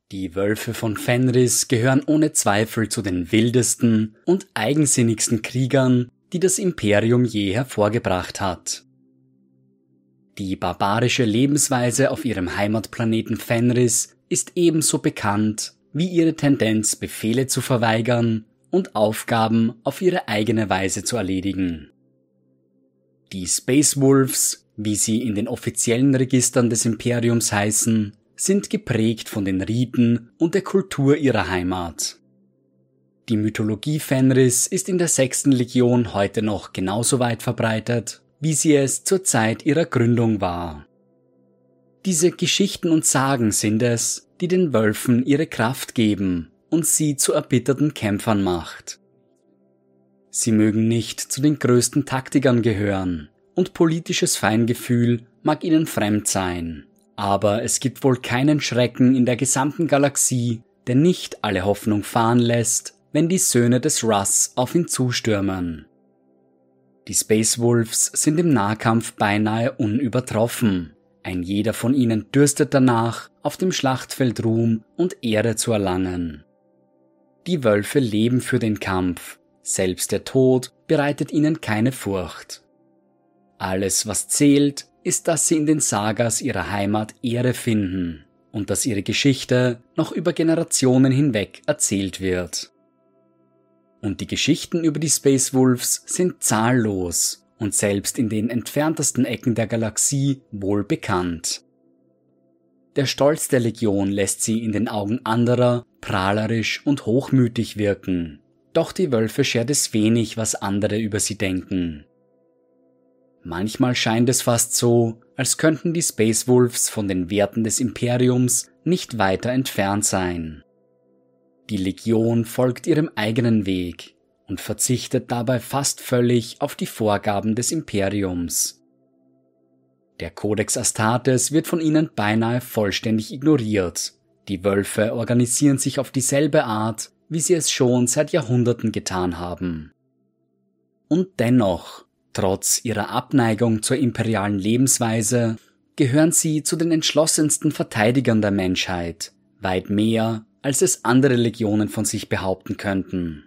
Die Wölfe von Fenris gehören ohne Zweifel zu den wildesten und eigensinnigsten Kriegern, die das Imperium je hervorgebracht hat. Die barbarische Lebensweise auf ihrem Heimatplaneten Fenris ist ebenso bekannt wie ihre Tendenz, Befehle zu verweigern und Aufgaben auf ihre eigene Weise zu erledigen. Die Space Wolves, wie sie in den offiziellen Registern des Imperiums heißen, sind geprägt von den Riten und der Kultur ihrer Heimat. Die Mythologie Fenris ist in der 6. Legion heute noch genauso weit verbreitet, wie sie es zur Zeit ihrer Gründung war. Diese Geschichten und Sagen sind es, die den Wölfen ihre Kraft geben und sie zu erbitterten Kämpfern macht. Sie mögen nicht zu den größten Taktikern gehören und politisches Feingefühl mag ihnen fremd sein. Aber es gibt wohl keinen Schrecken in der gesamten Galaxie, der nicht alle Hoffnung fahren lässt, wenn die Söhne des Russ auf ihn zustürmen. Die Space Wolves sind im Nahkampf beinahe unübertroffen. Ein jeder von ihnen dürstet danach, auf dem Schlachtfeld Ruhm und Ehre zu erlangen. Die Wölfe leben für den Kampf, selbst der Tod bereitet ihnen keine Furcht. Alles, was zählt, ist, dass sie in den Sagas ihrer Heimat Ehre finden und dass ihre Geschichte noch über Generationen hinweg erzählt wird. Und die Geschichten über die Space Wolves sind zahllos und selbst in den entferntesten Ecken der Galaxie wohl bekannt. Der Stolz der Legion lässt sie in den Augen anderer prahlerisch und hochmütig wirken, doch die Wölfe schert es wenig, was andere über sie denken. Manchmal scheint es fast so, als könnten die Space Wolves von den Werten des Imperiums nicht weiter entfernt sein. Die Legion folgt ihrem eigenen Weg und verzichtet dabei fast völlig auf die Vorgaben des Imperiums. Der Codex Astartes wird von ihnen beinahe vollständig ignoriert. Die Wölfe organisieren sich auf dieselbe Art, wie sie es schon seit Jahrhunderten getan haben. Und dennoch, trotz ihrer Abneigung zur imperialen Lebensweise, gehören sie zu den entschlossensten Verteidigern der Menschheit, weit mehr, als es andere Legionen von sich behaupten könnten.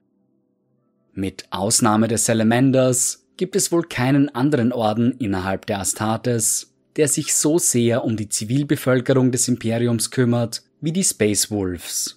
Mit Ausnahme der Salamanders gibt es wohl keinen anderen Orden innerhalb der Astartes, der sich so sehr um die Zivilbevölkerung des Imperiums kümmert wie die Space Wolves.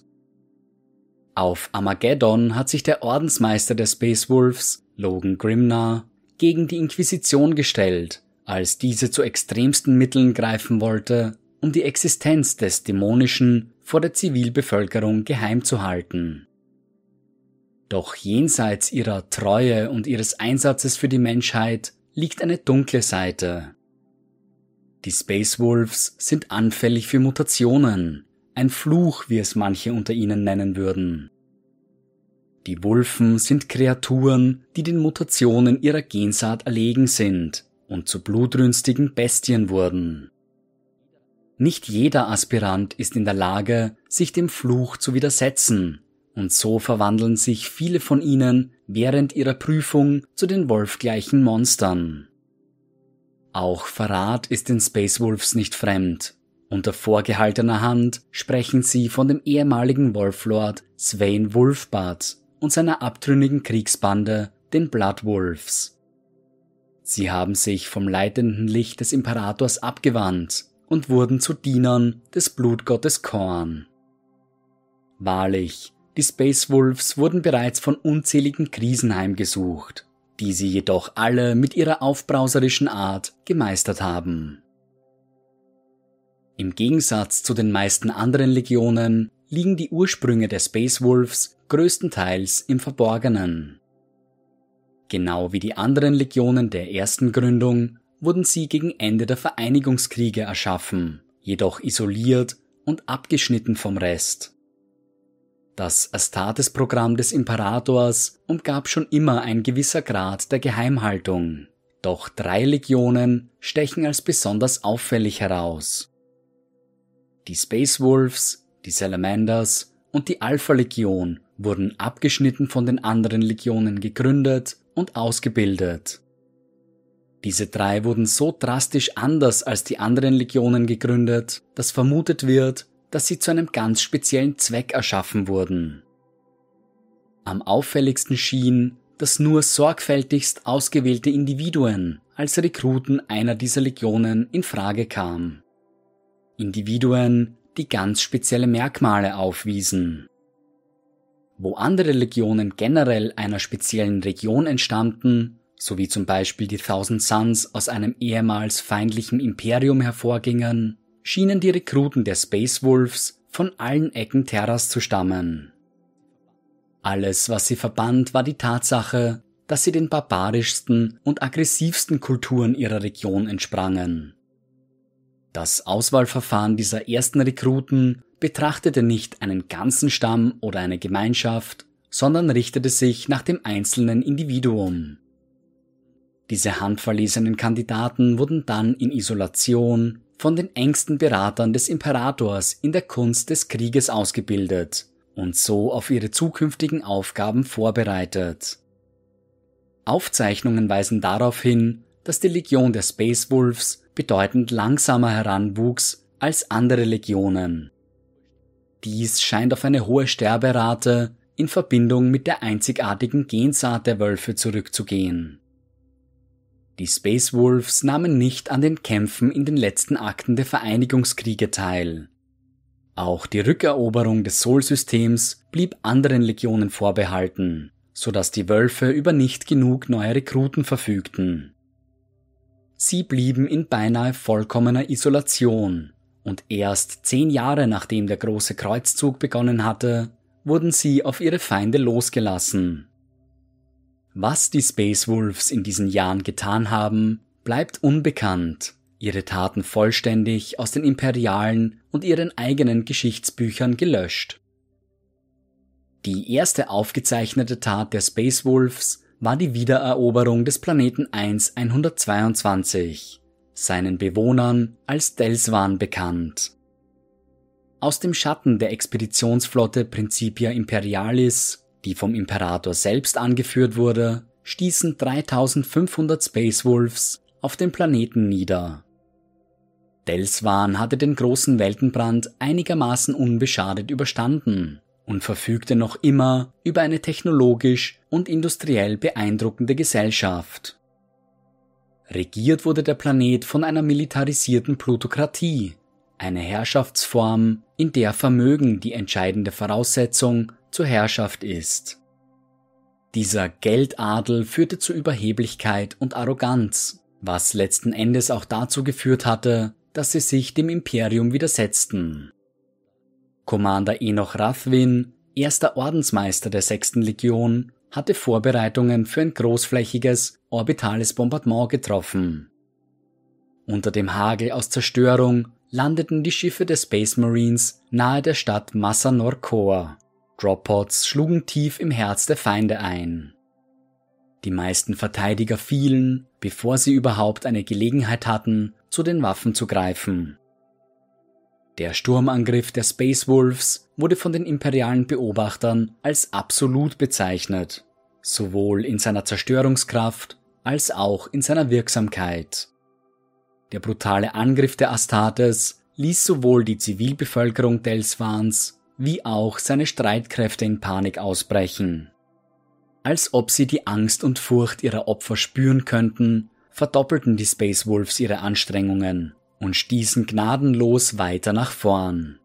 Auf Armageddon hat sich der Ordensmeister der Space Wolves, Logan Grimnar, gegen die Inquisition gestellt, als diese zu extremsten Mitteln greifen wollte, um die Existenz des Dämonischen vor der Zivilbevölkerung geheim zu halten. Doch jenseits ihrer Treue und ihres Einsatzes für die Menschheit liegt eine dunkle Seite. Die Space Wolves sind anfällig für Mutationen, ein Fluch, wie es manche unter ihnen nennen würden. Die Wulfen sind Kreaturen, die den Mutationen ihrer Gensaat erlegen sind und zu blutrünstigen Bestien wurden. Nicht jeder Aspirant ist in der Lage, sich dem Fluch zu widersetzen, und so verwandeln sich viele von ihnen während ihrer Prüfung zu den wolfgleichen Monstern. Auch Verrat ist den Space Wolves nicht fremd. Unter vorgehaltener Hand sprechen sie von dem ehemaligen Wolflord Swain Wolfbart und seiner abtrünnigen Kriegsbande, den Blood Wolves. Sie haben sich vom leitenden Licht des Imperators abgewandt und wurden zu Dienern des Blutgottes Khorne. Wahrlich, die Space Wolves wurden bereits von unzähligen Krisen heimgesucht, die sie jedoch alle mit ihrer aufbrauserischen Art gemeistert haben. Im Gegensatz zu den meisten anderen Legionen liegen die Ursprünge der Space Wolves größtenteils im Verborgenen. Genau wie die anderen Legionen der ersten Gründung wurden sie gegen Ende der Vereinigungskriege erschaffen, jedoch isoliert und abgeschnitten vom Rest. Das Astartes-Programm des Imperators umgab schon immer ein gewisser Grad der Geheimhaltung, doch 3 Legionen stechen als besonders auffällig heraus. Die Space Wolves, die Salamanders und die Alpha-Legion wurden abgeschnitten von den anderen Legionen gegründet und ausgebildet. Diese 3 wurden so drastisch anders als die anderen Legionen gegründet, dass vermutet wird, dass sie zu einem ganz speziellen Zweck erschaffen wurden. Am auffälligsten schien, dass nur sorgfältigst ausgewählte Individuen als Rekruten einer dieser Legionen in Frage kamen. Individuen, die ganz spezielle Merkmale aufwiesen. Wo andere Legionen generell einer speziellen Region entstammten, so wie zum Beispiel die Thousand Suns aus einem ehemals feindlichen Imperium hervorgingen, schienen die Rekruten der Space Wolves von allen Ecken Terras zu stammen. Alles, was sie verband, war die Tatsache, dass sie den barbarischsten und aggressivsten Kulturen ihrer Region entsprangen. Das Auswahlverfahren dieser ersten Rekruten betrachtete nicht einen ganzen Stamm oder eine Gemeinschaft, sondern richtete sich nach dem einzelnen Individuum. Diese handverlesenen Kandidaten wurden dann in Isolation von den engsten Beratern des Imperators in der Kunst des Krieges ausgebildet und so auf ihre zukünftigen Aufgaben vorbereitet. Aufzeichnungen weisen darauf hin, dass die Legion der Space Wolves bedeutend langsamer heranwuchs als andere Legionen. Dies scheint auf eine hohe Sterberate in Verbindung mit der einzigartigen Gensaat der Wölfe zurückzugehen. Die Space Wolves nahmen nicht an den Kämpfen in den letzten Akten der Vereinigungskriege teil. Auch die Rückeroberung des Sol-Systems blieb anderen Legionen vorbehalten, sodass die Wölfe über nicht genug neue Rekruten verfügten. Sie blieben in beinahe vollkommener Isolation und erst 10 Jahre nachdem der große Kreuzzug begonnen hatte, wurden sie auf ihre Feinde losgelassen. Was die Space Wolves in diesen Jahren getan haben, bleibt unbekannt, ihre Taten vollständig aus den imperialen und ihren eigenen Geschichtsbüchern gelöscht. Die erste aufgezeichnete Tat der Space Wolves war die Wiedereroberung des Planeten 122, seinen Bewohnern als Delsvan bekannt. Aus dem Schatten der Expeditionsflotte Principia Imperialis, die vom Imperator selbst angeführt wurde, stießen 3500 Space Wolves auf den Planeten nieder. Delsvan hatte den großen Weltenbrand einigermaßen unbeschadet überstanden und verfügte noch immer über eine technologisch und industriell beeindruckende Gesellschaft. Regiert wurde der Planet von einer militarisierten Plutokratie, eine Herrschaftsform, in der Vermögen die entscheidende Voraussetzung zur Herrschaft ist. Dieser Geldadel führte zu Überheblichkeit und Arroganz, was letzten Endes auch dazu geführt hatte, dass sie sich dem Imperium widersetzten. Commander Enoch Rathwin, erster Ordensmeister der 6. Legion, hatte Vorbereitungen für ein großflächiges, orbitales Bombardement getroffen. Unter dem Hagel aus Zerstörung landeten die Schiffe der Space Marines nahe der Stadt Massa Norcoa. Droppods schlugen tief im Herz der Feinde ein. Die meisten Verteidiger fielen, bevor sie überhaupt eine Gelegenheit hatten, zu den Waffen zu greifen. Der Sturmangriff der Space Wolves wurde von den imperialen Beobachtern als absolut bezeichnet, sowohl in seiner Zerstörungskraft als auch in seiner Wirksamkeit. Der brutale Angriff der Astartes ließ sowohl die Zivilbevölkerung Delsvans wie auch seine Streitkräfte in Panik ausbrechen. Als ob sie die Angst und Furcht ihrer Opfer spüren könnten, verdoppelten die Space Wolves ihre Anstrengungen und stießen gnadenlos weiter nach vorn.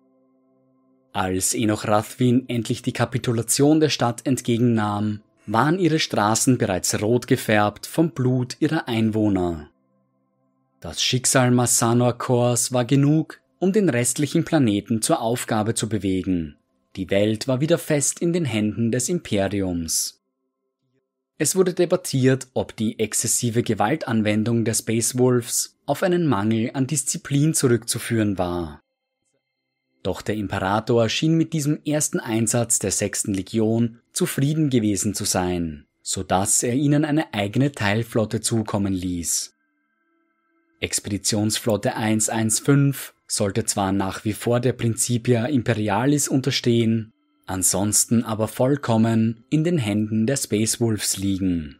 Als Enoch Rathwin endlich die Kapitulation der Stadt entgegennahm, waren ihre Straßen bereits rot gefärbt vom Blut ihrer Einwohner. Das Schicksal Massanor Kors war genug, um den restlichen Planeten zur Aufgabe zu bewegen. Die Welt war wieder fest in den Händen des Imperiums. Es wurde debattiert, ob die exzessive Gewaltanwendung der Space Wolves auf einen Mangel an Disziplin zurückzuführen war. Doch der Imperator schien mit diesem ersten Einsatz der 6. Legion zufrieden gewesen zu sein, sodass er ihnen eine eigene Teilflotte zukommen ließ. Expeditionsflotte 115 sollte zwar nach wie vor der Principia Imperialis unterstehen, ansonsten aber vollkommen in den Händen der Space Wolves liegen.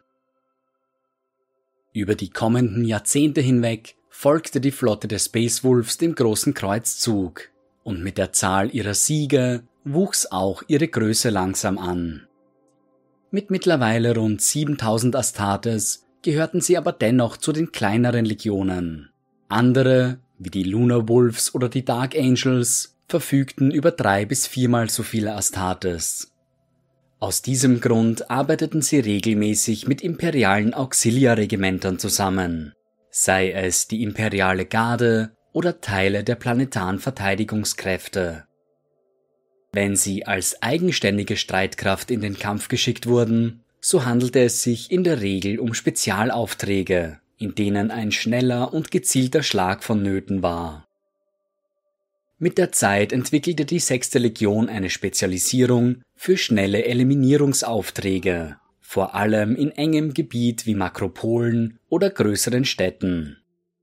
Über die kommenden Jahrzehnte hinweg folgte die Flotte der Space Wolves dem großen Kreuzzug, und mit der Zahl ihrer Siege wuchs auch ihre Größe langsam an. Mit mittlerweile rund 7000 Astartes gehörten sie aber dennoch zu den kleineren Legionen. Andere, wie die Lunar Wolves oder die Dark Angels, verfügten über 3- bis 4-mal so viele Astartes. Aus diesem Grund arbeiteten sie regelmäßig mit imperialen Auxiliarregimentern zusammen, sei es die imperiale Garde oder Teile der planetaren Verteidigungskräfte. Wenn sie als eigenständige Streitkraft in den Kampf geschickt wurden, so handelte es sich in der Regel um Spezialaufträge, in denen ein schneller und gezielter Schlag vonnöten war. Mit der Zeit entwickelte die 6. Legion eine Spezialisierung für schnelle Eliminierungsaufträge, vor allem in engem Gebiet wie Makropolen oder größeren Städten.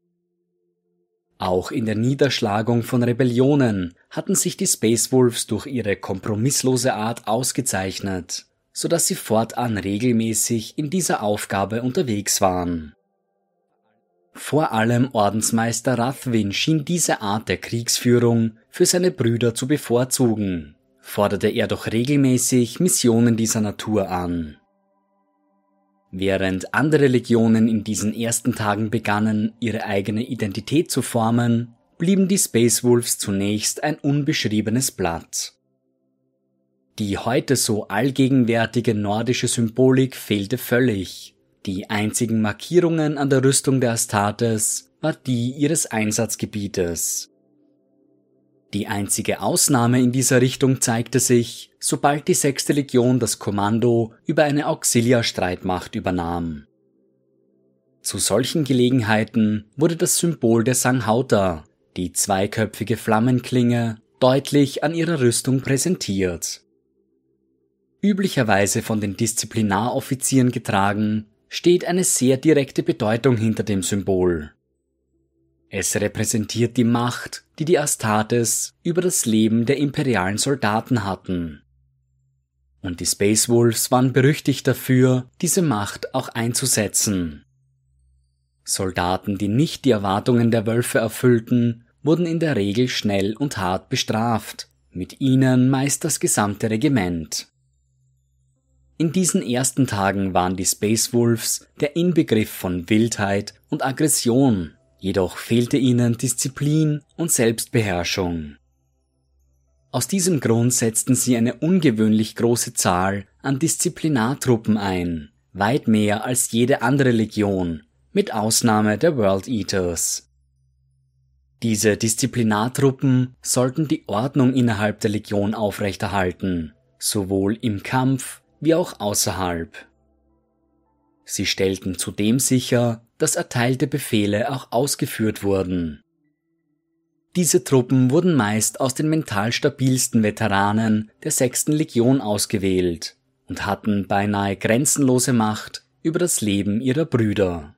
Auch in der Niederschlagung von Rebellionen hatten sich die Space Wolves durch ihre kompromisslose Art ausgezeichnet, sodass sie fortan regelmäßig in dieser Aufgabe unterwegs waren. Vor allem Ordensmeister Rathwin schien diese Art der Kriegsführung für seine Brüder zu bevorzugen, forderte er doch regelmäßig Missionen dieser Natur an. Während andere Legionen in diesen ersten Tagen begannen, ihre eigene Identität zu formen, blieben die Space Wolves zunächst ein unbeschriebenes Blatt. Die heute so allgegenwärtige nordische Symbolik fehlte völlig. Die einzigen Markierungen an der Rüstung der Astartes war die ihres Einsatzgebietes. Die einzige Ausnahme in dieser Richtung zeigte sich, sobald die 6. Legion das Kommando über eine Auxiliarstreitmacht übernahm. Zu solchen Gelegenheiten wurde das Symbol der Sanghauta, die zweiköpfige Flammenklinge, deutlich an ihrer Rüstung präsentiert. Üblicherweise von den Disziplinaroffizieren getragen, steht eine sehr direkte Bedeutung hinter dem Symbol. Es repräsentiert die Macht, die die Astartes über das Leben der imperialen Soldaten hatten. Und die Space Wolves waren berüchtigt dafür, diese Macht auch einzusetzen. Soldaten, die nicht die Erwartungen der Wölfe erfüllten, wurden in der Regel schnell und hart bestraft, mit ihnen meist das gesamte Regiment. In diesen ersten Tagen waren die Space Wolves der Inbegriff von Wildheit und Aggression, jedoch fehlte ihnen Disziplin und Selbstbeherrschung. Aus diesem Grund setzten sie eine ungewöhnlich große Zahl an Disziplinartruppen ein, weit mehr als jede andere Legion, mit Ausnahme der World Eaters. Diese Disziplinartruppen sollten die Ordnung innerhalb der Legion aufrechterhalten, sowohl im Kampf wie auch außerhalb. Sie stellten zudem sicher, dass erteilte Befehle auch ausgeführt wurden. Diese Truppen wurden meist aus den mental stabilsten Veteranen der 6. Legion ausgewählt und hatten beinahe grenzenlose Macht über das Leben ihrer Brüder.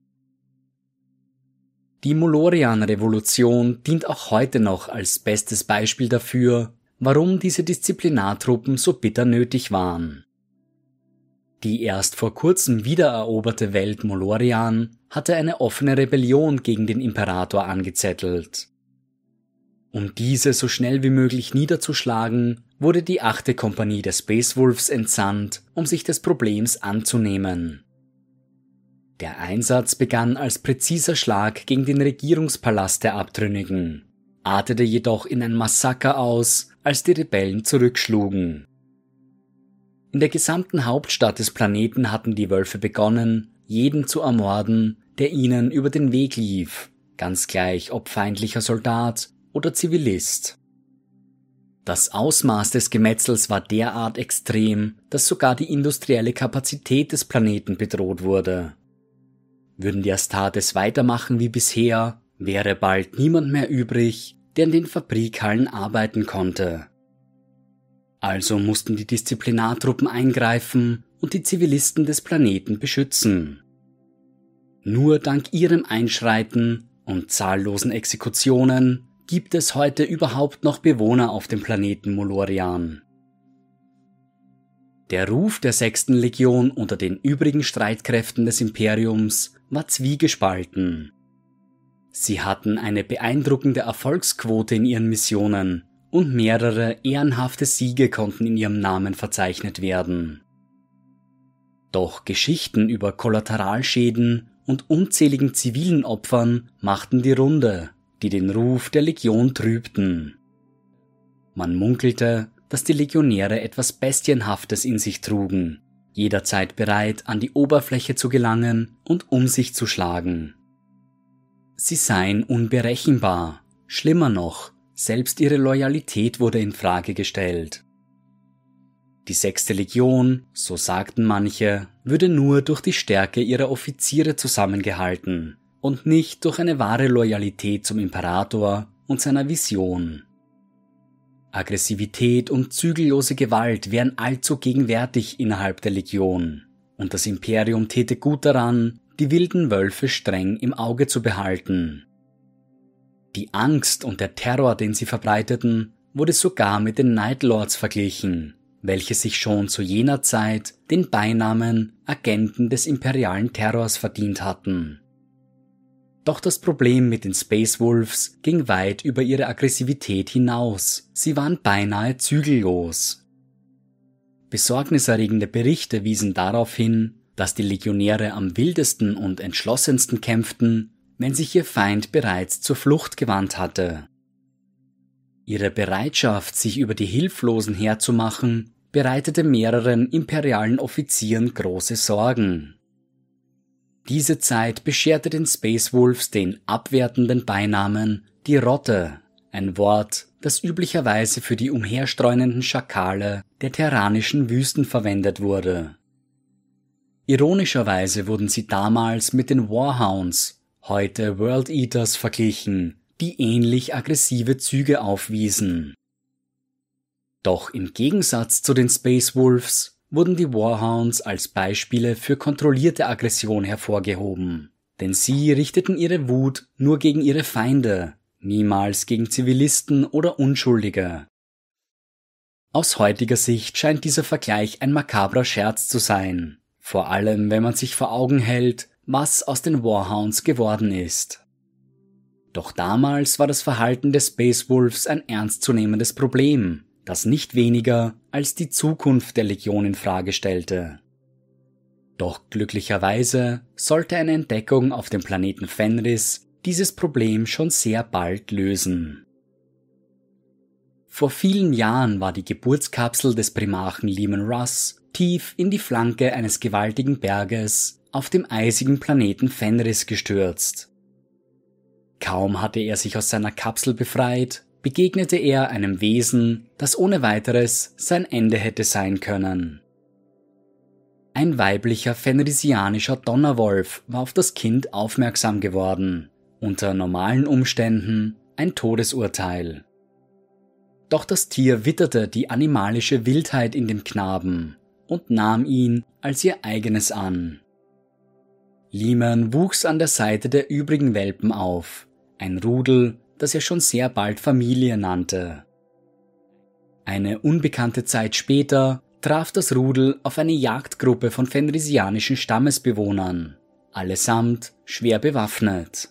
Die Molorian-Revolution dient auch heute noch als bestes Beispiel dafür, warum diese Disziplinartruppen so bitter nötig waren. Die erst vor kurzem wiedereroberte Welt Molorian hatte eine offene Rebellion gegen den Imperator angezettelt. Um diese so schnell wie möglich niederzuschlagen, wurde die 8. Kompanie der Space Wolves entsandt, um sich des Problems anzunehmen. Der Einsatz begann als präziser Schlag gegen den Regierungspalast der Abtrünnigen, artete jedoch in ein Massaker aus, als die Rebellen zurückschlugen. In der gesamten Hauptstadt des Planeten hatten die Wölfe begonnen, jeden zu ermorden, der ihnen über den Weg lief, ganz gleich ob feindlicher Soldat oder Zivilist. Das Ausmaß des Gemetzels war derart extrem, dass sogar die industrielle Kapazität des Planeten bedroht wurde. Würden die Astartes weitermachen wie bisher, wäre bald niemand mehr übrig, der in den Fabrikhallen arbeiten konnte. Also mussten die Disziplinartruppen eingreifen und die Zivilisten des Planeten beschützen. Nur dank ihrem Einschreiten und zahllosen Exekutionen gibt es heute überhaupt noch Bewohner auf dem Planeten Molorian. Der Ruf der 6. Legion unter den übrigen Streitkräften des Imperiums war zwiegespalten. Sie hatten eine beeindruckende Erfolgsquote in ihren Missionen und mehrere ehrenhafte Siege konnten in ihrem Namen verzeichnet werden. Doch Geschichten über Kollateralschäden und unzähligen zivilen Opfern machten die Runde, die den Ruf der Legion trübten. Man munkelte, dass die Legionäre etwas Bestienhaftes in sich trugen, jederzeit bereit, an die Oberfläche zu gelangen und um sich zu schlagen. Sie seien unberechenbar, schlimmer noch, selbst ihre Loyalität wurde in Frage gestellt. Die 6. Legion, so sagten manche, würde nur durch die Stärke ihrer Offiziere zusammengehalten und nicht durch eine wahre Loyalität zum Imperator und seiner Vision. Aggressivität und zügellose Gewalt wären allzu gegenwärtig innerhalb der Legion, und das Imperium täte gut daran, die wilden Wölfe streng im Auge zu behalten. Die Angst und der Terror, den sie verbreiteten, wurde sogar mit den Night Lords verglichen, welche sich schon zu jener Zeit den Beinamen Agenten des imperialen Terrors verdient hatten. Doch das Problem mit den Space Wolves ging weit über ihre Aggressivität hinaus. Sie waren beinahe zügellos. Besorgniserregende Berichte wiesen darauf hin, dass die Legionäre am wildesten und entschlossensten kämpften, wenn sich ihr Feind bereits zur Flucht gewandt hatte. Ihre Bereitschaft, sich über die Hilflosen herzumachen, bereitete mehreren imperialen Offizieren große Sorgen. Diese Zeit bescherte den Space Wolves den abwertenden Beinamen die Rotte, ein Wort, das üblicherweise für die umherstreunenden Schakale der terranischen Wüsten verwendet wurde. Ironischerweise wurden sie damals mit den Warhounds, heute World Eaters, verglichen, die ähnlich aggressive Züge aufwiesen. Doch im Gegensatz zu den Space Wolves wurden die Warhounds als Beispiele für kontrollierte Aggression hervorgehoben, denn sie richteten ihre Wut nur gegen ihre Feinde, niemals gegen Zivilisten oder Unschuldige. Aus heutiger Sicht scheint dieser Vergleich ein makabrer Scherz zu sein, vor allem wenn man sich vor Augen hält, was aus den Warhounds geworden ist. Doch damals war das Verhalten des Space Wolves ein ernstzunehmendes Problem, das nicht weniger als die Zukunft der Legion in Frage stellte. Doch glücklicherweise sollte eine Entdeckung auf dem Planeten Fenris dieses Problem schon sehr bald lösen. Vor vielen Jahren war die Geburtskapsel des Primarchen Leman Russ tief in die Flanke eines gewaltigen Berges auf dem eisigen Planeten Fenris gestürzt. Kaum hatte er sich aus seiner Kapsel befreit, begegnete er einem Wesen, das ohne weiteres sein Ende hätte sein können. Ein weiblicher fenrisianischer Donnerwolf war auf das Kind aufmerksam geworden, unter normalen Umständen ein Todesurteil. Doch das Tier witterte die animalische Wildheit in dem Knaben und nahm ihn als ihr eigenes an. Leman wuchs an der Seite der übrigen Welpen auf, ein Rudel, das er schon sehr bald Familie nannte. Eine unbekannte Zeit später traf das Rudel auf eine Jagdgruppe von fenrisianischen Stammesbewohnern, allesamt schwer bewaffnet.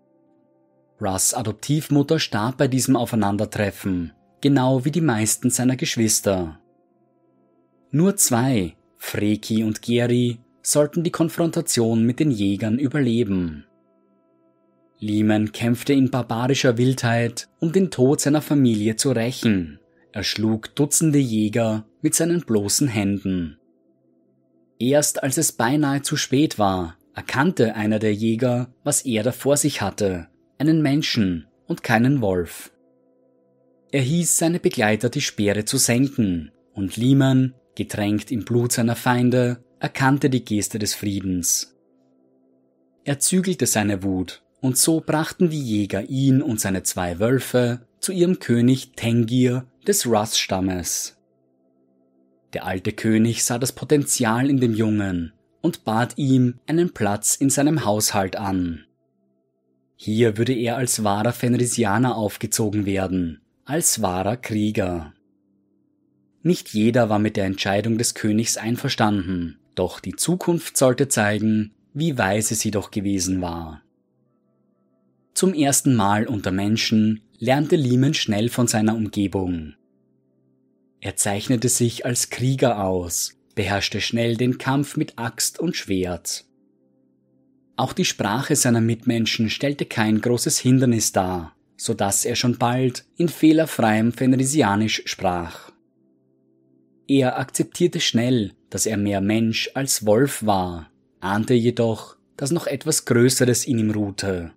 Russ' Adoptivmutter starb bei diesem Aufeinandertreffen, genau wie die meisten seiner Geschwister. Nur 2, Freki und Geri, sollten die Konfrontation mit den Jägern überleben. Leman kämpfte in barbarischer Wildheit, um den Tod seiner Familie zu rächen. Er schlug Dutzende Jäger mit seinen bloßen Händen. Erst als es beinahe zu spät war, erkannte einer der Jäger, was er da vor sich hatte, einen Menschen und keinen Wolf. Er hieß seine Begleiter, die Speere zu senken, und Leman, getränkt im Blut seiner Feinde, erkannte die Geste des Friedens. Er zügelte seine Wut, und so brachten die Jäger ihn und seine 2 Wölfe zu ihrem König Tengir des Russ-Stammes. Der alte König sah das Potenzial in dem Jungen und bat ihm einen Platz in seinem Haushalt an. Hier würde er als wahrer Fenrisianer aufgezogen werden, als wahrer Krieger. Nicht jeder war mit der Entscheidung des Königs einverstanden, doch die Zukunft sollte zeigen, wie weise sie doch gewesen war. Zum ersten Mal unter Menschen lernte Limen schnell von seiner Umgebung. Er zeichnete sich als Krieger aus, beherrschte schnell den Kampf mit Axt und Schwert. Auch die Sprache seiner Mitmenschen stellte kein großes Hindernis dar, so dass er schon bald in fehlerfreiem Fenrisianisch sprach. Er akzeptierte schnell, dass er mehr Mensch als Wolf war, ahnte jedoch, dass noch etwas Größeres in ihm ruhte.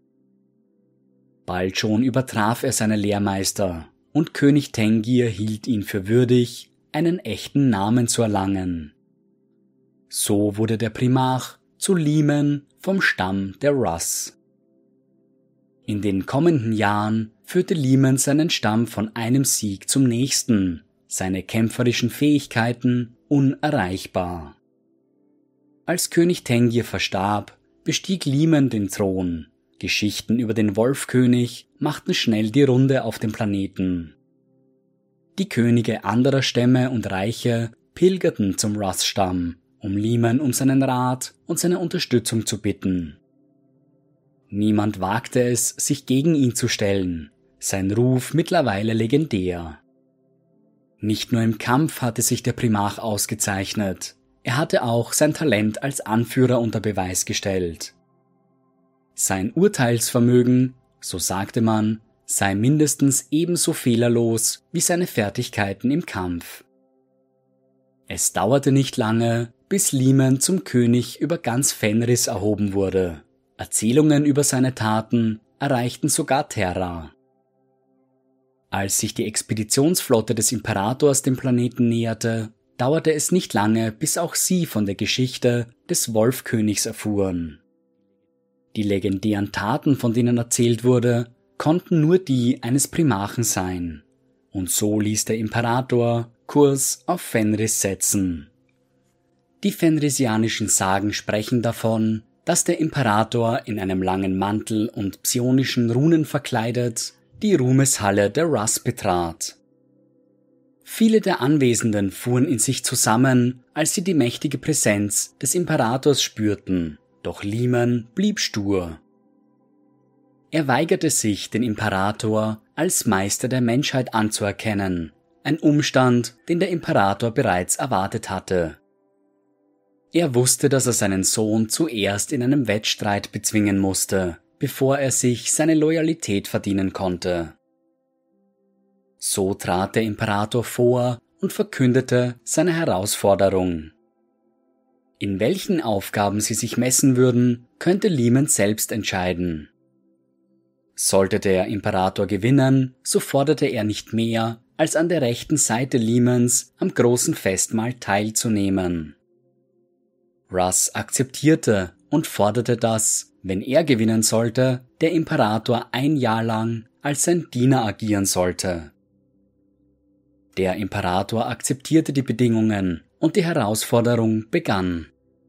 Bald schon übertraf er seine Lehrmeister, und König Tengir hielt ihn für würdig, einen echten Namen zu erlangen. So wurde der Primarch zu Limen vom Stamm der Russ. In den kommenden Jahren führte Limen seinen Stamm von einem Sieg zum nächsten, seine kämpferischen Fähigkeiten unerreichbar. Als König Tengir verstarb, bestieg Limen den Thron. Geschichten über den Wolfkönig machten schnell die Runde auf dem Planeten. Die Könige anderer Stämme und Reiche pilgerten zum Russ-Stamm, um Limen um seinen Rat und seine Unterstützung zu bitten. Niemand wagte es, sich gegen ihn zu stellen, sein Ruf mittlerweile legendär. Nicht nur im Kampf hatte sich der Primarch ausgezeichnet, er hatte auch sein Talent als Anführer unter Beweis gestellt. Sein Urteilsvermögen, so sagte man, sei mindestens ebenso fehlerlos wie seine Fertigkeiten im Kampf. Es dauerte nicht lange, bis Limen zum König über ganz Fenris erhoben wurde. Erzählungen über seine Taten erreichten sogar Terra. Als sich die Expeditionsflotte des Imperators dem Planeten näherte, dauerte es nicht lange, bis auch sie von der Geschichte des Wolfkönigs erfuhren. Die legendären Taten, von denen erzählt wurde, konnten nur die eines Primarchen sein. Und so ließ der Imperator Kurs auf Fenris setzen. Die fenrisianischen Sagen sprechen davon, dass der Imperator in einem langen Mantel und psionischen Runen verkleidet die Ruhmeshalle der Russ betrat. Viele der Anwesenden fuhren in sich zusammen, als sie die mächtige Präsenz des Imperators spürten. Doch Limen blieb stur. Er weigerte sich, den Imperator als Meister der Menschheit anzuerkennen, ein Umstand, den der Imperator bereits erwartet hatte. Er wusste, dass er seinen Sohn zuerst in einem Wettstreit bezwingen musste, bevor er sich seine Loyalität verdienen konnte. So trat der Imperator vor und verkündete seine Herausforderung. In welchen Aufgaben sie sich messen würden, könnte Limen selbst entscheiden. Sollte der Imperator gewinnen, so forderte er nicht mehr, als an der rechten Seite Limens am großen Festmahl teilzunehmen. Russ akzeptierte und forderte, dass, wenn er gewinnen sollte, der Imperator ein Jahr lang als sein Diener agieren sollte. Der Imperator akzeptierte die Bedingungen und die Herausforderung begann.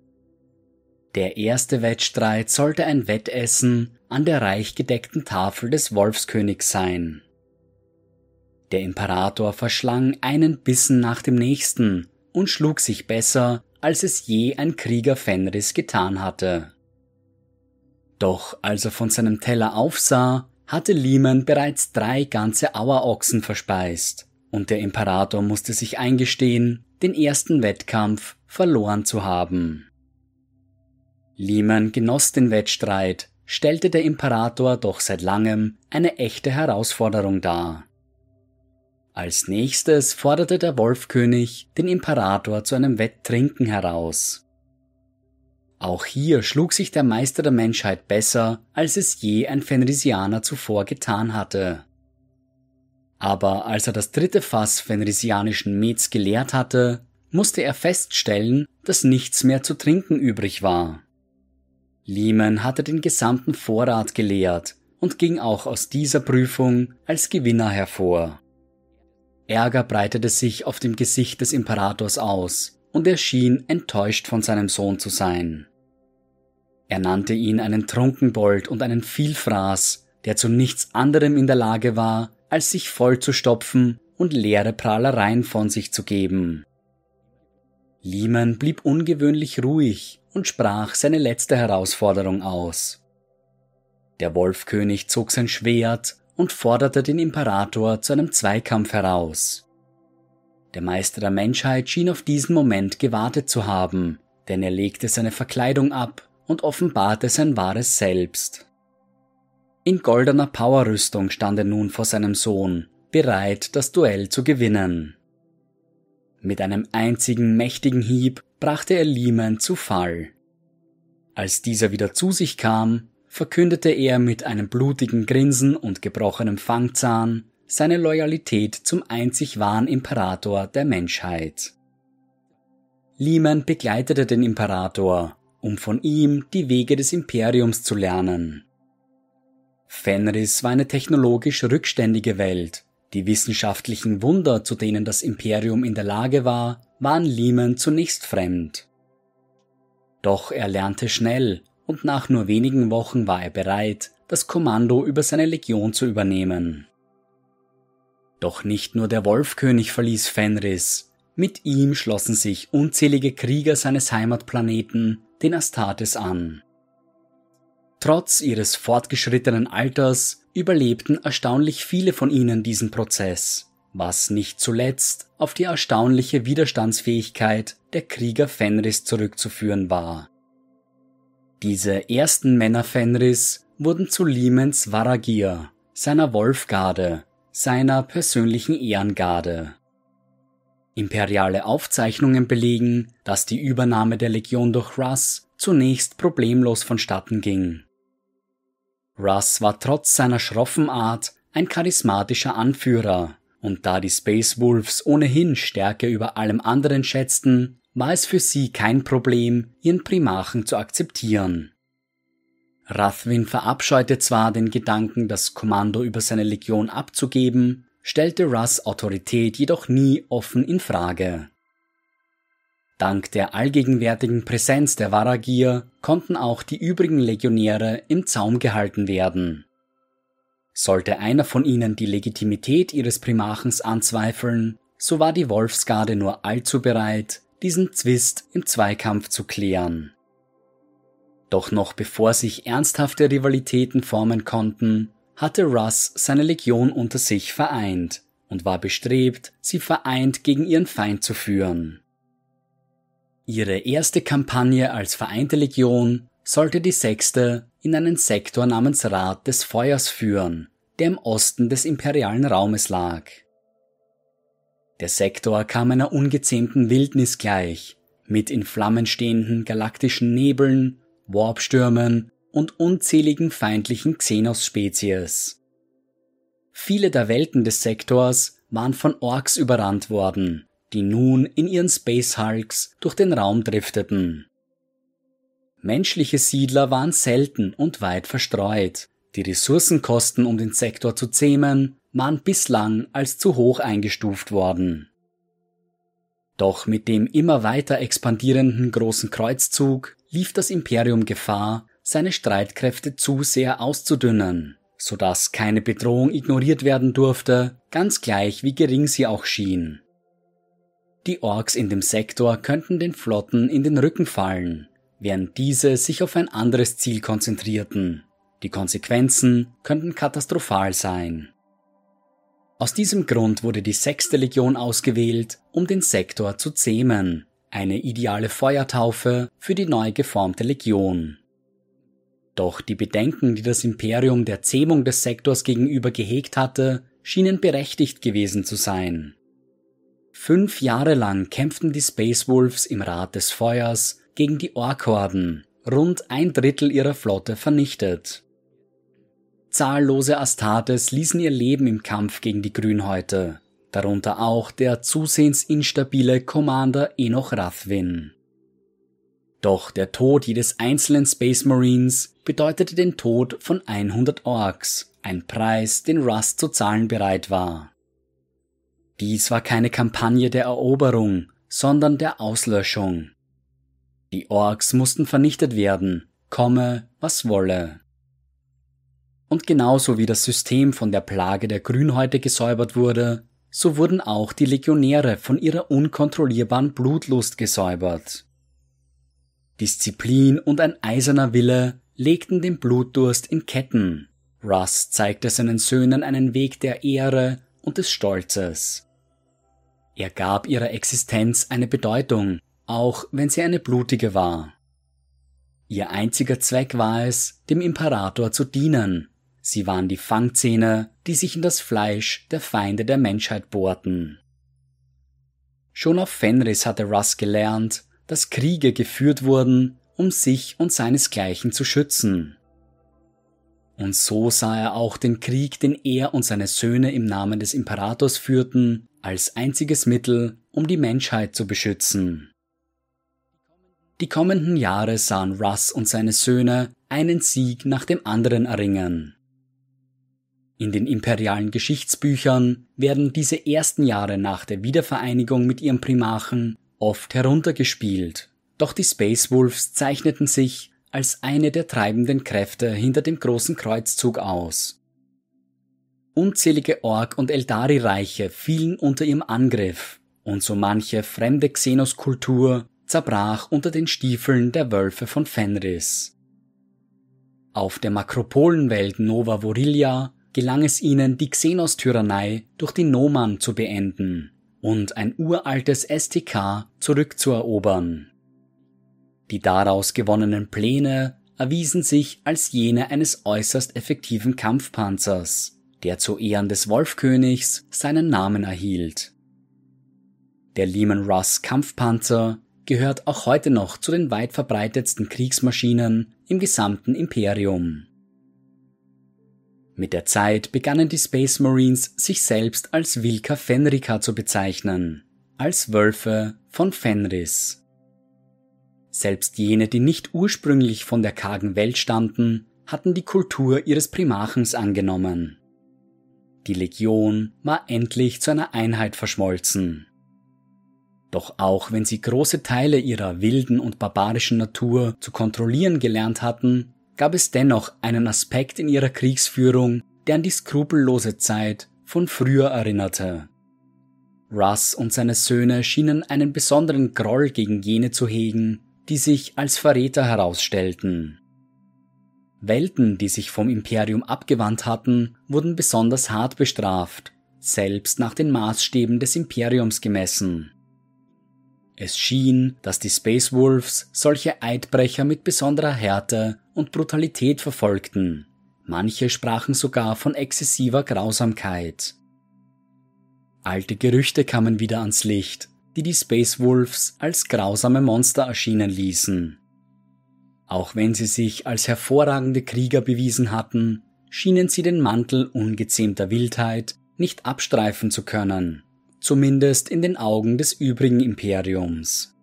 Der erste Wettstreit sollte ein Wettessen an der reich gedeckten Tafel des Wolfskönigs sein. Der Imperator verschlang einen Bissen nach dem nächsten und schlug sich besser, als es je ein Krieger Fenris getan hatte. Doch als er von seinem Teller aufsah, hatte Limen bereits 3 ganze Auerochsen verspeist, und der Imperator musste sich eingestehen, den ersten Wettkampf verloren zu haben. Limen genoss den Wettstreit, stellte der Imperator doch seit langem eine echte Herausforderung dar. Als nächstes forderte der Wolfkönig den Imperator zu einem Wetttrinken heraus. Auch hier schlug sich der Meister der Menschheit besser, als es je ein Fenrisianer zuvor getan hatte. Aber als er das 3. Fass fenrisianischen Mets geleert hatte, musste er feststellen, dass nichts mehr zu trinken übrig war. Limen hatte den gesamten Vorrat geleert und ging auch aus dieser Prüfung als Gewinner hervor. Ärger breitete sich auf dem Gesicht des Imperators aus, und er schien enttäuscht von seinem Sohn zu sein. Er nannte ihn einen Trunkenbold und einen Vielfraß, der zu nichts anderem in der Lage war, als sich vollzustopfen und leere Prahlereien von sich zu geben. Limen blieb ungewöhnlich ruhig und sprach seine letzte Herausforderung aus. Der Wolfkönig zog sein Schwert und forderte den Imperator zu einem Zweikampf heraus. Der Meister der Menschheit schien auf diesen Moment gewartet zu haben, denn er legte seine Verkleidung ab und offenbarte sein wahres Selbst. In goldener Powerrüstung stand er nun vor seinem Sohn, bereit, das Duell zu gewinnen. Mit einem einzigen mächtigen Hieb brachte er Li-Man zu Fall. Als dieser wieder zu sich kam, verkündete er mit einem blutigen Grinsen und gebrochenem Fangzahn seine Loyalität zum einzig wahren Imperator der Menschheit. Li-Man begleitete den Imperator, um von ihm die Wege des Imperiums zu lernen. Fenris war eine technologisch rückständige Welt. Die wissenschaftlichen Wunder, zu denen das Imperium in der Lage war, waren Li-Man zunächst fremd. Doch er lernte schnell, und nach nur wenigen Wochen war er bereit, das Kommando über seine Legion zu übernehmen. Doch nicht nur der Wolfkönig verließ Fenris, mit ihm schlossen sich unzählige Krieger seines Heimatplaneten den Astartes an. Trotz ihres fortgeschrittenen Alters überlebten erstaunlich viele von ihnen diesen Prozess, was nicht zuletzt auf die erstaunliche Widerstandsfähigkeit der Krieger Fenris zurückzuführen war. Diese ersten Männer Fenris wurden zu Li-Mans Varagir, seiner Wolfgarde, seiner persönlichen Ehrengarde. Imperiale Aufzeichnungen belegen, dass die Übernahme der Legion durch Russ zunächst problemlos vonstatten ging. Russ war trotz seiner schroffen Art ein charismatischer Anführer, und da die Space Wolves ohnehin Stärke über allem anderen schätzten, war es für sie kein Problem, ihren Primarchen zu akzeptieren. Rathwin verabscheute zwar den Gedanken, das Kommando über seine Legion abzugeben, stellte Russ' Autorität jedoch nie offen in Frage. Dank der allgegenwärtigen Präsenz der Varagir konnten auch die übrigen Legionäre im Zaum gehalten werden. Sollte einer von ihnen die Legitimität ihres Primarchens anzweifeln, so war die Wolfsgarde nur allzu bereit, diesen Zwist im Zweikampf zu klären. Doch noch bevor sich ernsthafte Rivalitäten formen konnten, hatte Russ seine Legion unter sich vereint und war bestrebt, sie vereint gegen ihren Feind zu führen. Ihre erste Kampagne als vereinte Legion sollte die 6. in einen Sektor namens Rat des Feuers führen, der im Osten des imperialen Raumes lag. Der Sektor kam einer ungezähmten Wildnis gleich, mit in Flammen stehenden galaktischen Nebeln, Warpstürmen und unzähligen feindlichen Xenos-Spezies. Viele der Welten des Sektors waren von Orks überrannt worden, die nun in ihren Space Hulks durch den Raum drifteten. Menschliche Siedler waren selten und weit verstreut. Die Ressourcenkosten, um den Sektor zu zähmen, waren bislang als zu hoch eingestuft worden. Doch mit dem immer weiter expandierenden Großen Kreuzzug lief das Imperium Gefahr, seine Streitkräfte zu sehr auszudünnen, sodass keine Bedrohung ignoriert werden durfte, ganz gleich wie gering sie auch schien. Die Orks in dem Sektor könnten den Flotten in den Rücken fallen, während diese sich auf ein anderes Ziel konzentrierten. Die Konsequenzen könnten katastrophal sein. Aus diesem Grund wurde die 6. Legion ausgewählt, um den Sektor zu zähmen, eine ideale Feuertaufe für die neu geformte Legion. Doch die Bedenken, die das Imperium der Zähmung des Sektors gegenüber gehegt hatte, schienen berechtigt gewesen zu sein. 5 Jahre lang kämpften die Space Wolves im Rat des Feuers gegen die Ork-Horden, rund 1/3 ihrer Flotte vernichtet. Zahllose Astartes ließen ihr Leben im Kampf gegen die Grünhäute, darunter auch der zusehends instabile Commander Enoch Rathwin. Doch der Tod jedes einzelnen Space Marines bedeutete den Tod von 100 Orks, ein Preis, den Russ zu zahlen bereit war. Dies war keine Kampagne der Eroberung, sondern der Auslöschung. Die Orks mussten vernichtet werden, komme, was wolle. Und genauso wie das System von der Plage der Grünhäute gesäubert wurde, so wurden auch die Legionäre von ihrer unkontrollierbaren Blutlust gesäubert. Disziplin und ein eiserner Wille legten den Blutdurst in Ketten. Russ zeigte seinen Söhnen einen Weg der Ehre und des Stolzes. Er gab ihrer Existenz eine Bedeutung, auch wenn sie eine blutige war. Ihr einziger Zweck war es, dem Imperator zu dienen. Sie waren die Fangzähne, die sich in das Fleisch der Feinde der Menschheit bohrten. Schon auf Fenris hatte Russ gelernt, dass Kriege geführt wurden, um sich und seinesgleichen zu schützen. Und so sah er auch den Krieg, den er und seine Söhne im Namen des Imperators führten, als einziges Mittel, um die Menschheit zu beschützen. Die kommenden Jahre sahen Russ und seine Söhne einen Sieg nach dem anderen erringen. In den imperialen Geschichtsbüchern werden diese ersten Jahre nach der Wiedervereinigung mit ihrem Primarchen oft heruntergespielt, doch die Space Wolves zeichneten sich als eine der treibenden Kräfte hinter dem großen Kreuzzug aus. Unzählige Ork- und Eldari-Reiche fielen unter ihrem Angriff und so manche fremde Xenos-Kultur zerbrach unter den Stiefeln der Wölfe von Fenris. Auf der Makropolenwelt Nova Vorilia gelang es ihnen, die Xenos-Tyrannei durch die Noman zu beenden und ein uraltes STK zurückzuerobern. Die daraus gewonnenen Pläne erwiesen sich als jene eines äußerst effektiven Kampfpanzers, der zu Ehren des Wolfkönigs seinen Namen erhielt. Der Leman Russ Kampfpanzer gehört auch heute noch zu den weit verbreitetsten Kriegsmaschinen im gesamten Imperium. Mit der Zeit begannen die Space Marines sich selbst als Vilca Fenrica zu bezeichnen, als Wölfe von Fenris. Selbst jene, die nicht ursprünglich von der kargen Welt stammten, hatten die Kultur ihres Primarchens angenommen. Die Legion war endlich zu einer Einheit verschmolzen. Doch auch wenn sie große Teile ihrer wilden und barbarischen Natur zu kontrollieren gelernt hatten, gab es dennoch einen Aspekt in ihrer Kriegsführung, der an die skrupellose Zeit von früher erinnerte. Russ und seine Söhne schienen einen besonderen Groll gegen jene zu hegen, die sich als Verräter herausstellten. Welten, die sich vom Imperium abgewandt hatten, wurden besonders hart bestraft, selbst nach den Maßstäben des Imperiums gemessen. Es schien, dass die Space Wolves solche Eidbrecher mit besonderer Härte und Brutalität verfolgten. Manche sprachen sogar von exzessiver Grausamkeit. Alte Gerüchte kamen wieder ans Licht, die Space Wolves als grausame Monster erschienen ließen. Auch wenn sie sich als hervorragende Krieger bewiesen hatten, schienen sie den Mantel ungezähmter Wildheit nicht abstreifen zu können, zumindest in den Augen des übrigen Imperiums.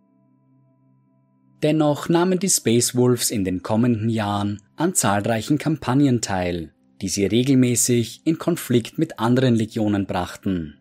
Dennoch nahmen die Space Wolves in den kommenden Jahren an zahlreichen Kampagnen teil, die sie regelmäßig in Konflikt mit anderen Legionen brachten.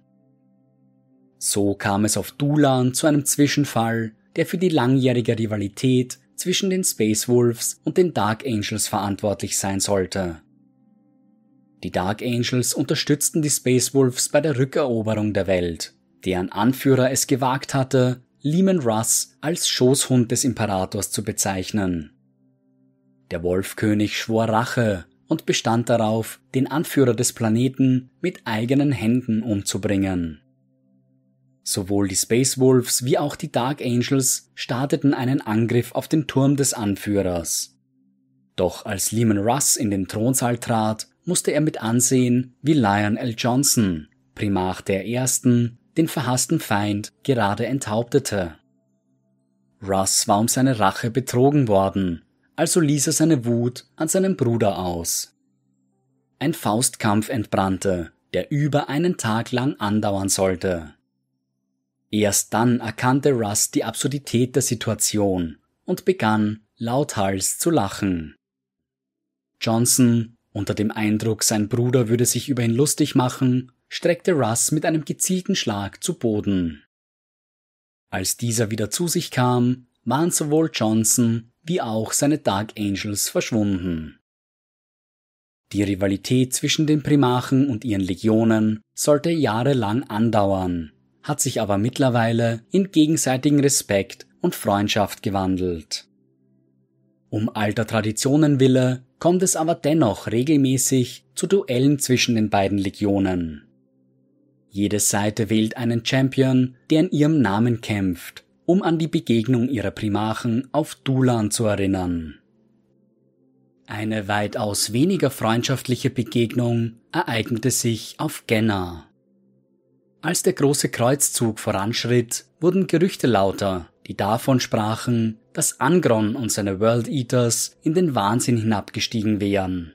So kam es auf Dulan zu einem Zwischenfall, der für die langjährige Rivalität zwischen den Space Wolves und den Dark Angels verantwortlich sein sollte. Die Dark Angels unterstützten die Space Wolves bei der Rückeroberung der Welt, deren Anführer es gewagt hatte, Leman Russ als Schoßhund des Imperators zu bezeichnen. Der Wolfkönig schwor Rache und bestand darauf, den Anführer des Planeten mit eigenen Händen umzubringen. Sowohl die Space Wolves wie auch die Dark Angels starteten einen Angriff auf den Turm des Anführers. Doch als Leman Russ in den Thronsaal trat, musste er mit ansehen, wie Lionel Johnson, Primarch der Ersten, den verhassten Feind gerade enthauptete. Russ war um seine Rache betrogen worden, also ließ er seine Wut an seinem Bruder aus. Ein Faustkampf entbrannte, der über einen Tag lang andauern sollte. Erst dann erkannte Russ die Absurdität der Situation und begann, lauthals zu lachen. Johnson, unter dem Eindruck, sein Bruder würde sich über ihn lustig machen, streckte Russ mit einem gezielten Schlag zu Boden. Als dieser wieder zu sich kam, waren sowohl Johnson wie auch seine Dark Angels verschwunden. Die Rivalität zwischen den Primarchen und ihren Legionen sollte jahrelang andauern, hat sich aber mittlerweile in gegenseitigen Respekt und Freundschaft gewandelt. Um alter Traditionen willen kommt es aber dennoch regelmäßig zu Duellen zwischen den beiden Legionen. Jede Seite wählt einen Champion, der in ihrem Namen kämpft, um an die Begegnung ihrer Primarchen auf Dulan zu erinnern. Eine weitaus weniger freundschaftliche Begegnung ereignete sich auf Genna. Als der große Kreuzzug voranschritt, wurden Gerüchte lauter, die davon sprachen, dass Angron und seine World Eaters in den Wahnsinn hinabgestiegen wären.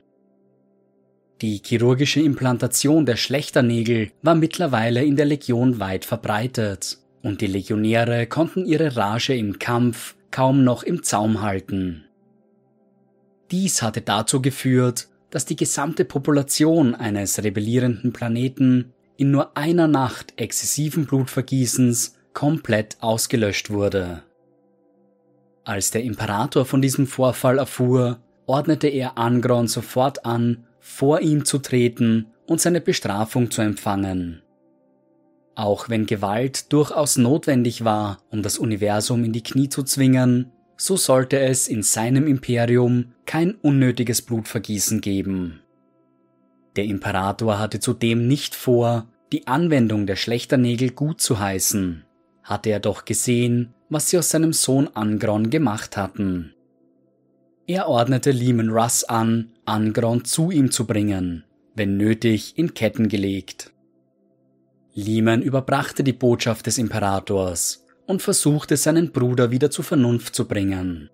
Die chirurgische Implantation der Schlechternägel war mittlerweile in der Legion weit verbreitet, und die Legionäre konnten ihre Rage im Kampf kaum noch im Zaum halten. Dies hatte dazu geführt, dass die gesamte Population eines rebellierenden Planeten in nur einer Nacht exzessiven Blutvergießens komplett ausgelöscht wurde. Als der Imperator von diesem Vorfall erfuhr, ordnete er Angron sofort an, vor ihm zu treten und seine Bestrafung zu empfangen. Auch wenn Gewalt durchaus notwendig war, um das Universum in die Knie zu zwingen, so sollte es in seinem Imperium kein unnötiges Blutvergießen geben. Der Imperator hatte zudem nicht vor, die Anwendung der Schlechternägel gut zu heißen, hatte er doch gesehen, was sie aus seinem Sohn Angron gemacht hatten. Er ordnete Leman Russ an, Angron zu ihm zu bringen, wenn nötig in Ketten gelegt. Leman überbrachte die Botschaft des Imperators und versuchte, seinen Bruder wieder zur Vernunft zu bringen.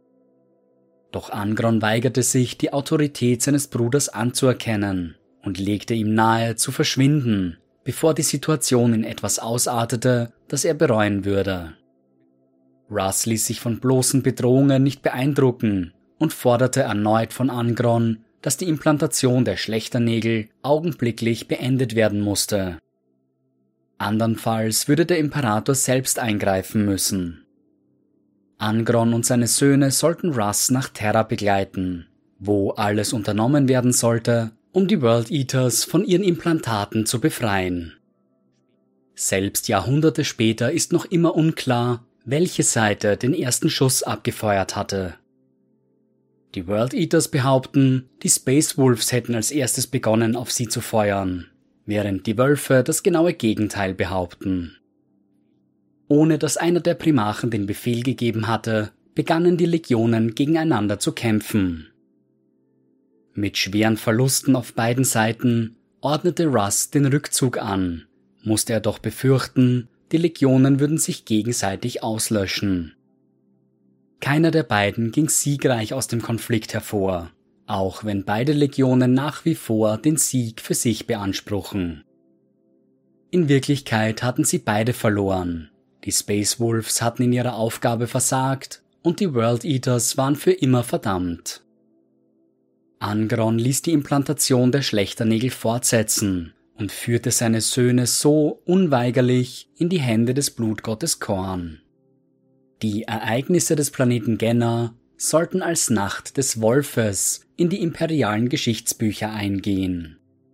Doch Angron weigerte sich, die Autorität seines Bruders anzuerkennen und legte ihm nahe, zu verschwinden, bevor die Situation in etwas ausartete, das er bereuen würde. Russ ließ sich von bloßen Bedrohungen nicht beeindrucken und forderte erneut von Angron, dass die Implantation der Schlechternägel augenblicklich beendet werden musste. Andernfalls würde der Imperator selbst eingreifen müssen. Angron und seine Söhne sollten Russ nach Terra begleiten, wo alles unternommen werden sollte, um die World Eaters von ihren Implantaten zu befreien. Selbst Jahrhunderte später ist noch immer unklar, welche Seite den ersten Schuss abgefeuert hatte. Die World Eaters behaupten, die Space Wolves hätten als erstes begonnen, auf sie zu feuern, während die Wölfe das genaue Gegenteil behaupten. Ohne dass einer der Primarchen den Befehl gegeben hatte, begannen die Legionen gegeneinander zu kämpfen. Mit schweren Verlusten auf beiden Seiten ordnete Russ den Rückzug an, musste er doch befürchten, die Legionen würden sich gegenseitig auslöschen. Keiner der beiden ging siegreich aus dem Konflikt hervor, auch wenn beide Legionen nach wie vor den Sieg für sich beanspruchen. In Wirklichkeit hatten sie beide verloren. Die Space Wolves hatten in ihrer Aufgabe versagt und die World Eaters waren für immer verdammt. Angron ließ die Implantation der Schlechternägel fortsetzen und führte seine Söhne so unweigerlich in die Hände des Blutgottes Khorne. Die Ereignisse des Planeten Genna sollten als Nacht des Wolfes in die imperialen Geschichtsbücher eingehen.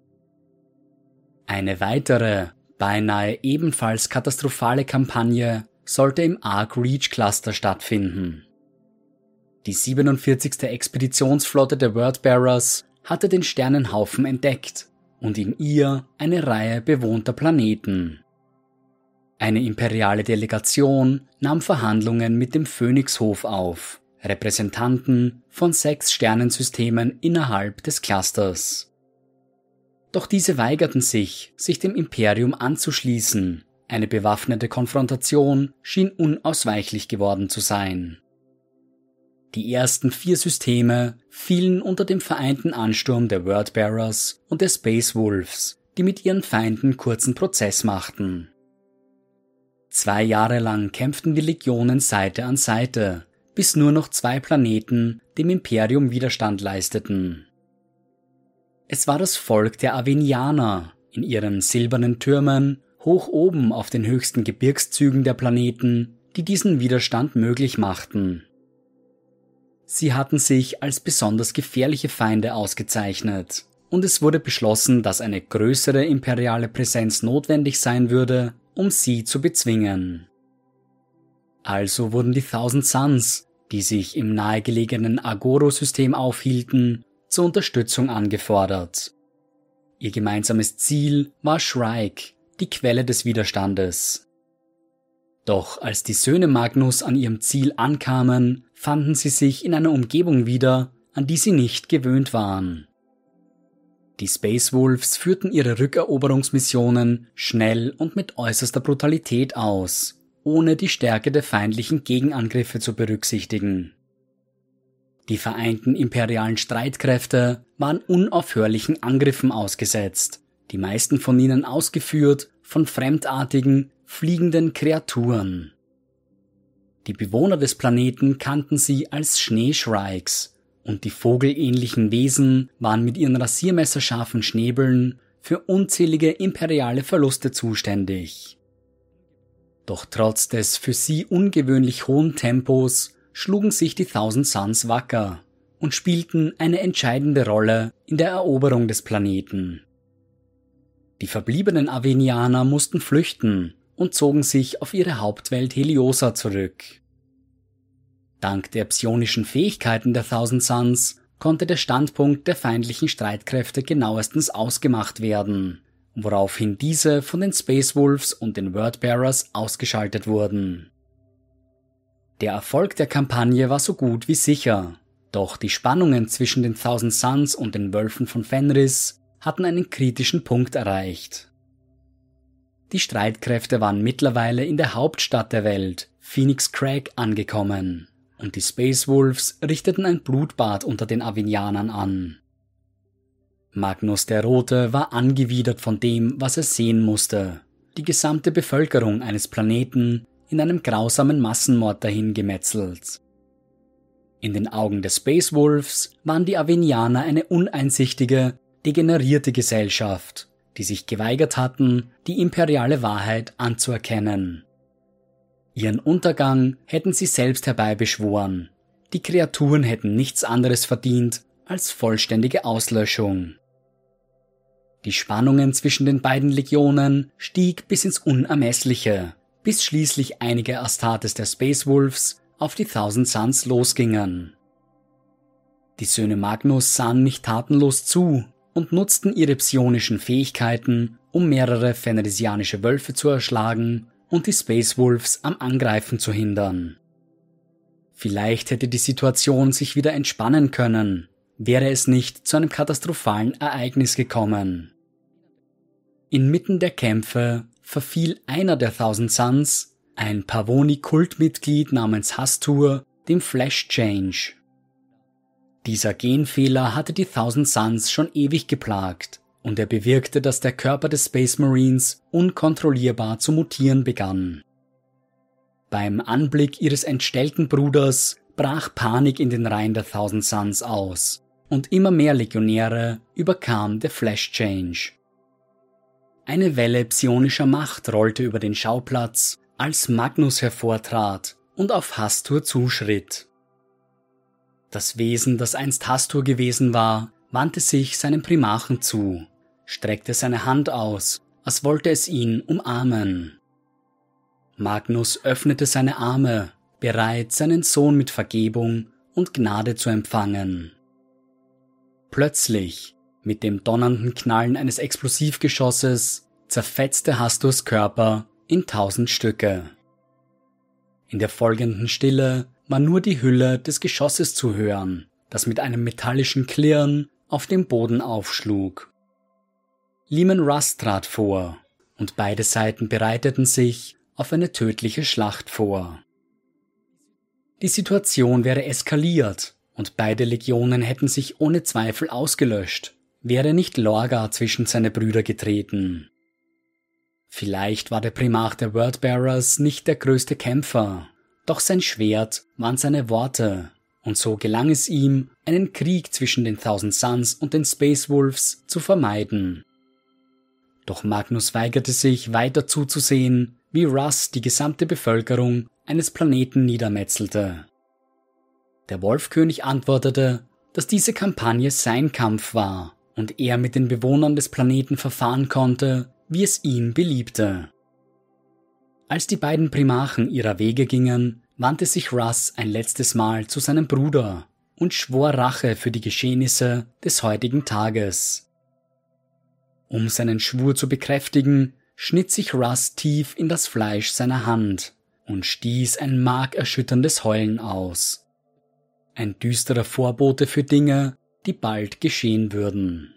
Eine weitere, beinahe ebenfalls katastrophale Kampagne sollte im Arc Reach Cluster stattfinden. Die 47. Expeditionsflotte der Wordbearers hatte den Sternenhaufen entdeckt und in ihr eine Reihe bewohnter Planeten. Eine imperiale Delegation nahm Verhandlungen mit dem Phönixhof auf, Repräsentanten von 6 Sternensystemen innerhalb des Clusters. Doch diese weigerten sich dem Imperium anzuschließen. Eine bewaffnete Konfrontation schien unausweichlich geworden zu sein. Die ersten 4 Systeme fielen unter dem vereinten Ansturm der Wordbearers und der Space Wolves, die mit ihren Feinden kurzen Prozess machten. 2 Jahre lang kämpften die Legionen Seite an Seite, bis nur noch 2 Planeten dem Imperium Widerstand leisteten. Es war das Volk der Avenianer in ihren silbernen Türmen hoch oben auf den höchsten Gebirgszügen der Planeten, die diesen Widerstand möglich machten. Sie hatten sich als besonders gefährliche Feinde ausgezeichnet, und es wurde beschlossen, dass eine größere imperiale Präsenz notwendig sein würde, um sie zu bezwingen. Also wurden die Thousand Suns, die sich im nahegelegenen Agoro-System aufhielten, zur Unterstützung angefordert. Ihr gemeinsames Ziel war Shrike, die Quelle des Widerstandes. Doch als die Söhne Magnus an ihrem Ziel ankamen, fanden sie sich in einer Umgebung wieder, an die sie nicht gewöhnt waren. Die Space Wolves führten ihre Rückeroberungsmissionen schnell und mit äußerster Brutalität aus, ohne die Stärke der feindlichen Gegenangriffe zu berücksichtigen. Die vereinten imperialen Streitkräfte waren unaufhörlichen Angriffen ausgesetzt, die meisten von ihnen ausgeführt von fremdartigen, fliegenden Kreaturen. Die Bewohner des Planeten kannten sie als Schneeshrikes, und die vogelähnlichen Wesen waren mit ihren rasiermesserscharfen Schnäbeln für unzählige imperiale Verluste zuständig. Doch trotz des für sie ungewöhnlich hohen Tempos schlugen sich die Thousand Suns wacker und spielten eine entscheidende Rolle in der Eroberung des Planeten. Die verbliebenen Avenianer mussten flüchten und zogen sich auf ihre Hauptwelt Heliosa zurück. Dank der psionischen Fähigkeiten der Thousand Suns konnte der Standpunkt der feindlichen Streitkräfte genauestens ausgemacht werden, woraufhin diese von den Space Wolves und den Wordbearers ausgeschaltet wurden. Der Erfolg der Kampagne war so gut wie sicher, doch die Spannungen zwischen den Thousand Suns und den Wölfen von Fenris hatten einen kritischen Punkt erreicht. Die Streitkräfte waren mittlerweile in der Hauptstadt der Welt, Phoenix Crag, angekommen, und die Space Wolves richteten ein Blutbad unter den Avenianern an. Magnus der Rote war angewidert von dem, was er sehen musste, die gesamte Bevölkerung eines Planeten in einem grausamen Massenmord dahingemetzelt. In den Augen der Space Wolves waren die Avenianer eine uneinsichtige, degenerierte Gesellschaft, die sich geweigert hatten, die imperiale Wahrheit anzuerkennen. Ihren Untergang hätten sie selbst herbeibeschworen. Die Kreaturen hätten nichts anderes verdient als vollständige Auslöschung. Die Spannungen zwischen den beiden Legionen stieg bis ins Unermessliche, bis schließlich einige Astartes der Space Wolves auf die Thousand Suns losgingen. Die Söhne Magnus sahen nicht tatenlos zu und nutzten ihre psionischen Fähigkeiten, um mehrere fenrisianische Wölfe zu erschlagen und die Space Wolves am Angreifen zu hindern. Vielleicht hätte die Situation sich wieder entspannen können, wäre es nicht zu einem katastrophalen Ereignis gekommen. Inmitten der Kämpfe verfiel einer der Thousand Suns, ein Pavoni-Kultmitglied namens Hastur, dem Flash Change. Dieser Genfehler hatte die Thousand Suns schon ewig geplagt, und er bewirkte, dass der Körper des Space Marines unkontrollierbar zu mutieren begann. Beim Anblick ihres entstellten Bruders brach Panik in den Reihen der Thousand Suns aus, und immer mehr Legionäre überkam der Flash Change. Eine Welle psionischer Macht rollte über den Schauplatz, als Magnus hervortrat und auf Hastur zuschritt. Das Wesen, das einst Hastur gewesen war, wandte sich seinem Primarchen zu, streckte seine Hand aus, als wollte es ihn umarmen. Magnus öffnete seine Arme, bereit, seinen Sohn mit Vergebung und Gnade zu empfangen. Plötzlich, mit dem donnernden Knallen eines Explosivgeschosses, zerfetzte Hasturs Körper in 1000 Stücke. In der folgenden Stille war nur die Hülle des Geschosses zu hören, das mit einem metallischen Klirren auf dem Boden aufschlug. Leman Russ trat vor, und beide Seiten bereiteten sich auf eine tödliche Schlacht vor. Die Situation wäre eskaliert, und beide Legionen hätten sich ohne Zweifel ausgelöscht, wäre nicht Lorgar zwischen seine Brüder getreten. Vielleicht war der Primarch der Wordbearers nicht der größte Kämpfer, doch sein Schwert waren seine Worte, und so gelang es ihm, einen Krieg zwischen den Thousand Suns und den Space Wolves zu vermeiden. Doch Magnus weigerte sich, weiter zuzusehen, wie Russ die gesamte Bevölkerung eines Planeten niedermetzelte. Der Wolfkönig antwortete, dass diese Kampagne sein Kampf war und er mit den Bewohnern des Planeten verfahren konnte, wie es ihm beliebte. Als die beiden Primarchen ihrer Wege gingen, wandte sich Russ ein letztes Mal zu seinem Bruder und schwor Rache für die Geschehnisse des heutigen Tages. Um seinen Schwur zu bekräftigen, schnitt sich Russ tief in das Fleisch seiner Hand und stieß ein markerschütterndes Heulen aus. Ein düsterer Vorbote für Dinge, die bald geschehen würden.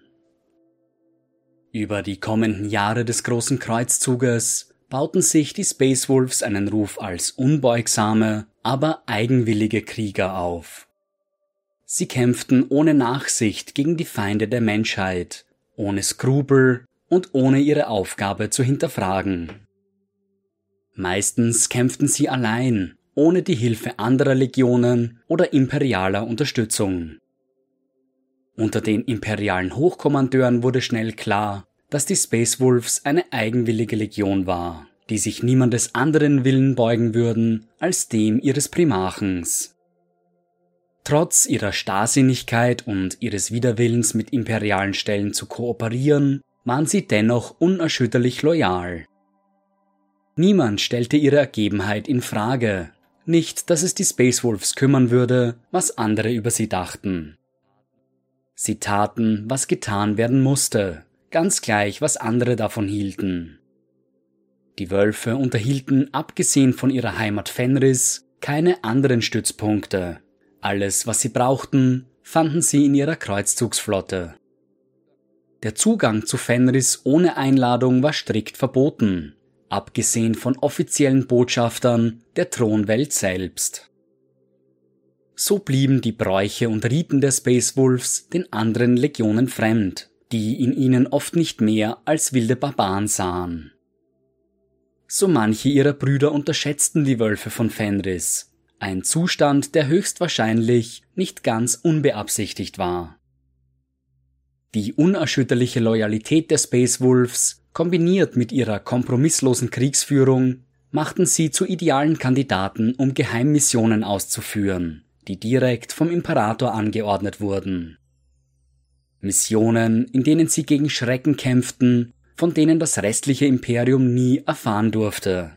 Über die kommenden Jahre des Großen Kreuzzuges bauten sich die Space Wolves einen Ruf als unbeugsame, aber eigenwillige Krieger auf. Sie kämpften ohne Nachsicht gegen die Feinde der Menschheit, ohne Skrupel und ohne ihre Aufgabe zu hinterfragen. Meistens kämpften sie allein, ohne die Hilfe anderer Legionen oder imperialer Unterstützung. Unter den imperialen Hochkommandeuren wurde schnell klar, dass die Space Wolves eine eigenwillige Legion war, die sich niemandes anderen Willen beugen würden als dem ihres Primarchens. Trotz ihrer Starrsinnigkeit und ihres Widerwillens mit imperialen Stellen zu kooperieren, waren sie dennoch unerschütterlich loyal. Niemand stellte ihre Ergebenheit in Frage, nicht, dass es die Space Wolves kümmern würde, was andere über sie dachten. Sie taten, was getan werden musste, ganz gleich, was andere davon hielten. Die Wölfe unterhielten, abgesehen von ihrer Heimat Fenris, keine anderen Stützpunkte. Alles, was sie brauchten, fanden sie in ihrer Kreuzzugsflotte. Der Zugang zu Fenris ohne Einladung war strikt verboten, abgesehen von offiziellen Botschaftern der Thronwelt selbst. So blieben die Bräuche und Riten der Space Wolves den anderen Legionen fremd, die in ihnen oft nicht mehr als wilde Barbaren sahen. So manche ihrer Brüder unterschätzten die Wölfe von Fenris, ein Zustand, der höchstwahrscheinlich nicht ganz unbeabsichtigt war. Die unerschütterliche Loyalität der Space Wolves, kombiniert mit ihrer kompromisslosen Kriegsführung, machten sie zu idealen Kandidaten, um Geheimmissionen auszuführen, die direkt vom Imperator angeordnet wurden. Missionen, in denen sie gegen Schrecken kämpften, von denen das restliche Imperium nie erfahren durfte.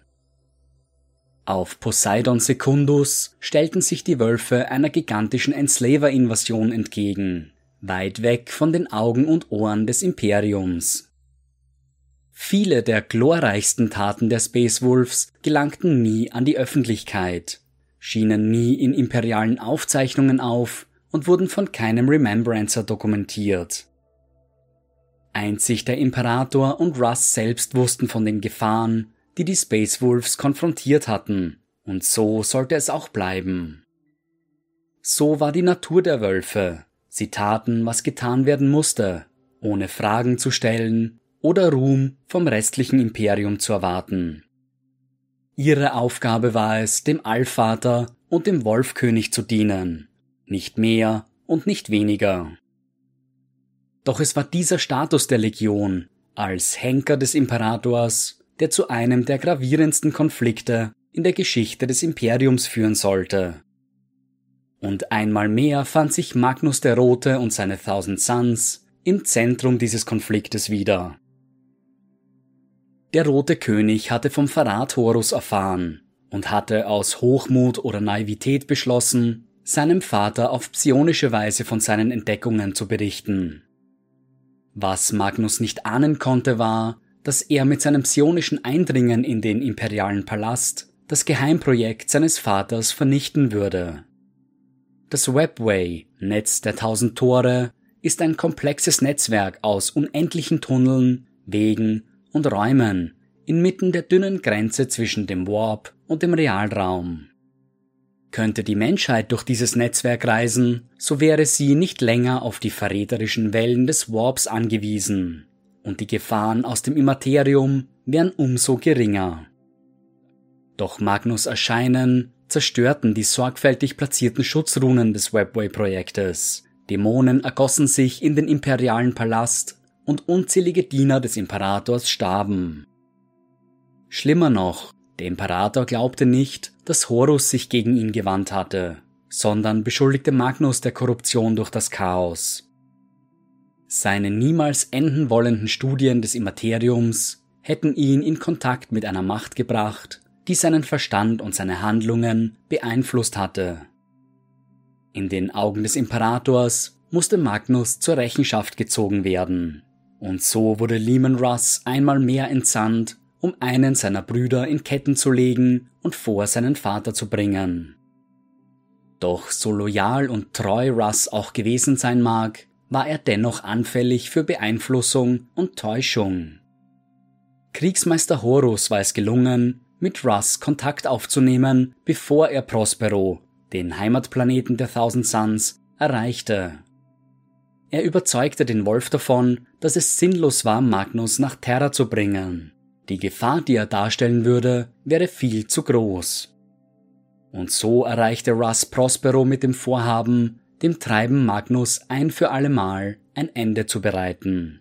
Auf Poseidon Secundus stellten sich die Wölfe einer gigantischen Enslaver-Invasion entgegen, weit weg von den Augen und Ohren des Imperiums. Viele der glorreichsten Taten der Space Wolves gelangten nie an die Öffentlichkeit, schienen nie in imperialen Aufzeichnungen auf und wurden von keinem Remembrancer dokumentiert. Einzig der Imperator und Russ selbst wussten von den Gefahren, die die Space Wolves konfrontiert hatten, und so sollte es auch bleiben. So war die Natur der Wölfe. Sie taten, was getan werden musste, ohne Fragen zu stellen oder Ruhm vom restlichen Imperium zu erwarten. Ihre Aufgabe war es, dem Allvater und dem Wolfkönig zu dienen, nicht mehr und nicht weniger. Doch es war dieser Status der Legion, als Henker des Imperators, der zu einem der gravierendsten Konflikte in der Geschichte des Imperiums führen sollte. Und einmal mehr fand sich Magnus der Rote und seine 1000 Sons im Zentrum dieses Konfliktes wieder. Der Rote König hatte vom Verrat Horus erfahren und hatte aus Hochmut oder Naivität beschlossen, seinem Vater auf psionische Weise von seinen Entdeckungen zu berichten. Was Magnus nicht ahnen konnte, war, dass er mit seinem psionischen Eindringen in den imperialen Palast das Geheimprojekt seines Vaters vernichten würde. Das Webway, Netz der 1000 Tore, ist ein komplexes Netzwerk aus unendlichen Tunneln, Wegen und Räumen inmitten der dünnen Grenze zwischen dem Warp und dem Realraum. Könnte die Menschheit durch dieses Netzwerk reisen, so wäre sie nicht länger auf die verräterischen Wellen des Warps angewiesen, und die Gefahren aus dem Immaterium wären umso geringer. Doch Magnus' Erscheinen zerstörten die sorgfältig platzierten Schutzrunen des Webway-Projektes. Dämonen ergossen sich in den imperialen Palast und unzählige Diener des Imperators starben. Schlimmer noch, der Imperator glaubte nicht, dass Horus sich gegen ihn gewandt hatte, sondern beschuldigte Magnus der Korruption durch das Chaos. Seine niemals enden wollenden Studien des Immateriums hätten ihn in Kontakt mit einer Macht gebracht, die seinen Verstand und seine Handlungen beeinflusst hatte. In den Augen des Imperators musste Magnus zur Rechenschaft gezogen werden, und so wurde Leman Russ einmal mehr entsandt, um einen seiner Brüder in Ketten zu legen und vor seinen Vater zu bringen. Doch so loyal und treu Russ auch gewesen sein mag, war er dennoch anfällig für Beeinflussung und Täuschung. Kriegsmeister Horus war es gelungen, mit Russ Kontakt aufzunehmen, bevor er Prospero, den Heimatplaneten der Thousand Suns, erreichte. Er überzeugte den Wolf davon, dass es sinnlos war, Magnus nach Terra zu bringen. Die Gefahr, die er darstellen würde, wäre viel zu groß. Und so erreichte Russ Prospero mit dem Vorhaben, dem Treiben Magnus ein für allemal ein Ende zu bereiten.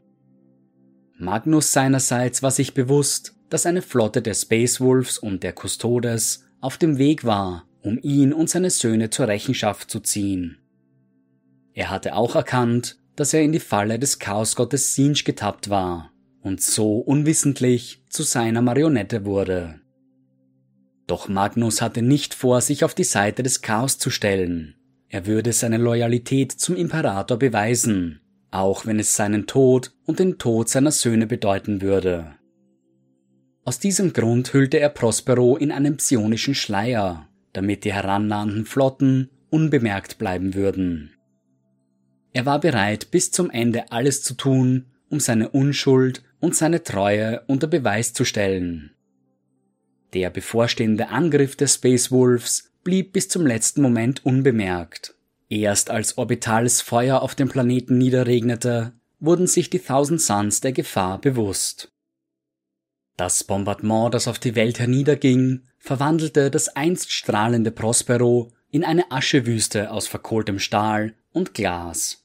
Magnus seinerseits war sich bewusst, dass eine Flotte der Space Wolves und der Custodes auf dem Weg war, um ihn und seine Söhne zur Rechenschaft zu ziehen. Er hatte auch erkannt, dass er in die Falle des Chaosgottes Tzeentch getappt war und so unwissentlich zu seiner Marionette wurde. Doch Magnus hatte nicht vor, sich auf die Seite des Chaos zu stellen. Er würde seine Loyalität zum Imperator beweisen, auch wenn es seinen Tod und den Tod seiner Söhne bedeuten würde. Aus diesem Grund hüllte er Prospero in einen psionischen Schleier, damit die herannahenden Flotten unbemerkt bleiben würden. Er war bereit, bis zum Ende alles zu tun, um seine Unschuld und seine Treue unter Beweis zu stellen. Der bevorstehende Angriff der Space Wolves blieb bis zum letzten Moment unbemerkt. Erst als orbitales Feuer auf dem Planeten niederregnete, wurden sich die Thousand Suns der Gefahr bewusst. Das Bombardement, das auf die Welt herniederging, verwandelte das einst strahlende Prospero in eine Aschewüste aus verkohltem Stahl und Glas.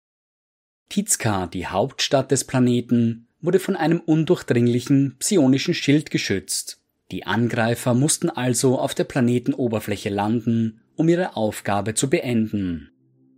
Tizca, die Hauptstadt des Planeten, wurde von einem undurchdringlichen psionischen Schild geschützt. Die Angreifer mussten also auf der Planetenoberfläche landen, um ihre Aufgabe zu beenden.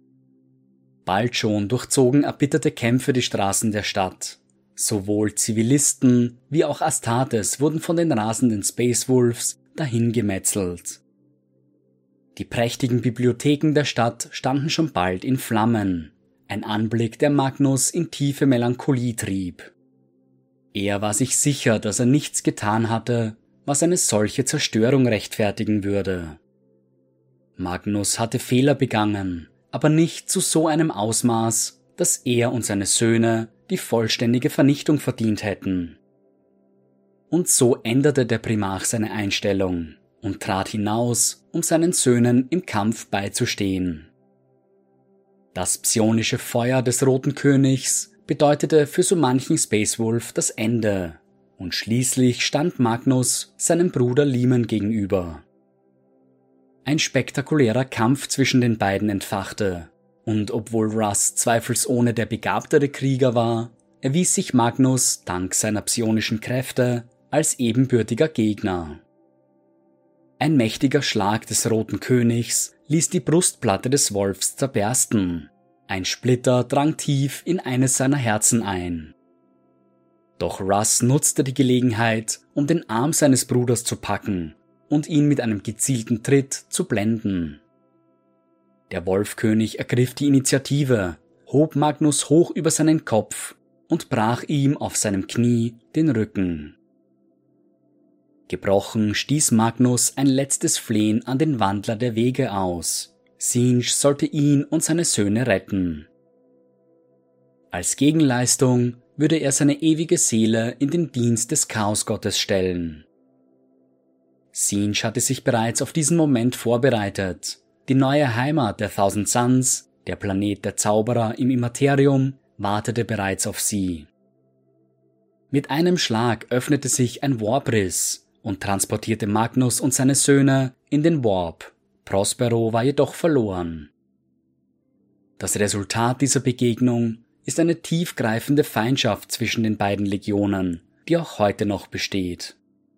Bald schon durchzogen erbitterte Kämpfe die Straßen der Stadt. Sowohl Zivilisten wie auch Astartes wurden von den rasenden Space Wolves dahingemetzelt. Die prächtigen Bibliotheken der Stadt standen schon bald in Flammen, ein Anblick, der Magnus in tiefe Melancholie trieb. Er war sich sicher, dass er nichts getan hatte, was eine solche Zerstörung rechtfertigen würde. Magnus hatte Fehler begangen, aber nicht zu so einem Ausmaß, dass er und seine Söhne die vollständige Vernichtung verdient hätten. Und so änderte der Primarch seine Einstellung und trat hinaus, um seinen Söhnen im Kampf beizustehen. Das psionische Feuer des Roten Königs bedeutete für so manchen Space Wolf das Ende, und schließlich stand Magnus seinem Bruder Leman gegenüber. Ein spektakulärer Kampf zwischen den beiden entfachte, und obwohl Russ zweifelsohne der begabtere Krieger war, erwies sich Magnus dank seiner psionischen Kräfte als ebenbürtiger Gegner. Ein mächtiger Schlag des Roten Königs ließ die Brustplatte des Wolfs zerbersten. Ein Splitter drang tief in eines seiner Herzen ein. Doch Russ nutzte die Gelegenheit, um den Arm seines Bruders zu packen und ihn mit einem gezielten Tritt zu blenden. Der Wolfkönig ergriff die Initiative, hob Magnus hoch über seinen Kopf und brach ihm auf seinem Knie den Rücken. Gebrochen stieß Magnus ein letztes Flehen an den Wandler der Wege aus. Tzeentch sollte ihn und seine Söhne retten. Als Gegenleistung würde er seine ewige Seele in den Dienst des Chaosgottes stellen. Tzeentch hatte sich bereits auf diesen Moment vorbereitet. Die neue Heimat der Thousand Suns, der Planet der Zauberer im Immaterium, wartete bereits auf sie. Mit einem Schlag öffnete sich ein Warpriss und transportierte Magnus und seine Söhne in den Warp. Prospero war jedoch verloren. Das Resultat dieser Begegnung ist eine tiefgreifende Feindschaft zwischen den beiden Legionen, die auch heute noch besteht.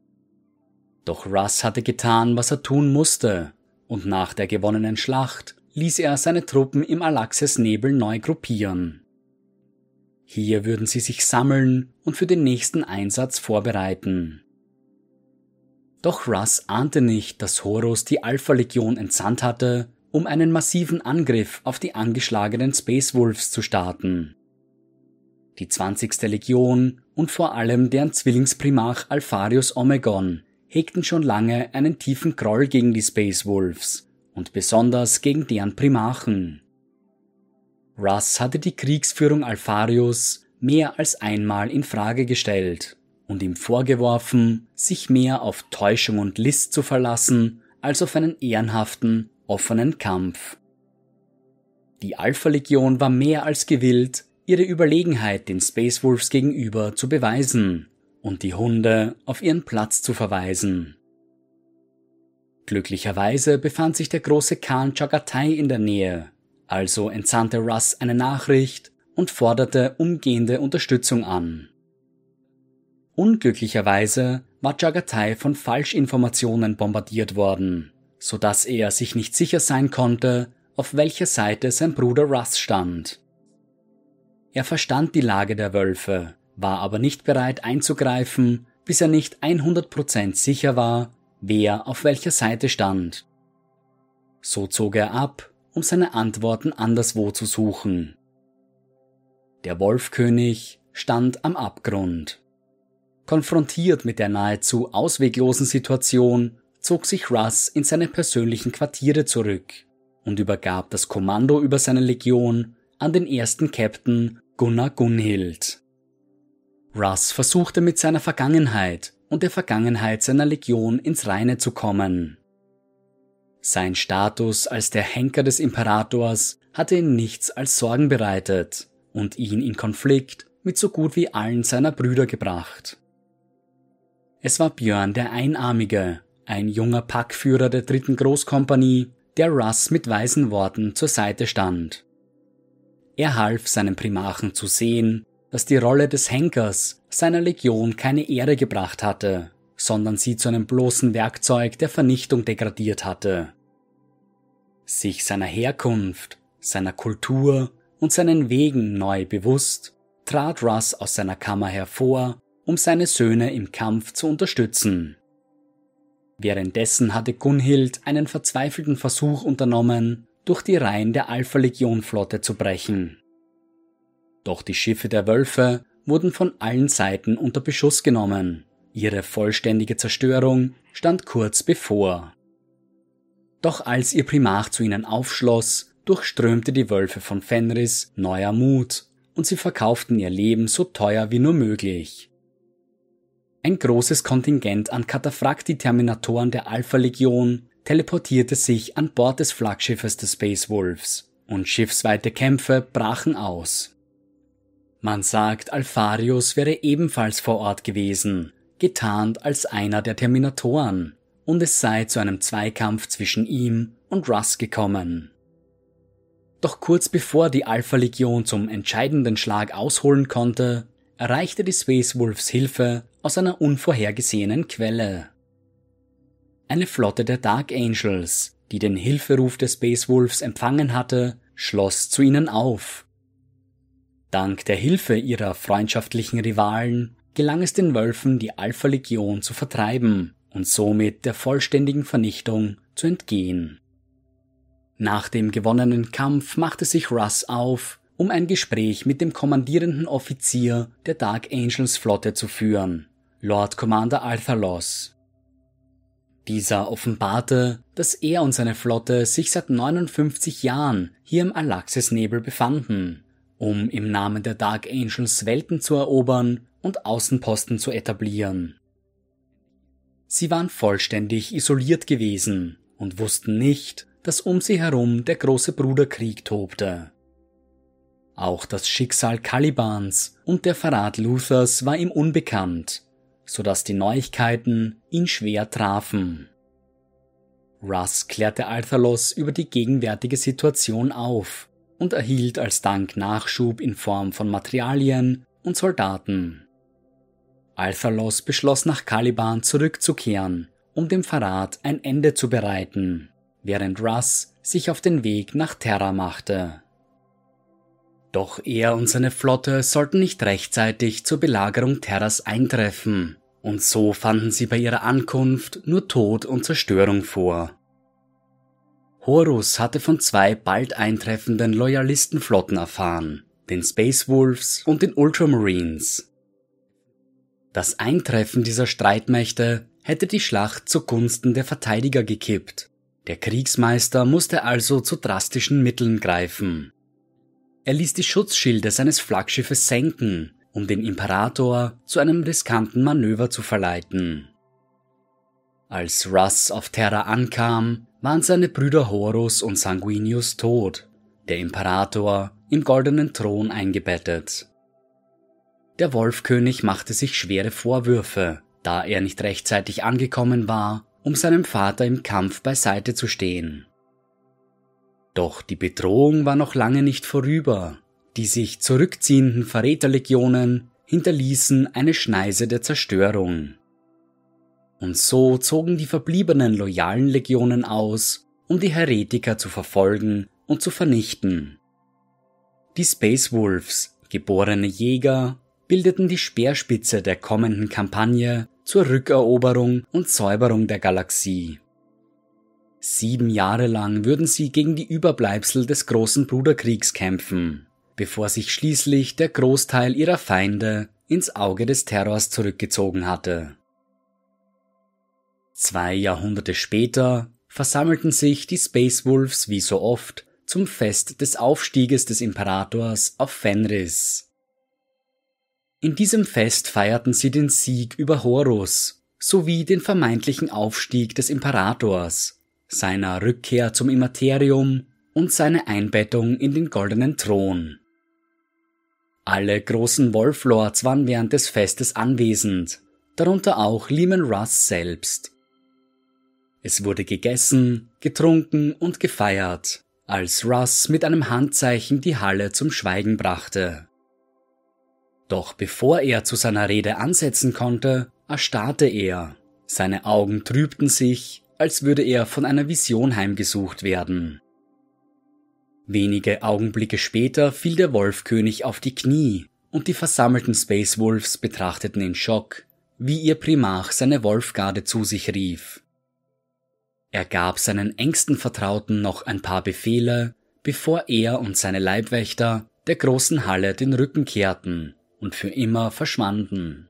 Doch Russ hatte getan, was er tun musste, und nach der gewonnenen Schlacht ließ er seine Truppen im Alaxes-Nebel neu gruppieren. Hier würden sie sich sammeln und für den nächsten Einsatz vorbereiten. Doch Russ ahnte nicht, dass Horus die Alpha-Legion entsandt hatte, um einen massiven Angriff auf die angeschlagenen Space Wolves zu starten. Die 20. Legion und vor allem deren Zwillingsprimarch Alpharius Omegon hegten schon lange einen tiefen Groll gegen die Space Wolves und besonders gegen deren Primarchen. Russ hatte die Kriegsführung Alpharius mehr als einmal in Frage gestellt und ihm vorgeworfen, sich mehr auf Täuschung und List zu verlassen, als auf einen ehrenhaften, offenen Kampf. Die Alpha-Legion war mehr als gewillt, ihre Überlegenheit den Space Wolves gegenüber zu beweisen und die Hunde auf ihren Platz zu verweisen. Glücklicherweise befand sich der große Khan Chagatai in der Nähe, also entsandte Russ eine Nachricht und forderte umgehende Unterstützung an. Unglücklicherweise war Chagatai von Falschinformationen bombardiert worden, so dass er sich nicht sicher sein konnte, auf welcher Seite sein Bruder Russ stand. Er verstand die Lage der Wölfe, war aber nicht bereit einzugreifen, bis er nicht 100% sicher war, wer auf welcher Seite stand. So zog er ab, um seine Antworten anderswo zu suchen. Der Wolfkönig stand am Abgrund. Konfrontiert mit der nahezu ausweglosen Situation, zog sich Russ in seine persönlichen Quartiere zurück und übergab das Kommando über seine Legion an den ersten Captain Gunnar Gunhild. Russ versuchte mit seiner Vergangenheit und der Vergangenheit seiner Legion ins Reine zu kommen. Sein Status als der Henker des Imperators hatte ihm nichts als Sorgen bereitet und ihn in Konflikt mit so gut wie allen seiner Brüder gebracht. Es war Björn der Einarmige, ein junger Packführer der 3. Großkompanie, der Russ mit weisen Worten zur Seite stand. Er half seinem Primarchen zu sehen, dass die Rolle des Henkers seiner Legion keine Ehre gebracht hatte, sondern sie zu einem bloßen Werkzeug der Vernichtung degradiert hatte. Sich seiner Herkunft, seiner Kultur und seinen Wegen neu bewusst, trat Russ aus seiner Kammer hervor, um seine Söhne im Kampf zu unterstützen. Währenddessen hatte Gunhild einen verzweifelten Versuch unternommen, durch die Reihen der Alpha-Legion-Flotte zu brechen. Doch die Schiffe der Wölfe wurden von allen Seiten unter Beschuss genommen. Ihre vollständige Zerstörung stand kurz bevor. Doch als ihr Primarch zu ihnen aufschloss, durchströmte die Wölfe von Fenris neuer Mut und sie verkauften ihr Leben so teuer wie nur möglich. Ein großes Kontingent an Kataphrakti-Terminatoren der Alpha-Legion teleportierte sich an Bord des Flaggschiffes des Space Wolves und schiffsweite Kämpfe brachen aus. Man sagt, Alpharius wäre ebenfalls vor Ort gewesen, getarnt als einer der Terminatoren, und es sei zu einem Zweikampf zwischen ihm und Russ gekommen. Doch kurz bevor die Alpha-Legion zum entscheidenden Schlag ausholen konnte, erreichte die Space Wolves Hilfe aus einer unvorhergesehenen Quelle. Eine Flotte der Dark Angels, die den Hilferuf der Space Wolves empfangen hatte, schloss zu ihnen auf. Dank der Hilfe ihrer freundschaftlichen Rivalen gelang es den Wölfen, die Alpha-Legion zu vertreiben und somit der vollständigen Vernichtung zu entgehen. Nach dem gewonnenen Kampf machte sich Russ auf, um ein Gespräch mit dem kommandierenden Offizier der Dark Angels Flotte zu führen, Lord Commander Arthalos. Dieser offenbarte, dass er und seine Flotte sich seit 59 Jahren hier im Alaxis-Nebel befanden, um im Namen der Dark Angels Welten zu erobern und Außenposten zu etablieren. Sie waren vollständig isoliert gewesen und wussten nicht, dass um sie herum der große Bruderkrieg tobte. Auch das Schicksal Calibans und der Verrat Luthers war ihm unbekannt, so dass die Neuigkeiten ihn schwer trafen. Russ klärte Arthalos über die gegenwärtige Situation auf und erhielt als Dank Nachschub in Form von Materialien und Soldaten. Arthalos beschloss, nach Caliban zurückzukehren, um dem Verrat ein Ende zu bereiten, während Russ sich auf den Weg nach Terra machte. Doch er und seine Flotte sollten nicht rechtzeitig zur Belagerung Terras eintreffen, Und so fanden sie bei ihrer Ankunft nur Tod und Zerstörung vor. Horus hatte von 2 bald eintreffenden Loyalistenflotten erfahren, den Space Wolves und den Ultramarines. Das Eintreffen dieser Streitmächte hätte die Schlacht zugunsten der Verteidiger gekippt. Der Kriegsmeister musste also zu drastischen Mitteln greifen. Er ließ die Schutzschilde seines Flaggschiffes senken, um den Imperator zu einem riskanten Manöver zu verleiten. Als Russ auf Terra ankam, waren seine Brüder Horus und Sanguinius tot, der Imperator im goldenen Thron eingebettet. Der Wolfkönig machte sich schwere Vorwürfe, da er nicht rechtzeitig angekommen war, um seinem Vater im Kampf beiseite zu stehen. Doch die Bedrohung war noch lange nicht vorüber. Die sich zurückziehenden Verräterlegionen hinterließen eine Schneise der Zerstörung. Und so zogen die verbliebenen loyalen Legionen aus, um die Heretiker zu verfolgen und zu vernichten. Die Space Wolves, geborene Jäger, bildeten die Speerspitze der kommenden Kampagne zur Rückeroberung und Säuberung der Galaxie. 7 Jahre lang würden sie gegen die Überbleibsel des großen Bruderkriegs kämpfen, bevor sich schließlich der Großteil ihrer Feinde ins Auge des Terrors zurückgezogen hatte. 2 Jahrhunderte später versammelten sich die Space Wolves wie so oft zum Fest des Aufstieges des Imperators auf Fenris. In diesem Fest feierten sie den Sieg über Horus sowie den vermeintlichen Aufstieg des Imperators, seiner Rückkehr zum Immaterium und seine Einbettung in den goldenen Thron. Alle großen Wolflords waren während des Festes anwesend, darunter auch Leman Russ selbst. Es wurde gegessen, getrunken und gefeiert, als Russ mit einem Handzeichen die Halle zum Schweigen brachte. Doch bevor er zu seiner Rede ansetzen konnte, erstarrte er. Seine Augen trübten sich, als würde er von einer Vision heimgesucht werden. Wenige Augenblicke später fiel der Wolfkönig auf die Knie und die versammelten Space Wolves betrachteten in Schock, wie ihr Primarch seine Wolfgarde zu sich rief. Er gab seinen engsten Vertrauten noch ein paar Befehle, bevor er und seine Leibwächter der großen Halle den Rücken kehrten und für immer verschwanden.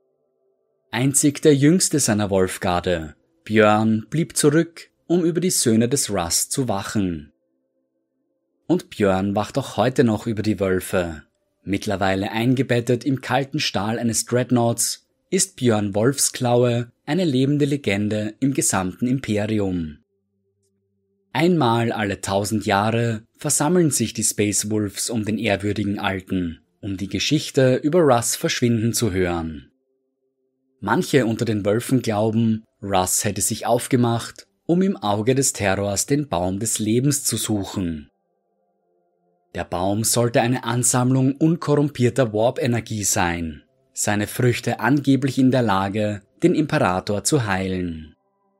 Einzig der jüngste seiner Wolfgarde, Björn, blieb zurück, um über die Söhne des Russ zu wachen. Und Björn wacht auch heute noch über die Wölfe. Mittlerweile eingebettet im kalten Stahl eines Dreadnoughts ist Björn Wolfsklaue eine lebende Legende im gesamten Imperium. Einmal alle 1000 Jahre versammeln sich die Space Wolves um den ehrwürdigen Alten, um die Geschichte über Russ verschwinden zu hören. Manche unter den Wölfen glauben, Russ hätte sich aufgemacht, um im Auge des Terrors den Baum des Lebens zu suchen. Der Baum sollte eine Ansammlung unkorrumpierter Warp-Energie sein, seine Früchte angeblich in der Lage, den Imperator zu heilen.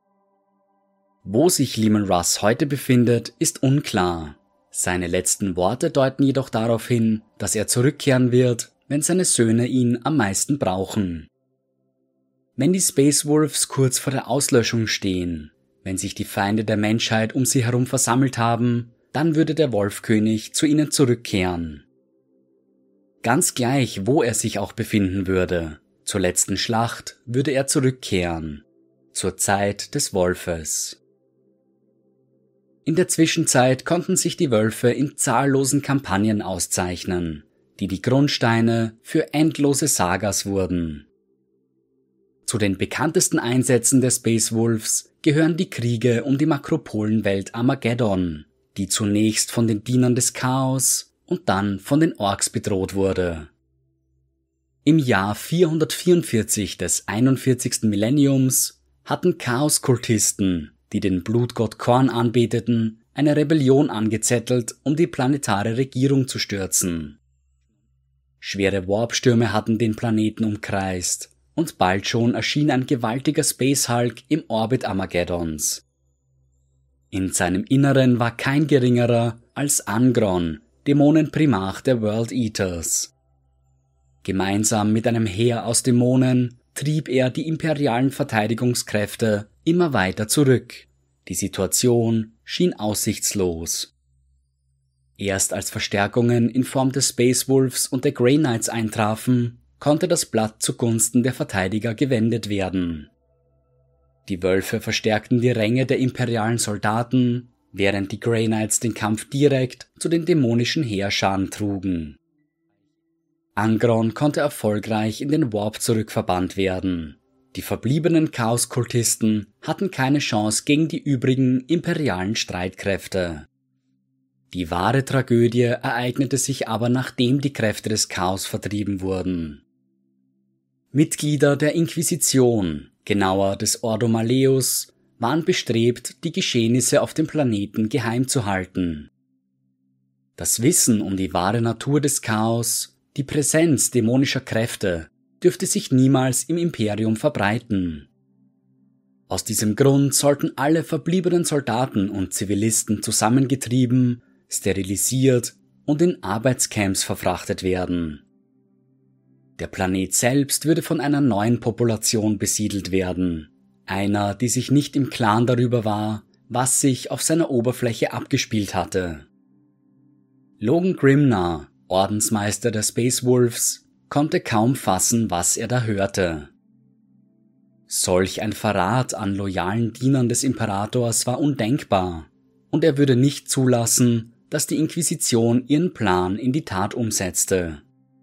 Wo sich Leman Russ heute befindet, ist unklar. Seine letzten Worte deuten jedoch darauf hin, dass er zurückkehren wird, wenn seine Söhne ihn am meisten brauchen. Wenn die Space Wolves kurz vor der Auslöschung stehen, wenn sich die Feinde der Menschheit um sie herum versammelt haben, dann würde der Wolfkönig zu ihnen zurückkehren. Ganz gleich, wo er sich auch befinden würde, zur letzten Schlacht würde er zurückkehren, zur Zeit des Wolfes. In der Zwischenzeit konnten sich die Wölfe in zahllosen Kampagnen auszeichnen, die die Grundsteine für endlose Sagas wurden. Zu den bekanntesten Einsätzen der Space Wolves gehören die Kriege um die Makropolenwelt Armageddon, die zunächst von den Dienern des Chaos und dann von den Orks bedroht wurde. Im Jahr 444 des 41. Millenniums hatten Chaoskultisten, die den Blutgott Khorne anbeteten, eine Rebellion angezettelt, um die planetare Regierung zu stürzen. Schwere Warpstürme hatten den Planeten umkreist und bald schon erschien ein gewaltiger Space Hulk im Orbit Armageddons. In seinem Inneren war kein geringerer als Angron, Dämonenprimarch der World Eaters. Gemeinsam mit einem Heer aus Dämonen trieb er die imperialen Verteidigungskräfte immer weiter zurück. Die Situation schien aussichtslos. Erst als Verstärkungen in Form des Space Wolves und der Grey Knights eintrafen, konnte das Blatt zugunsten der Verteidiger gewendet werden. Die Wölfe verstärkten die Ränge der imperialen Soldaten, während die Grey Knights den Kampf direkt zu den dämonischen Heerscharen trugen. Angron konnte erfolgreich in den Warp zurückverbannt werden. Die verbliebenen Chaos-Kultisten hatten keine Chance gegen die übrigen imperialen Streitkräfte. Die wahre Tragödie ereignete sich aber, nachdem die Kräfte des Chaos vertrieben wurden. Mitglieder der Inquisition, genauer des Ordo Malleus, waren bestrebt, die Geschehnisse auf dem Planeten geheim zu halten. Das Wissen um die wahre Natur des Chaos, die Präsenz dämonischer Kräfte, dürfte sich niemals im Imperium verbreiten. Aus diesem Grund sollten alle verbliebenen Soldaten und Zivilisten zusammengetrieben, sterilisiert und in Arbeitscamps verfrachtet werden. Der Planet selbst würde von einer neuen Population besiedelt werden, einer, die sich nicht im Klaren darüber war, was sich auf seiner Oberfläche abgespielt hatte. Logan Grimnar, Ordensmeister der Space Wolves, konnte kaum fassen, was er da hörte. Solch ein Verrat an loyalen Dienern des Imperators war undenkbar, und er würde nicht zulassen, dass die Inquisition ihren Plan in die Tat umsetzte.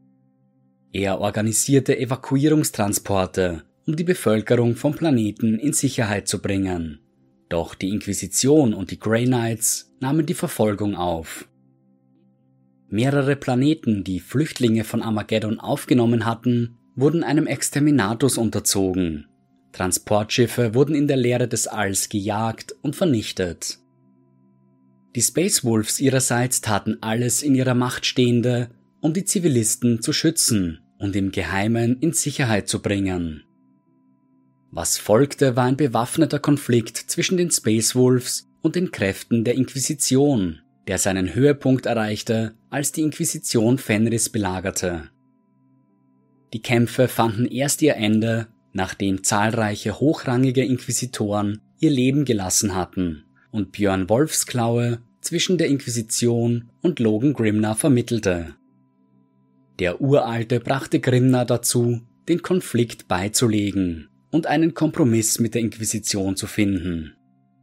Er organisierte Evakuierungstransporte, um die Bevölkerung vom Planeten in Sicherheit zu bringen. Doch die Inquisition und die Grey Knights nahmen die Verfolgung auf. Mehrere Planeten, die Flüchtlinge von Armageddon aufgenommen hatten, wurden einem Exterminatus unterzogen. Transportschiffe wurden in der Leere des Alls gejagt und vernichtet. Die Space Wolves ihrerseits taten alles in ihrer Macht Stehende, um die Zivilisten zu schützen und im Geheimen in Sicherheit zu bringen. Was folgte, war ein bewaffneter Konflikt zwischen den Space Wolves und den Kräften der Inquisition, der seinen Höhepunkt erreichte, als die Inquisition Fenris belagerte. Die Kämpfe fanden erst ihr Ende, nachdem zahlreiche hochrangige Inquisitoren ihr Leben gelassen hatten und Björn Wolfsklaue zwischen der Inquisition und Logan Grimnar vermittelte. Der Uralte brachte Grimnar dazu, den Konflikt beizulegen und einen Kompromiss mit der Inquisition zu finden.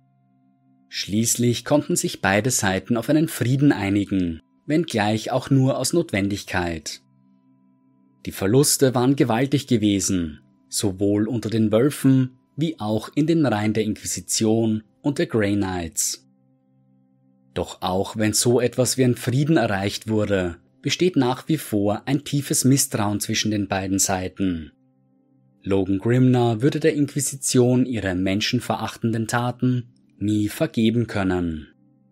Schließlich konnten sich beide Seiten auf einen Frieden einigen, wenngleich auch nur aus Notwendigkeit. Die Verluste waren gewaltig gewesen, sowohl unter den Wölfen wie auch in den Reihen der Inquisition und der Grey Knights. Doch auch wenn so etwas wie ein Frieden erreicht wurde, besteht nach wie vor ein tiefes Misstrauen zwischen den beiden Seiten. Logan Grimnar würde der Inquisition ihre menschenverachtenden Taten nie vergeben können.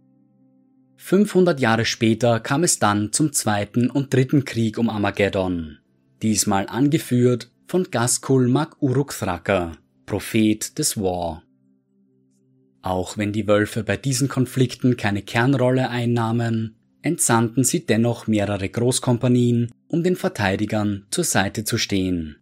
500 Jahre später kam es dann zum zweiten und dritten Krieg um Armageddon, diesmal angeführt von Ghazghkull Mag Uruk Thraka, Prophet des War. Auch wenn die Wölfe bei diesen Konflikten keine Kernrolle einnahmen, entsandten sie dennoch mehrere Großkompanien, um den Verteidigern zur Seite zu stehen.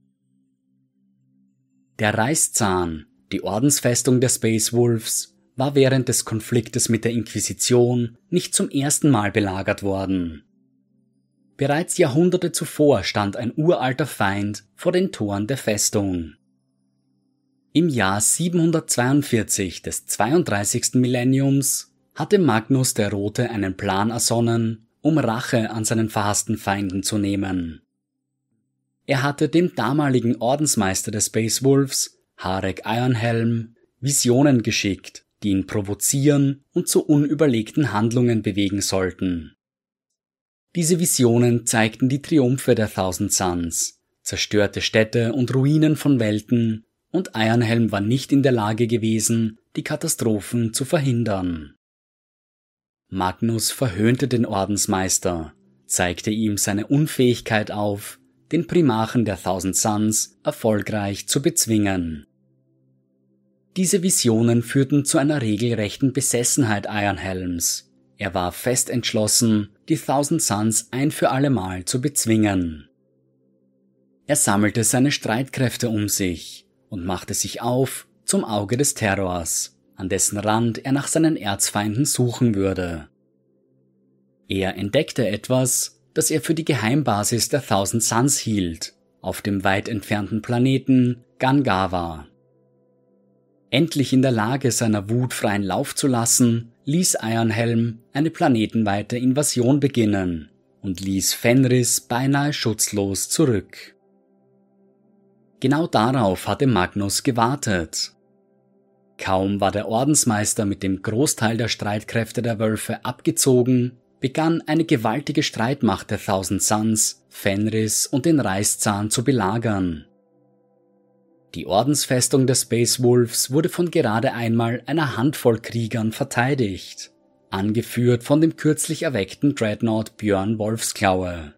Der Reißzahn, die Ordensfestung der Space Wolves, war während des Konfliktes mit der Inquisition nicht zum ersten Mal belagert worden. Bereits Jahrhunderte zuvor stand ein uralter Feind vor den Toren der Festung. Im Jahr 742 des 32. Millenniums hatte Magnus der Rote einen Plan ersonnen, um Rache an seinen verhassten Feinden zu nehmen. Er hatte dem damaligen Ordensmeister der Space Wolves, Harek Ironhelm, Visionen geschickt, die ihn provozieren und zu unüberlegten Handlungen bewegen sollten. Diese Visionen zeigten die Triumphe der Thousand Suns, zerstörte Städte und Ruinen von Welten, und Ironhelm war nicht in der Lage gewesen, die Katastrophen zu verhindern. Magnus verhöhnte den Ordensmeister, zeigte ihm seine Unfähigkeit auf, den Primarchen der Thousand Suns erfolgreich zu bezwingen. Diese Visionen führten zu einer regelrechten Besessenheit Ironhelms. Er war fest entschlossen, die Thousand Suns ein für allemal zu bezwingen. Er sammelte seine Streitkräfte um sich und machte sich auf zum Auge des Terrors, an dessen Rand er nach seinen Erzfeinden suchen würde. Er entdeckte etwas, das er für die Geheimbasis der Thousand Suns hielt, auf dem weit entfernten Planeten Gangawa. Endlich in der Lage, seiner Wut freien Lauf zu lassen, ließ Ironhelm eine planetenweite Invasion beginnen und ließ Fenris beinahe schutzlos zurück. Genau darauf hatte Magnus gewartet. Kaum war der Ordensmeister mit dem Großteil der Streitkräfte der Wölfe abgezogen, begann eine gewaltige Streitmacht der Thousand Suns, Fenris und den Reißzahn zu belagern. Die Ordensfestung der Space Wolves wurde von gerade einmal einer Handvoll Kriegern verteidigt, angeführt von dem kürzlich erweckten Dreadnought Björn Wolfsklaue.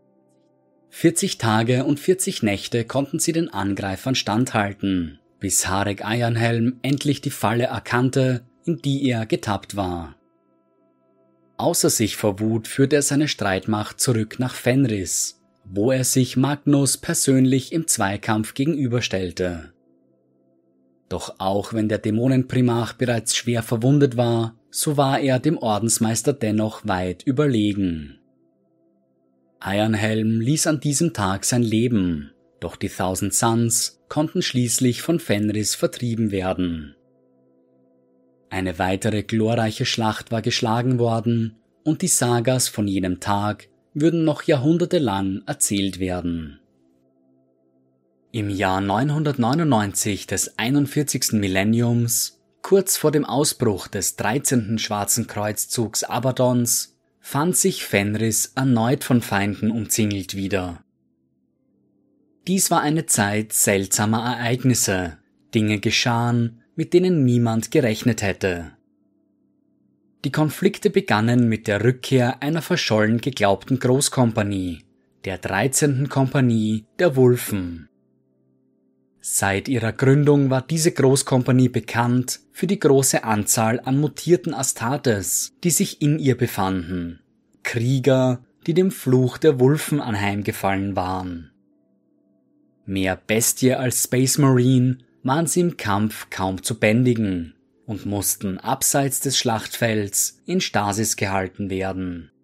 40 Tage und 40 Nächte konnten sie den Angreifern standhalten, bis Harek Ironhelm endlich die Falle erkannte, in die er getappt war. Außer sich vor Wut führte er seine Streitmacht zurück nach Fenris, wo er sich Magnus persönlich im Zweikampf gegenüberstellte. Doch auch wenn der Dämonenprimarch bereits schwer verwundet war, so war er dem Ordensmeister dennoch weit überlegen. Ironhelm ließ an diesem Tag sein Leben, doch die Thousand Suns konnten schließlich von Fenris vertrieben werden. Eine weitere glorreiche Schlacht war geschlagen worden und die Sagas von jenem Tag würden noch jahrhundertelang erzählt werden. Im Jahr 999 des 41. Millenniums, kurz vor dem Ausbruch des 13. Schwarzen Kreuzzugs Abadons, fand sich Fenris erneut von Feinden umzingelt wieder. Dies war eine Zeit seltsamer Ereignisse, Dinge geschahen, mit denen niemand gerechnet hätte. Die Konflikte begannen mit der Rückkehr einer verschollen geglaubten Großkompanie, der 13. Kompanie der Wulfen. Seit ihrer Gründung war diese Großkompanie bekannt für die große Anzahl an mutierten Astartes, die sich in ihr befanden, Krieger, die dem Fluch der Wulfen anheimgefallen waren. Mehr Bestie als Space Marine waren sie im Kampf kaum zu bändigen und mussten abseits des Schlachtfelds in Stasis gehalten werden.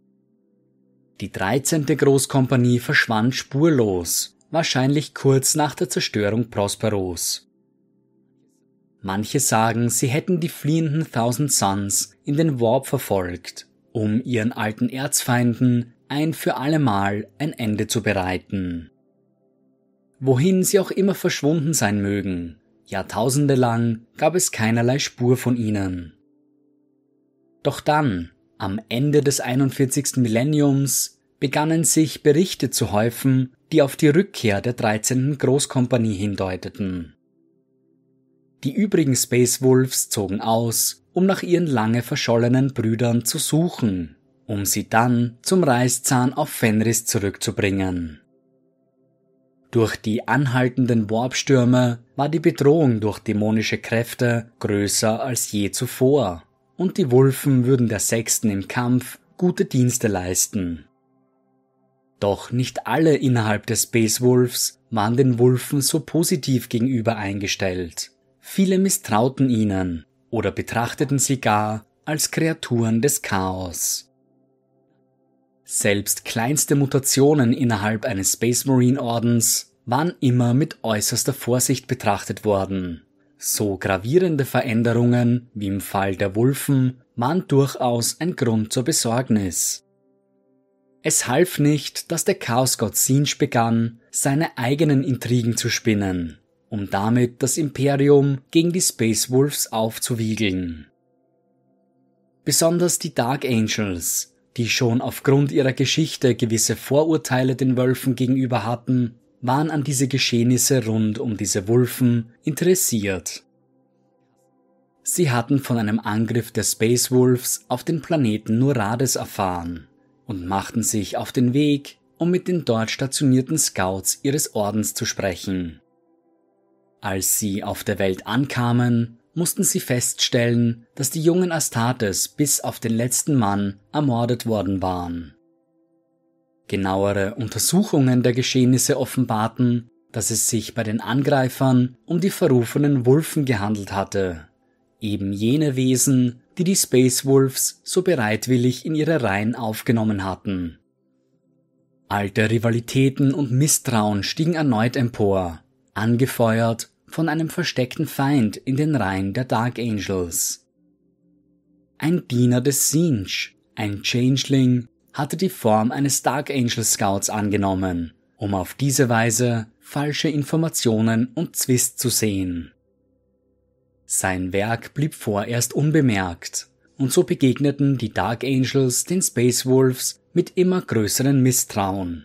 Die 13. Großkompanie verschwand spurlos, wahrscheinlich kurz nach der Zerstörung Prosperos. Manche sagen, sie hätten die fliehenden Thousand Suns in den Warp verfolgt, um ihren alten Erzfeinden ein für allemal ein Ende zu bereiten. Wohin sie auch immer verschwunden sein mögen, Jahrtausende lang gab es keinerlei Spur von ihnen. Doch dann, am Ende des 41. Millenniums, begannen sich Berichte zu häufen, die auf die Rückkehr der 13. Großkompanie hindeuteten. Die übrigen Space Wolves zogen aus, um nach ihren lange verschollenen Brüdern zu suchen, um sie dann zum Reißzahn auf Fenris zurückzubringen. Durch die anhaltenden Warpstürme war die Bedrohung durch dämonische Kräfte größer als je zuvor, und die Wulfen würden der Sechsten im Kampf gute Dienste leisten. Doch nicht alle innerhalb des Space Wolves waren den Wulfen so positiv gegenüber eingestellt. Viele misstrauten ihnen oder betrachteten sie gar als Kreaturen des Chaos. Selbst kleinste Mutationen innerhalb eines Space Marine Ordens waren immer mit äußerster Vorsicht betrachtet worden. So gravierende Veränderungen wie im Fall der Wulfen waren durchaus ein Grund zur Besorgnis. Es half nicht, dass der Chaosgott Tzeentch begann, seine eigenen Intrigen zu spinnen, um damit das Imperium gegen die Space Wolves aufzuwiegeln. Besonders die Dark Angels, die schon aufgrund ihrer Geschichte gewisse Vorurteile den Wölfen gegenüber hatten, waren an diese Geschehnisse rund um diese Wulfen interessiert. Sie hatten von einem Angriff der Space Wolves auf den Planeten Nurades erfahren und machten sich auf den Weg, um mit den dort stationierten Scouts ihres Ordens zu sprechen. Als sie auf der Welt ankamen, mussten sie feststellen, dass die jungen Astartes bis auf den letzten Mann ermordet worden waren. Genauere Untersuchungen der Geschehnisse offenbarten, dass es sich bei den Angreifern um die verrufenen Wulfen gehandelt hatte. Eben jene Wesen, die die Space Wolves so bereitwillig in ihre Reihen aufgenommen hatten. Alte Rivalitäten und Misstrauen stiegen erneut empor, angefeuert von einem versteckten Feind in den Reihen der Dark Angels. Ein Diener des Tzeentch, ein Changeling, hatte die Form eines Dark Angel Scouts angenommen, um auf diese Weise falsche Informationen und Zwist zu sehen. Sein Werk blieb vorerst unbemerkt, und so begegneten die Dark Angels den Space Wolves mit immer größerem Misstrauen.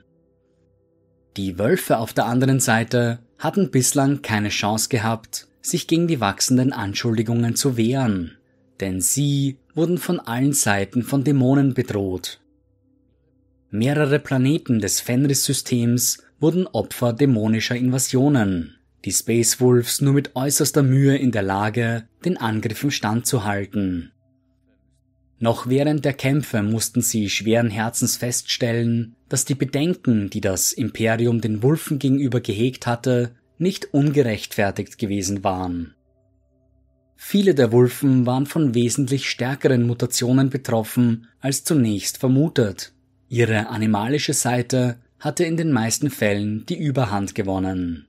Die Wölfe auf der anderen Seite hatten bislang keine Chance gehabt, sich gegen die wachsenden Anschuldigungen zu wehren, denn sie wurden von allen Seiten von Dämonen bedroht. Mehrere Planeten des Fenris-Systems wurden Opfer dämonischer Invasionen, die Space Wolves nur mit äußerster Mühe in der Lage, den Angriffen standzuhalten. Noch während der Kämpfe mussten sie schweren Herzens feststellen, dass die Bedenken, die das Imperium den Wulfen gegenüber gehegt hatte, nicht ungerechtfertigt gewesen waren. Viele der Wulfen waren von wesentlich stärkeren Mutationen betroffen als zunächst vermutet. Ihre animalische Seite hatte in den meisten Fällen die Überhand gewonnen.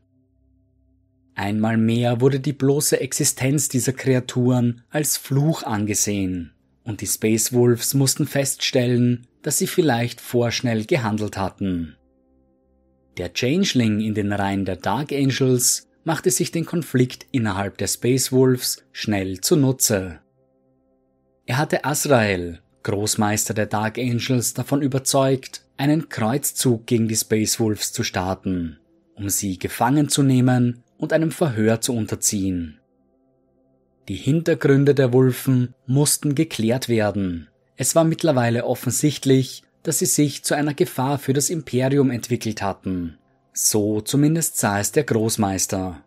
Einmal mehr wurde die bloße Existenz dieser Kreaturen als Fluch angesehen, und die Space Wolves mussten feststellen, dass sie vielleicht vorschnell gehandelt hatten. Der Changeling in den Reihen der Dark Angels machte sich den Konflikt innerhalb der Space Wolves schnell zunutze. Er hatte Azrael, Großmeister der Dark Angels, davon überzeugt, einen Kreuzzug gegen die Space Wolves zu starten, um sie gefangen zu nehmen und einem Verhör zu unterziehen. Die Hintergründe der Wulfen mussten geklärt werden. Es war mittlerweile offensichtlich, dass sie sich zu einer Gefahr für das Imperium entwickelt hatten. So zumindest sah es der Großmeister.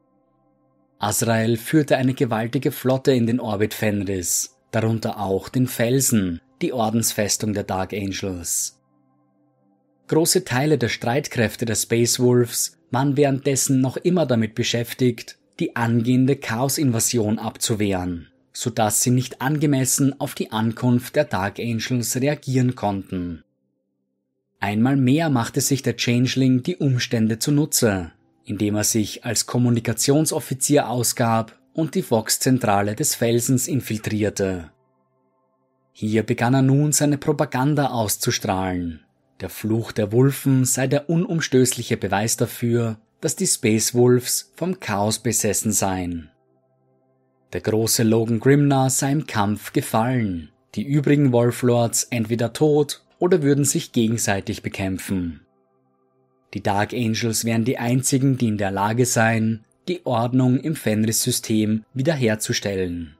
Azrael führte eine gewaltige Flotte in den Orbit Fenris, darunter auch den Felsen, die Ordensfestung der Dark Angels. Große Teile der Streitkräfte der Space Wolves waren währenddessen noch immer damit beschäftigt, die angehende Chaos-Invasion abzuwehren, sodass sie nicht angemessen auf die Ankunft der Dark Angels reagieren konnten. Einmal mehr machte sich der Changeling die Umstände zunutze, indem er sich als Kommunikationsoffizier ausgab und die Vox-Zentrale des Felsens infiltrierte. Hier begann er nun seine Propaganda auszustrahlen. Der Fluch der Wulfen sei der unumstößliche Beweis dafür, dass die Space Wolves vom Chaos besessen seien. Der große Logan Grimnar sei im Kampf gefallen, die übrigen Wolflords entweder tot oder würden sich gegenseitig bekämpfen. Die Dark Angels wären die einzigen, die in der Lage seien, die Ordnung im Fenris-System wiederherzustellen.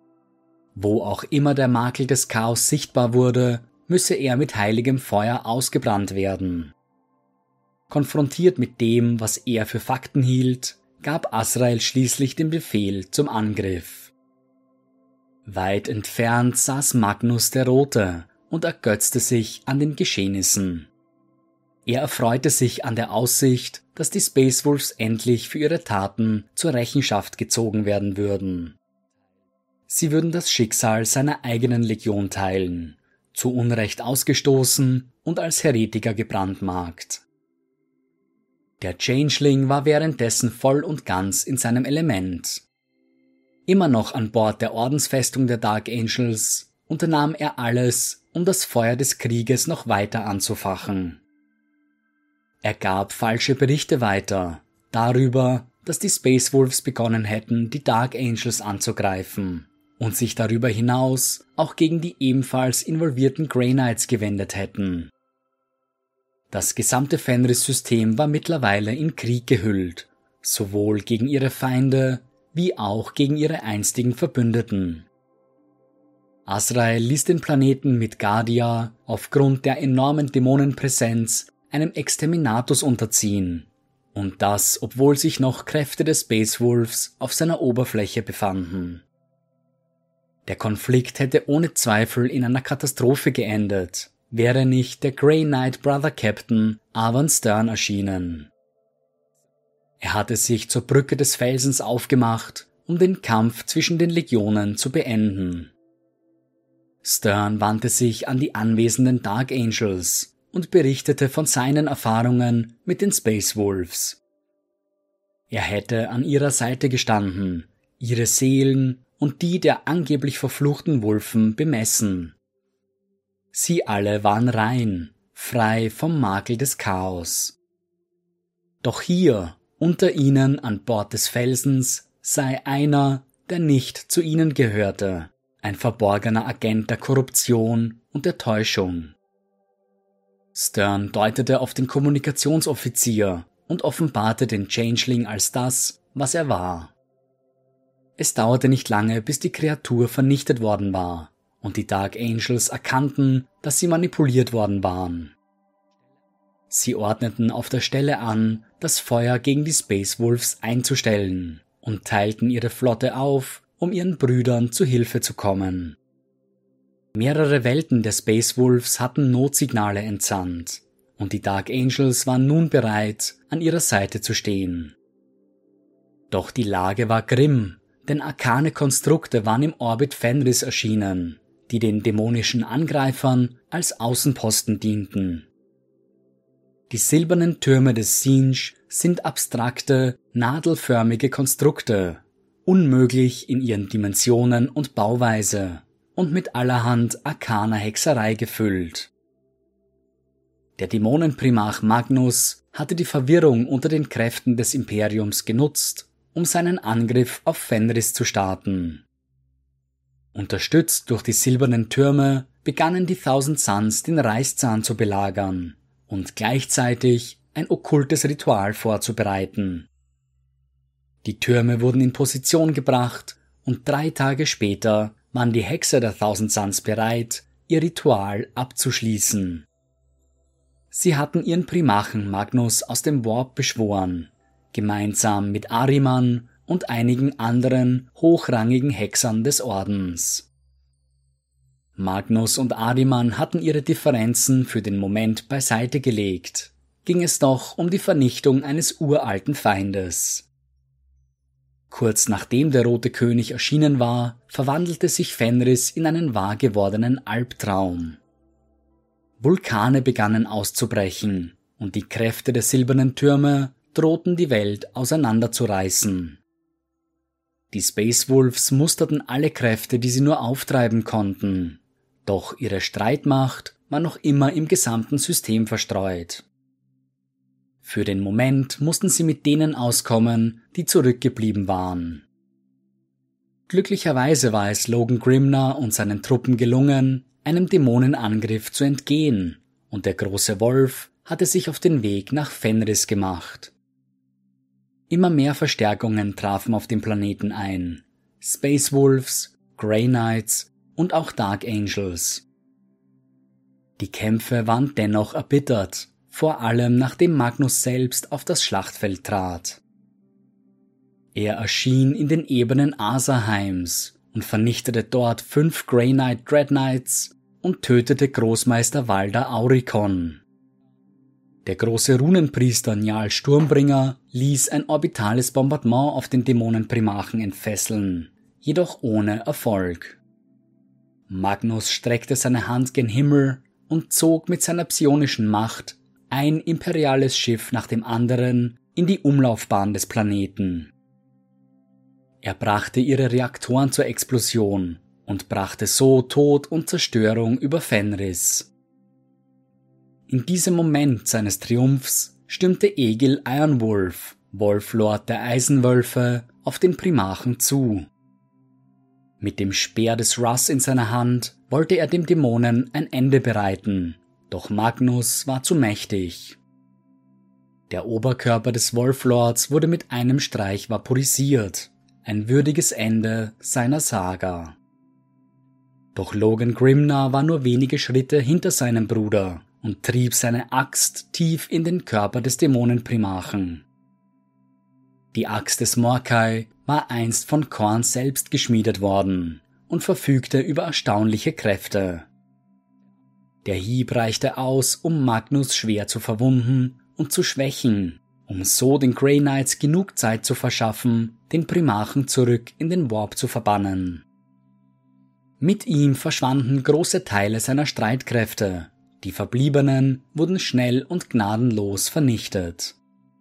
Wo auch immer der Makel des Chaos sichtbar wurde, müsse er mit heiligem Feuer ausgebrannt werden. Konfrontiert mit dem, was er für Fakten hielt, gab Azrael schließlich den Befehl zum Angriff. Weit entfernt saß Magnus der Rote und ergötzte sich an den Geschehnissen. Er erfreute sich an der Aussicht, dass die Space Wolves endlich für ihre Taten zur Rechenschaft gezogen werden würden. Sie würden das Schicksal seiner eigenen Legion teilen, zu Unrecht ausgestoßen und als Heretiker gebrandmarkt. Der Changeling war währenddessen voll und ganz in seinem Element. Immer noch an Bord der Ordensfestung der Dark Angels unternahm er alles, um das Feuer des Krieges noch weiter anzufachen. Er gab falsche Berichte weiter, darüber, dass die Space Wolves begonnen hätten, die Dark Angels anzugreifen und sich darüber hinaus auch gegen die ebenfalls involvierten Grey Knights gewendet hätten. Das gesamte Fenris-System war mittlerweile in Krieg gehüllt, sowohl gegen ihre Feinde wie auch gegen ihre einstigen Verbündeten. Azrael ließ den Planeten Midgardia aufgrund der enormen Dämonenpräsenz einem Exterminatus unterziehen, und das, obwohl sich noch Kräfte des Space Wolves auf seiner Oberfläche befanden. Der Konflikt hätte ohne Zweifel in einer Katastrophe geendet, wäre nicht der Grey Knight Brother Captain Avon Stern erschienen. Er hatte sich zur Brücke des Felsens aufgemacht, um den Kampf zwischen den Legionen zu beenden. Stern wandte sich an die anwesenden Dark Angels und berichtete von seinen Erfahrungen mit den Space Wolves. Er hätte an ihrer Seite gestanden, ihre Seelen und die der angeblich verfluchten Wulfen bemessen. Sie alle waren rein, frei vom Makel des Chaos. Doch hier, unter ihnen an Bord des Felsens, sei einer, der nicht zu ihnen gehörte, ein verborgener Agent der Korruption und der Täuschung. Stern deutete auf den Kommunikationsoffizier und offenbarte den Changeling als das, was er war. Es dauerte nicht lange, bis die Kreatur vernichtet worden war und die Dark Angels erkannten, dass sie manipuliert worden waren. Sie ordneten auf der Stelle an, das Feuer gegen die Space Wolves einzustellen und teilten ihre Flotte auf, um ihren Brüdern zu Hilfe zu kommen. Mehrere Welten der Space Wolves hatten Notsignale entsandt und die Dark Angels waren nun bereit, an ihrer Seite zu stehen. Doch die Lage war grimm, denn arkane Konstrukte waren im Orbit Fenris erschienen, die den dämonischen Angreifern als Außenposten dienten. Die silbernen Türme des Sinj sind abstrakte, nadelförmige Konstrukte, unmöglich in ihren Dimensionen und Bauweise und mit allerhand arkaner Hexerei gefüllt. Der Dämonenprimarch Magnus hatte die Verwirrung unter den Kräften des Imperiums genutzt, um seinen Angriff auf Fenris zu starten. Unterstützt durch die silbernen Türme begannen die Thousand Suns den Reißzahn zu belagern und gleichzeitig ein okkultes Ritual vorzubereiten. Die Türme wurden in Position gebracht und 3 Tage später waren die Hexer der Thousand Suns bereit, ihr Ritual abzuschließen. Sie hatten ihren Primarchen Magnus aus dem Warp beschworen, gemeinsam mit Ahriman und einigen anderen hochrangigen Hexern des Ordens. Magnus und Ahriman hatten ihre Differenzen für den Moment beiseite gelegt, ging es doch um die Vernichtung eines uralten Feindes. Kurz nachdem der Rote König erschienen war, verwandelte sich Fenris in einen wahr gewordenen Albtraum. Vulkane begannen auszubrechen und die Kräfte der silbernen Türme drohten die Welt auseinanderzureißen. Die Space Wolves musterten alle Kräfte, die sie nur auftreiben konnten, doch ihre Streitmacht war noch immer im gesamten System verstreut. Für den Moment mussten sie mit denen auskommen, die zurückgeblieben waren. Glücklicherweise war es Logan Grimnar und seinen Truppen gelungen, einem Dämonenangriff zu entgehen, und der große Wolf hatte sich auf den Weg nach Fenris gemacht. Immer mehr Verstärkungen trafen auf dem Planeten ein: Space Wolves, Grey Knights und auch Dark Angels. Die Kämpfe waren dennoch erbittert, vor allem nachdem Magnus selbst auf das Schlachtfeld trat. Er erschien in den Ebenen Asaheims und vernichtete dort 5 Grey Knight Dread Knights und tötete Großmeister Walder Aurikon. Der große Runenpriester Njal Sturmbringer ließ ein orbitales Bombardement auf den Dämonenprimarchen entfesseln, jedoch ohne Erfolg. Magnus streckte seine Hand gen Himmel und zog mit seiner psionischen Macht ein imperiales Schiff nach dem anderen in die Umlaufbahn des Planeten. Er brachte ihre Reaktoren zur Explosion und brachte so Tod und Zerstörung über Fenris. In diesem Moment seines Triumphs stürmte Egil Ironwolf, Wolflord der Eisenwölfe, auf den Primarchen zu. Mit dem Speer des Russ in seiner Hand wollte er dem Dämonen ein Ende bereiten, doch Magnus war zu mächtig. Der Oberkörper des Wolflords wurde mit einem Streich vaporisiert, ein würdiges Ende seiner Saga. Doch Logan Grimnar war nur wenige Schritte hinter seinem Bruder und trieb seine Axt tief in den Körper des Dämonenprimarchen. Die Axt des Morkai war einst von Khorne selbst geschmiedet worden und verfügte über erstaunliche Kräfte. Der Hieb reichte aus, um Magnus schwer zu verwunden und zu schwächen, um so den Grey Knights genug Zeit zu verschaffen, den Primarchen zurück in den Warp zu verbannen. Mit ihm verschwanden große Teile seiner Streitkräfte, die Verbliebenen wurden schnell und gnadenlos vernichtet.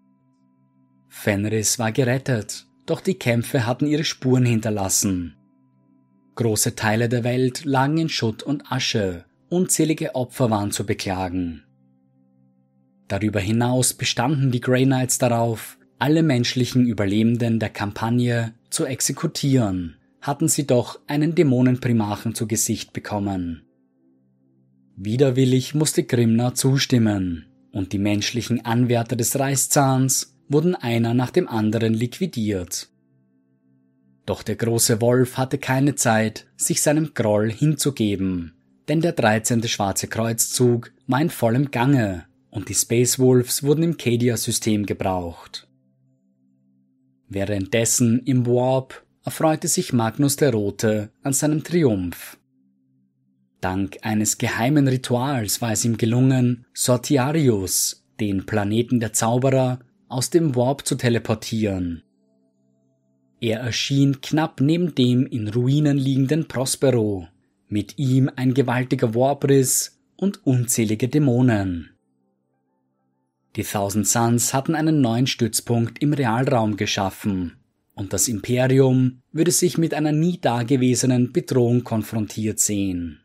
Fenris war gerettet, doch die Kämpfe hatten ihre Spuren hinterlassen. Große Teile der Welt lagen in Schutt und Asche, unzählige Opfer waren zu beklagen. Darüber hinaus bestanden die Grey Knights darauf, alle menschlichen Überlebenden der Kampagne zu exekutieren, hatten sie doch einen Dämonenprimarchen zu Gesicht bekommen. Widerwillig musste Grimnar zustimmen, und die menschlichen Anwärter des Reißzahns wurden einer nach dem anderen liquidiert. Doch der große Wolf hatte keine Zeit, sich seinem Groll hinzugeben, denn der 13. Schwarze Kreuzzug war in vollem Gange und die Space Wolves wurden im Cadia-System gebraucht. Währenddessen im Warp erfreute sich Magnus der Rote an seinem Triumph. Dank eines geheimen Rituals war es ihm gelungen, Sortiarius, den Planeten der Zauberer, aus dem Warp zu teleportieren. Er erschien knapp neben dem in Ruinen liegenden Prospero, mit ihm ein gewaltiger Warpriss und unzählige Dämonen. Die Thousand Suns hatten einen neuen Stützpunkt im Realraum geschaffen, und das Imperium würde sich mit einer nie dagewesenen Bedrohung konfrontiert sehen.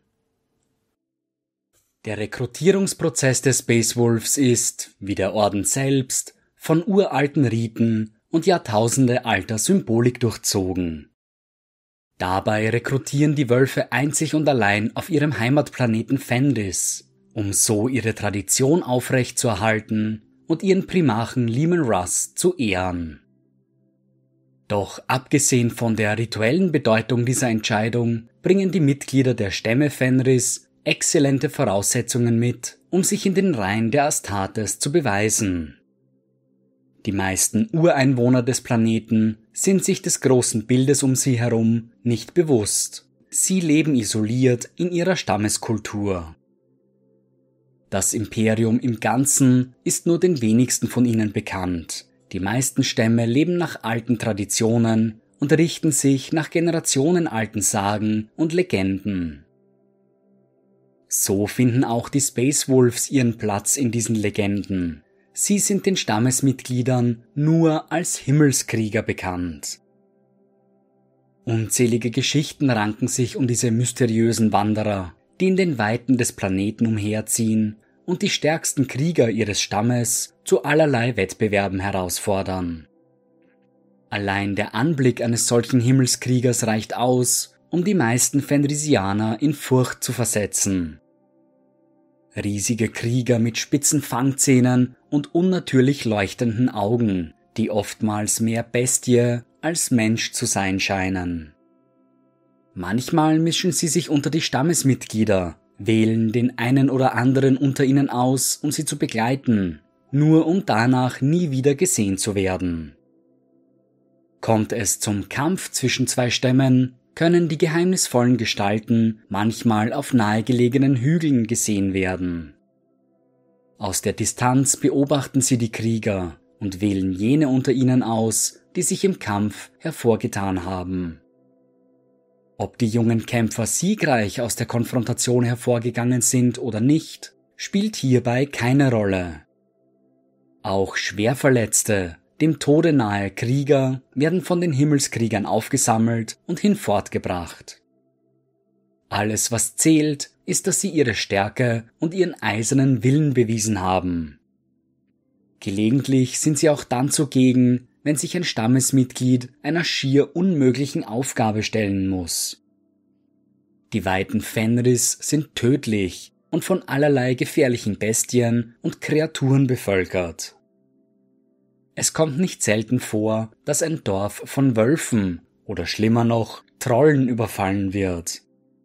Der Rekrutierungsprozess der Space Wolves ist, wie der Orden selbst, von uralten Riten und Jahrtausende alter Symbolik durchzogen. Dabei rekrutieren die Wölfe einzig und allein auf ihrem Heimatplaneten Fenris, um so ihre Tradition aufrechtzuerhalten und ihren Primarchen Leman Russ zu ehren. Doch abgesehen von der rituellen Bedeutung dieser Entscheidung bringen die Mitglieder der Stämme Fenris exzellente Voraussetzungen mit, um sich in den Reihen der Astartes zu beweisen. Die meisten Ureinwohner des Planeten sind sich des großen Bildes um sie herum nicht bewusst. Sie leben isoliert in ihrer Stammeskultur. Das Imperium im Ganzen ist nur den wenigsten von ihnen bekannt. Die meisten Stämme leben nach alten Traditionen und richten sich nach generationenalten Sagen und Legenden. So finden auch die Space Wolves ihren Platz in diesen Legenden. Sie sind den Stammesmitgliedern nur als Himmelskrieger bekannt. Unzählige Geschichten ranken sich um diese mysteriösen Wanderer, die in den Weiten des Planeten umherziehen und die stärksten Krieger ihres Stammes zu allerlei Wettbewerben herausfordern. Allein der Anblick eines solchen Himmelskriegers reicht aus, um die meisten Fenrisianer in Furcht zu versetzen. Riesige Krieger mit spitzen Fangzähnen und unnatürlich leuchtenden Augen, die oftmals mehr Bestie als Mensch zu sein scheinen. Manchmal mischen sie sich unter die Stammesmitglieder, wählen den einen oder anderen unter ihnen aus, um sie zu begleiten, nur um danach nie wieder gesehen zu werden. Kommt es zum Kampf zwischen zwei Stämmen, können die geheimnisvollen Gestalten manchmal auf nahegelegenen Hügeln gesehen werden. Aus der Distanz beobachten sie die Krieger und wählen jene unter ihnen aus, die sich im Kampf hervorgetan haben. Ob die jungen Kämpfer siegreich aus der Konfrontation hervorgegangen sind oder nicht, spielt hierbei keine Rolle. Auch Schwerverletzte, dem Tode nahe Krieger werden von den Himmelskriegern aufgesammelt und hinfortgebracht. Alles, was zählt, ist, dass sie ihre Stärke und ihren eisernen Willen bewiesen haben. Gelegentlich sind sie auch dann zugegen, wenn sich ein Stammesmitglied einer schier unmöglichen Aufgabe stellen muss. Die Weiten Fenris sind tödlich und von allerlei gefährlichen Bestien und Kreaturen bevölkert. Es kommt nicht selten vor, dass ein Dorf von Wölfen oder schlimmer noch Trollen überfallen wird.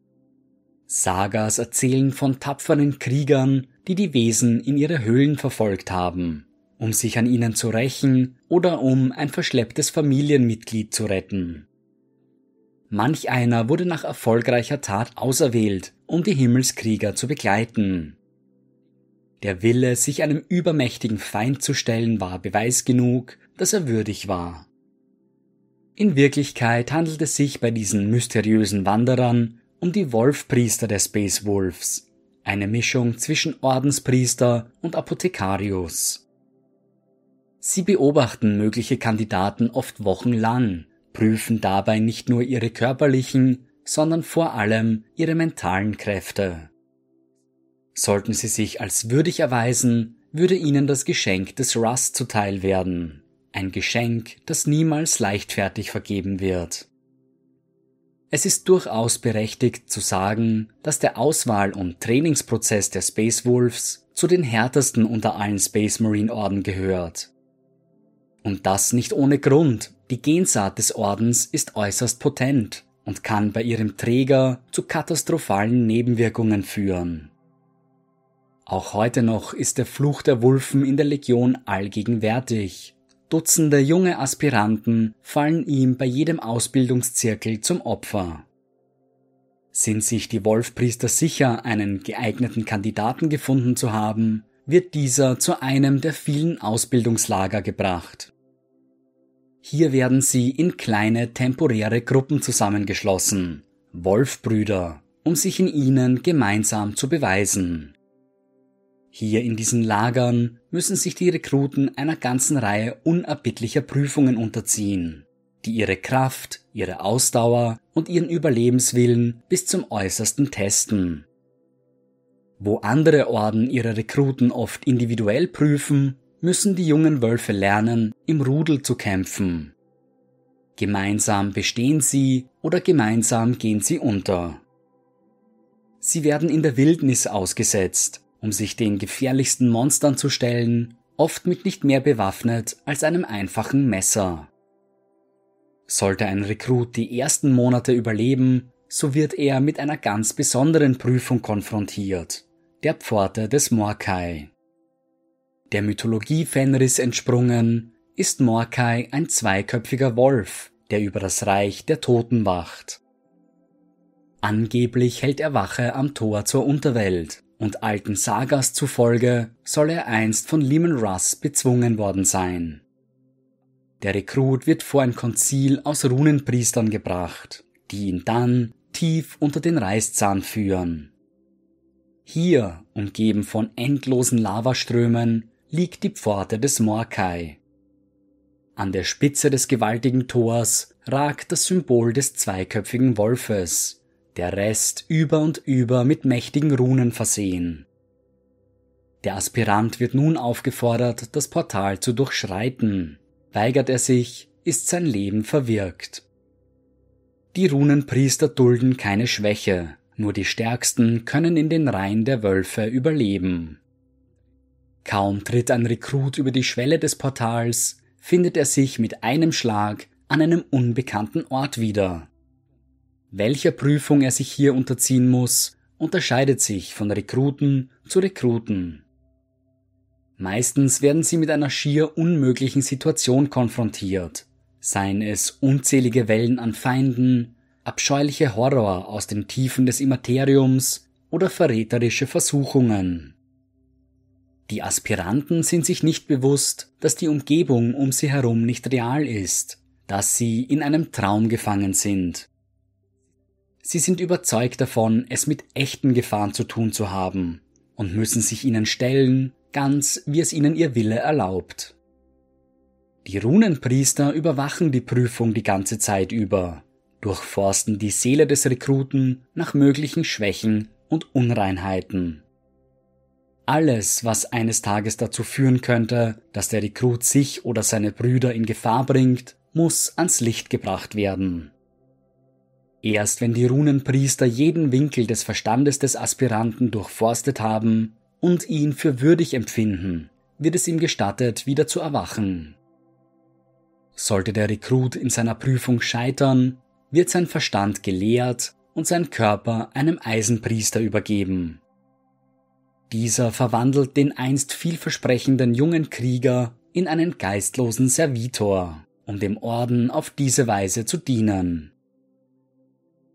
Sagas erzählen von tapferen Kriegern, die die Wesen in ihre Höhlen verfolgt haben, um sich an ihnen zu rächen oder um ein verschlepptes Familienmitglied zu retten. Manch einer wurde nach erfolgreicher Tat auserwählt, um die Himmelskrieger zu begleiten. Der Wille, sich einem übermächtigen Feind zu stellen, war Beweis genug, dass er würdig war. In Wirklichkeit handelt es sich bei diesen mysteriösen Wanderern um die Wolfpriester der Space Wolves, eine Mischung zwischen Ordenspriester und Apothekarius. Sie beobachten mögliche Kandidaten oft wochenlang, prüfen dabei nicht nur ihre körperlichen, sondern vor allem ihre mentalen Kräfte. Sollten sie sich als würdig erweisen, würde ihnen das Geschenk des Rust zuteil werden. Ein Geschenk, das niemals leichtfertig vergeben wird. Es ist durchaus berechtigt zu sagen, dass der Auswahl- und Trainingsprozess der Space Wolves zu den härtesten unter allen Space Marine Orden gehört. Und das nicht ohne Grund. Die Gensaat des Ordens ist äußerst potent und kann bei ihrem Träger zu katastrophalen Nebenwirkungen führen. Auch heute noch ist der Fluch der Wulfen in der Legion allgegenwärtig. Dutzende junge Aspiranten fallen ihm bei jedem Ausbildungszirkel zum Opfer. Sind sich die Wolfpriester sicher, einen geeigneten Kandidaten gefunden zu haben, wird dieser zu einem der vielen Ausbildungslager gebracht. Hier werden sie in kleine temporäre Gruppen zusammengeschlossen, Wolfbrüder, um sich in ihnen gemeinsam zu beweisen. Hier in diesen Lagern müssen sich die Rekruten einer ganzen Reihe unerbittlicher Prüfungen unterziehen, die ihre Kraft, ihre Ausdauer und ihren Überlebenswillen bis zum Äußersten testen. Wo andere Orden ihre Rekruten oft individuell prüfen, müssen die jungen Wölfe lernen, im Rudel zu kämpfen. Gemeinsam bestehen sie oder gemeinsam gehen sie unter. Sie werden in der Wildnis ausgesetzt, um sich den gefährlichsten Monstern zu stellen, oft mit nicht mehr bewaffnet als einem einfachen Messer. Sollte ein Rekrut die ersten Monate überleben, so wird er mit einer ganz besonderen Prüfung konfrontiert, der Pforte des Morkai. Der Mythologie Fenris entsprungen, ist Morkai ein zweiköpfiger Wolf, der über das Reich der Toten wacht. Angeblich hält er Wache am Tor zur Unterwelt, und alten Sagas zufolge soll er einst von Leman Russ bezwungen worden sein. Der Rekrut wird vor ein Konzil aus Runenpriestern gebracht, die ihn dann tief unter den Reißzahn führen. Hier, umgeben von endlosen Lavaströmen, liegt die Pforte des Morkai. An der Spitze des gewaltigen Tors ragt das Symbol des zweiköpfigen Wolfes, der Rest über und über mit mächtigen Runen versehen. Der Aspirant wird nun aufgefordert, das Portal zu durchschreiten. Weigert er sich, ist sein Leben verwirkt. Die Runenpriester dulden keine Schwäche, nur die Stärksten können in den Reihen der Wölfe überleben. Kaum tritt ein Rekrut über die Schwelle des Portals, findet er sich mit einem Schlag an einem unbekannten Ort wieder. Welcher Prüfung er sich hier unterziehen muss, unterscheidet sich von Rekruten zu Rekruten. Meistens werden sie mit einer schier unmöglichen Situation konfrontiert, seien es unzählige Wellen an Feinden, abscheuliche Horror aus den Tiefen des Immateriums oder verräterische Versuchungen. Die Aspiranten sind sich nicht bewusst, dass die Umgebung um sie herum nicht real ist, dass sie in einem Traum gefangen sind. Sie sind überzeugt davon, es mit echten Gefahren zu tun zu haben und müssen sich ihnen stellen, ganz wie es ihnen ihr Wille erlaubt. Die Runenpriester überwachen die Prüfung die ganze Zeit über, durchforsten die Seele des Rekruten nach möglichen Schwächen und Unreinheiten. Alles, was eines Tages dazu führen könnte, dass der Rekrut sich oder seine Brüder in Gefahr bringt, muss ans Licht gebracht werden. Erst wenn die Runenpriester jeden Winkel des Verstandes des Aspiranten durchforstet haben und ihn für würdig empfinden, wird es ihm gestattet, wieder zu erwachen. Sollte der Rekrut in seiner Prüfung scheitern, wird sein Verstand gelehrt und sein Körper einem Eisenpriester übergeben. Dieser verwandelt den einst vielversprechenden jungen Krieger in einen geistlosen Servitor, um dem Orden auf diese Weise zu dienen.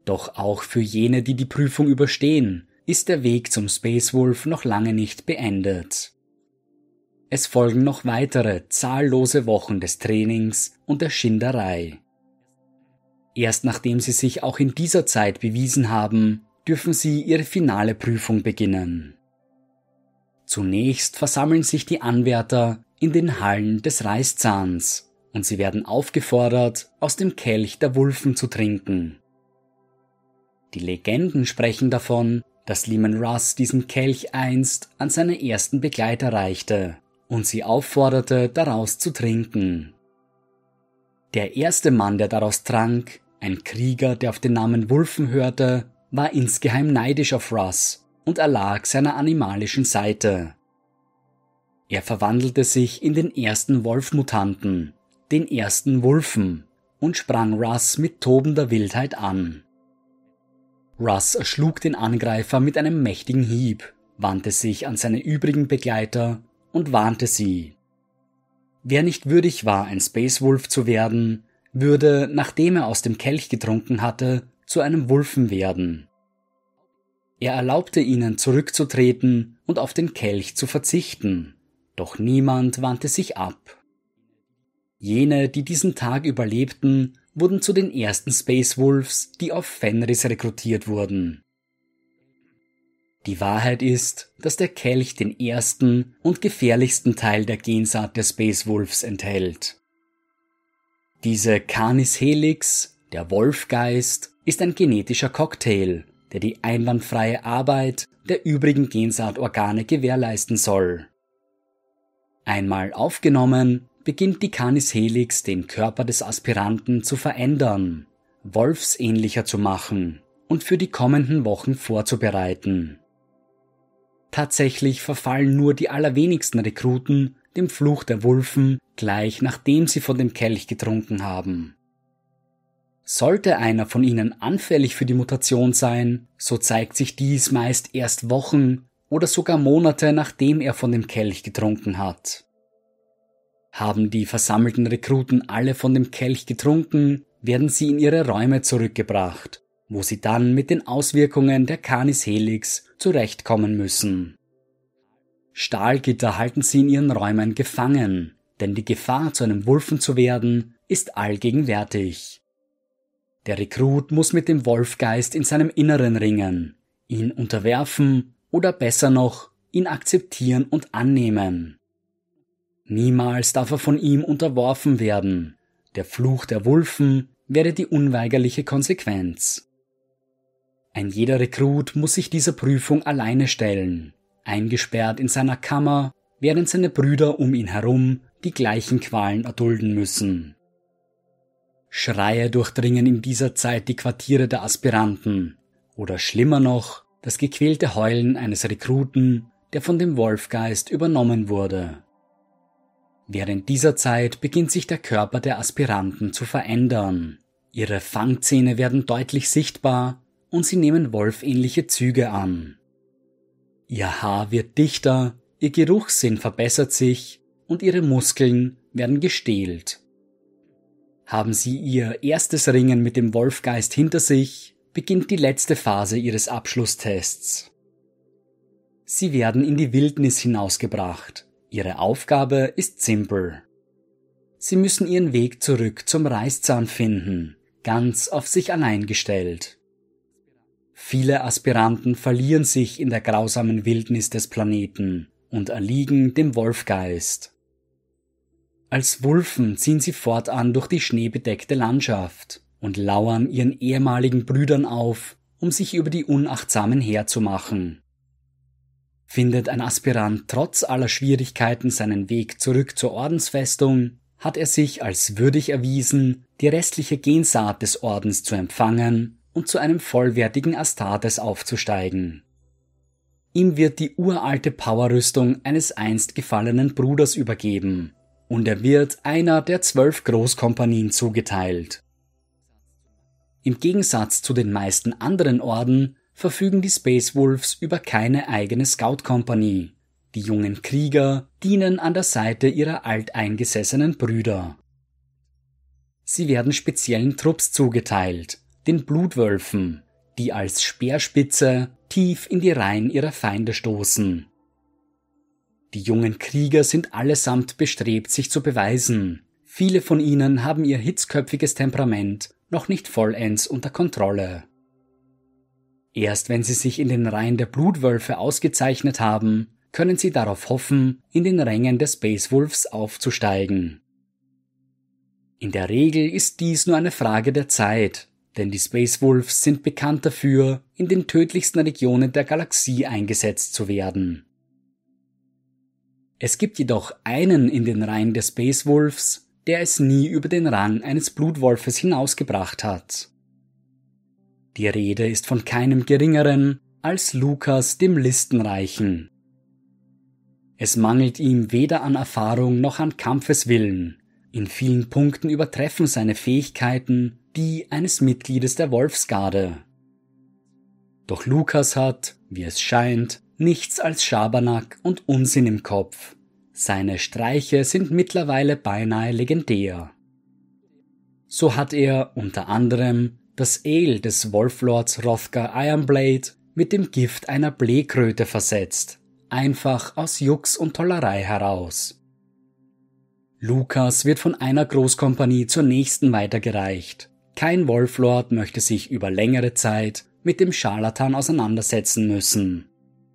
Doch auch für jene, die die Prüfung überstehen, ist der Weg zum Space Wolf noch lange nicht beendet. Es folgen noch weitere zahllose Wochen des Trainings und der Schinderei. Erst nachdem sie sich auch in dieser Zeit bewiesen haben, dürfen sie ihre finale Prüfung beginnen. Zunächst versammeln sich die Anwärter in den Hallen des Reißzahns und sie werden aufgefordert, aus dem Kelch der Wulfen zu trinken. Die Legenden sprechen davon, dass Leman Russ diesen Kelch einst an seine ersten Begleiter reichte und sie aufforderte, daraus zu trinken. Der erste Mann, der daraus trank, ein Krieger, der auf den Namen Wulfen hörte, war insgeheim neidisch auf Russ und erlag seiner animalischen Seite. Er verwandelte sich in den ersten Wolfmutanten, den ersten Wulfen, und sprang Russ mit tobender Wildheit an. Russ erschlug den Angreifer mit einem mächtigen Hieb, wandte sich an seine übrigen Begleiter und warnte sie. Wer nicht würdig war, ein Space Wolf zu werden, würde, nachdem er aus dem Kelch getrunken hatte, zu einem Wulfen werden. Er erlaubte ihnen zurückzutreten und auf den Kelch zu verzichten, doch niemand wandte sich ab. Jene, die diesen Tag überlebten, wurden zu den ersten Space Wolves, die auf Fenris rekrutiert wurden. Die Wahrheit ist, dass der Kelch den ersten und gefährlichsten Teil der Gensaat der Space Wolves enthält. Diese Canis Helix, der Wolfgeist, ist ein genetischer Cocktail, der die einwandfreie Arbeit der übrigen Gensaatorgane gewährleisten soll. Einmal aufgenommen, beginnt die Canis Helix den Körper des Aspiranten zu verändern, wolfsähnlicher zu machen und für die kommenden Wochen vorzubereiten. Tatsächlich verfallen nur die allerwenigsten Rekruten dem Fluch der Wulfen gleich nachdem sie von dem Kelch getrunken haben. Sollte einer von ihnen anfällig für die Mutation sein, so zeigt sich dies meist erst Wochen oder sogar Monate nachdem er von dem Kelch getrunken hat. Haben die versammelten Rekruten alle von dem Kelch getrunken, werden sie in ihre Räume zurückgebracht, wo sie dann mit den Auswirkungen der Canis Helix zurechtkommen müssen. Stahlgitter halten sie in ihren Räumen gefangen, denn die Gefahr, zu einem Wulfen zu werden, ist allgegenwärtig. Der Rekrut muss mit dem Wolfgeist in seinem Inneren ringen, ihn unterwerfen oder besser noch, ihn akzeptieren und annehmen. Niemals darf er von ihm unterworfen werden. Der Fluch der Wulfen wäre die unweigerliche Konsequenz. Ein jeder Rekrut muss sich dieser Prüfung alleine stellen, eingesperrt in seiner Kammer, während seine Brüder um ihn herum die gleichen Qualen erdulden müssen. Schreie durchdringen in dieser Zeit die Quartiere der Aspiranten, oder schlimmer noch, das gequälte Heulen eines Rekruten, der von dem Wolfgeist übernommen wurde. Während dieser Zeit beginnt sich der Körper der Aspiranten zu verändern. Ihre Fangzähne werden deutlich sichtbar und sie nehmen wolfähnliche Züge an. Ihr Haar wird dichter, ihr Geruchssinn verbessert sich und ihre Muskeln werden gestählt. Haben sie ihr erstes Ringen mit dem Wolfgeist hinter sich, beginnt die letzte Phase ihres Abschlusstests. Sie werden in die Wildnis hinausgebracht. Ihre Aufgabe ist simpel. Sie müssen ihren Weg zurück zum Reißzahn finden, ganz auf sich allein gestellt. Viele Aspiranten verlieren sich in der grausamen Wildnis des Planeten und erliegen dem Wolfgeist. Als Wulfen ziehen sie fortan durch die schneebedeckte Landschaft und lauern ihren ehemaligen Brüdern auf, um sich über die Unachtsamen herzumachen. Findet ein Aspirant trotz aller Schwierigkeiten seinen Weg zurück zur Ordensfestung, hat er sich als würdig erwiesen, die restliche Gensaat des Ordens zu empfangen und zu einem vollwertigen Astartes aufzusteigen. Ihm wird die uralte Powerrüstung eines einst gefallenen Bruders übergeben und er wird einer der 12 Großkompanien zugeteilt. Im Gegensatz zu den meisten anderen Orden verfügen die Space Wolves über keine eigene Scout-Kompanie. Die jungen Krieger dienen an der Seite ihrer alteingesessenen Brüder. Sie werden speziellen Trupps zugeteilt, den Blutwölfen, die als Speerspitze tief in die Reihen ihrer Feinde stoßen. Die jungen Krieger sind allesamt bestrebt, sich zu beweisen. Viele von ihnen haben ihr hitzköpfiges Temperament noch nicht vollends unter Kontrolle. Erst wenn sie sich in den Reihen der Blutwölfe ausgezeichnet haben, können sie darauf hoffen, in den Rängen der Space Wolves aufzusteigen. In der Regel ist dies nur eine Frage der Zeit, denn die Space Wolves sind bekannt dafür, in den tödlichsten Regionen der Galaxie eingesetzt zu werden. Es gibt jedoch einen in den Reihen der Space Wolves, der es nie über den Rang eines Blutwolfes hinausgebracht hat. Die Rede ist von keinem Geringeren als Lucas dem Listenreichen. Es mangelt ihm weder an Erfahrung noch an Kampfeswillen. In vielen Punkten übertreffen seine Fähigkeiten die eines Mitgliedes der Wolfsgarde. Doch Lucas hat, wie es scheint, nichts als Schabernack und Unsinn im Kopf. Seine Streiche sind mittlerweile beinahe legendär. So hat er unter anderem das Ale des Wolflords Hrothgar Ironblade mit dem Gift einer Bleekröte versetzt, einfach aus Jux und Tollerei heraus. Lucas wird von einer Großkompanie zur nächsten weitergereicht. Kein Wolflord möchte sich über längere Zeit mit dem Scharlatan auseinandersetzen müssen.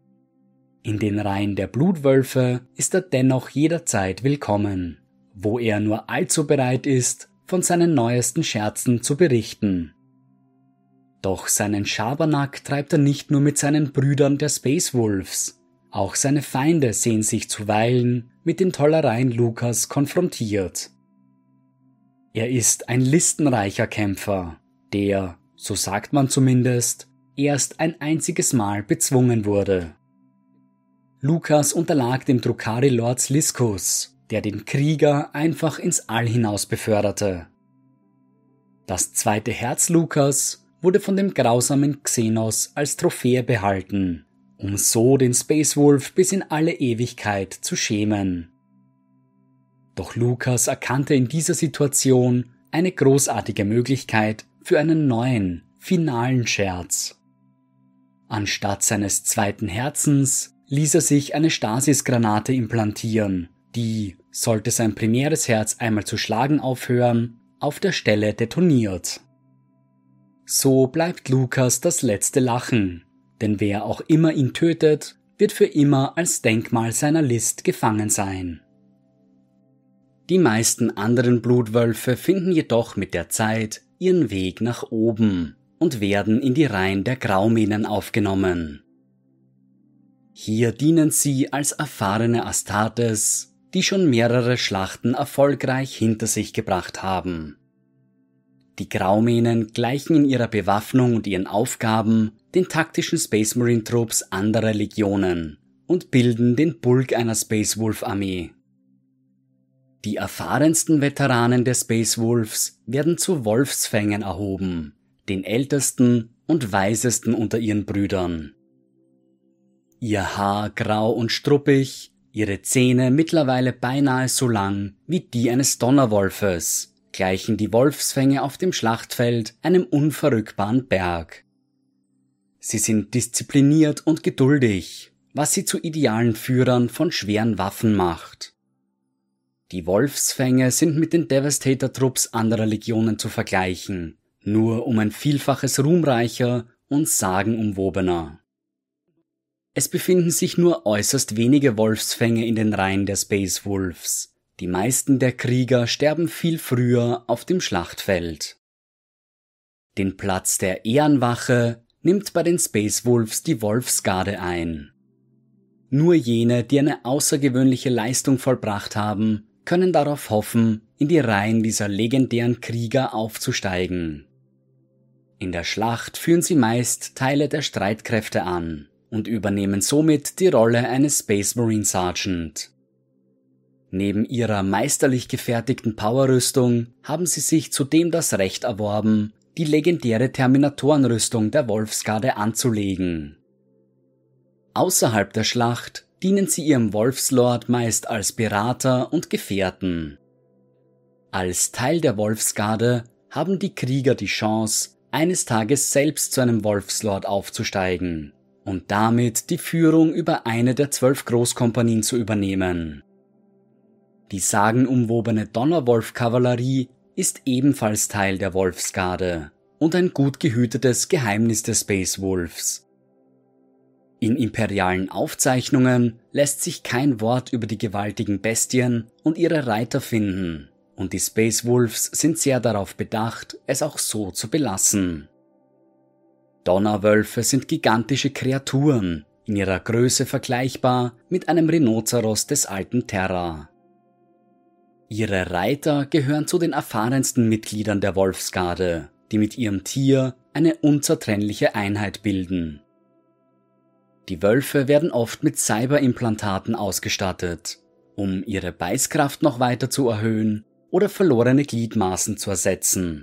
In den Reihen der Blutwölfe ist er dennoch jederzeit willkommen, wo er nur allzu bereit ist, von seinen neuesten Scherzen zu berichten. Doch seinen Schabernack treibt er nicht nur mit seinen Brüdern der Space Wolves, auch seine Feinde sehen sich zuweilen mit den Tollereien Lucas konfrontiert. Er ist ein listenreicher Kämpfer, der, so sagt man zumindest, erst ein einziges Mal bezwungen wurde. Lucas unterlag dem Drukhari-Lord Sliskus, der den Krieger einfach ins All hinaus beförderte. Das zweite Herz Lucas wurde von dem grausamen Xenos als Trophäe behalten, um so den Space Wolf bis in alle Ewigkeit zu schämen. Doch Lucas erkannte in dieser Situation eine großartige Möglichkeit für einen neuen, finalen Scherz. Anstatt seines zweiten Herzens ließ er sich eine Stasis-Granate implantieren, die, sollte sein primäres Herz einmal zu schlagen aufhören, auf der Stelle detoniert. So bleibt Lucas das letzte Lachen, denn wer auch immer ihn tötet, wird für immer als Denkmal seiner List gefangen sein. Die meisten anderen Blutwölfe finden jedoch mit der Zeit ihren Weg nach oben und werden in die Reihen der Graumähnen aufgenommen. Hier dienen sie als erfahrene Astartes, die schon mehrere Schlachten erfolgreich hinter sich gebracht haben. Die Graumähnen gleichen in ihrer Bewaffnung und ihren Aufgaben den taktischen Space Marine Trupps anderer Legionen und bilden den Bulk einer Space Wolf Armee. Die erfahrensten Veteranen der Space Wolves werden zu Wolfsfängen erhoben, den ältesten und weisesten unter ihren Brüdern. Ihr Haar grau und struppig, ihre Zähne mittlerweile beinahe so lang wie die eines Donnerwolfes, gleichen die Wolfsfänge auf dem Schlachtfeld einem unverrückbaren Berg. Sie sind diszipliniert und geduldig, was sie zu idealen Führern von schweren Waffen macht. Die Wolfsfänge sind mit den Devastator-Trupps anderer Legionen zu vergleichen, nur um ein Vielfaches ruhmreicher und sagenumwobener. Es befinden sich nur äußerst wenige Wolfsfänge in den Reihen der Space Wolves. Die meisten der Krieger sterben viel früher auf dem Schlachtfeld. Den Platz der Ehrenwache nimmt bei den Space Wolves die Wolfsgarde ein. Nur jene, die eine außergewöhnliche Leistung vollbracht haben, können darauf hoffen, in die Reihen dieser legendären Krieger aufzusteigen. In der Schlacht führen sie meist Teile der Streitkräfte an und übernehmen somit die Rolle eines Space Marine Sergeant. Neben ihrer meisterlich gefertigten Powerrüstung haben sie sich zudem das Recht erworben, die legendäre Terminatorenrüstung der Wolfsgarde anzulegen. Außerhalb der Schlacht dienen sie ihrem Wolfslord meist als Berater und Gefährten. Als Teil der Wolfsgarde haben die Krieger die Chance, eines Tages selbst zu einem Wolfslord aufzusteigen und damit die Führung über eine der 12 Großkompanien zu übernehmen. Die sagenumwobene Donnerwolf-Kavallerie ist ebenfalls Teil der Wolfsgarde und ein gut gehütetes Geheimnis des Space Wolves. In imperialen Aufzeichnungen lässt sich kein Wort über die gewaltigen Bestien und ihre Reiter finden, und die Space Wolves sind sehr darauf bedacht, es auch so zu belassen. Donnerwölfe sind gigantische Kreaturen, in ihrer Größe vergleichbar mit einem Rhinoceros des alten Terra. Ihre Reiter gehören zu den erfahrensten Mitgliedern der Wolfsgarde, die mit ihrem Tier eine unzertrennliche Einheit bilden. Die Wölfe werden oft mit Cyberimplantaten ausgestattet, um ihre Beißkraft noch weiter zu erhöhen oder verlorene Gliedmaßen zu ersetzen.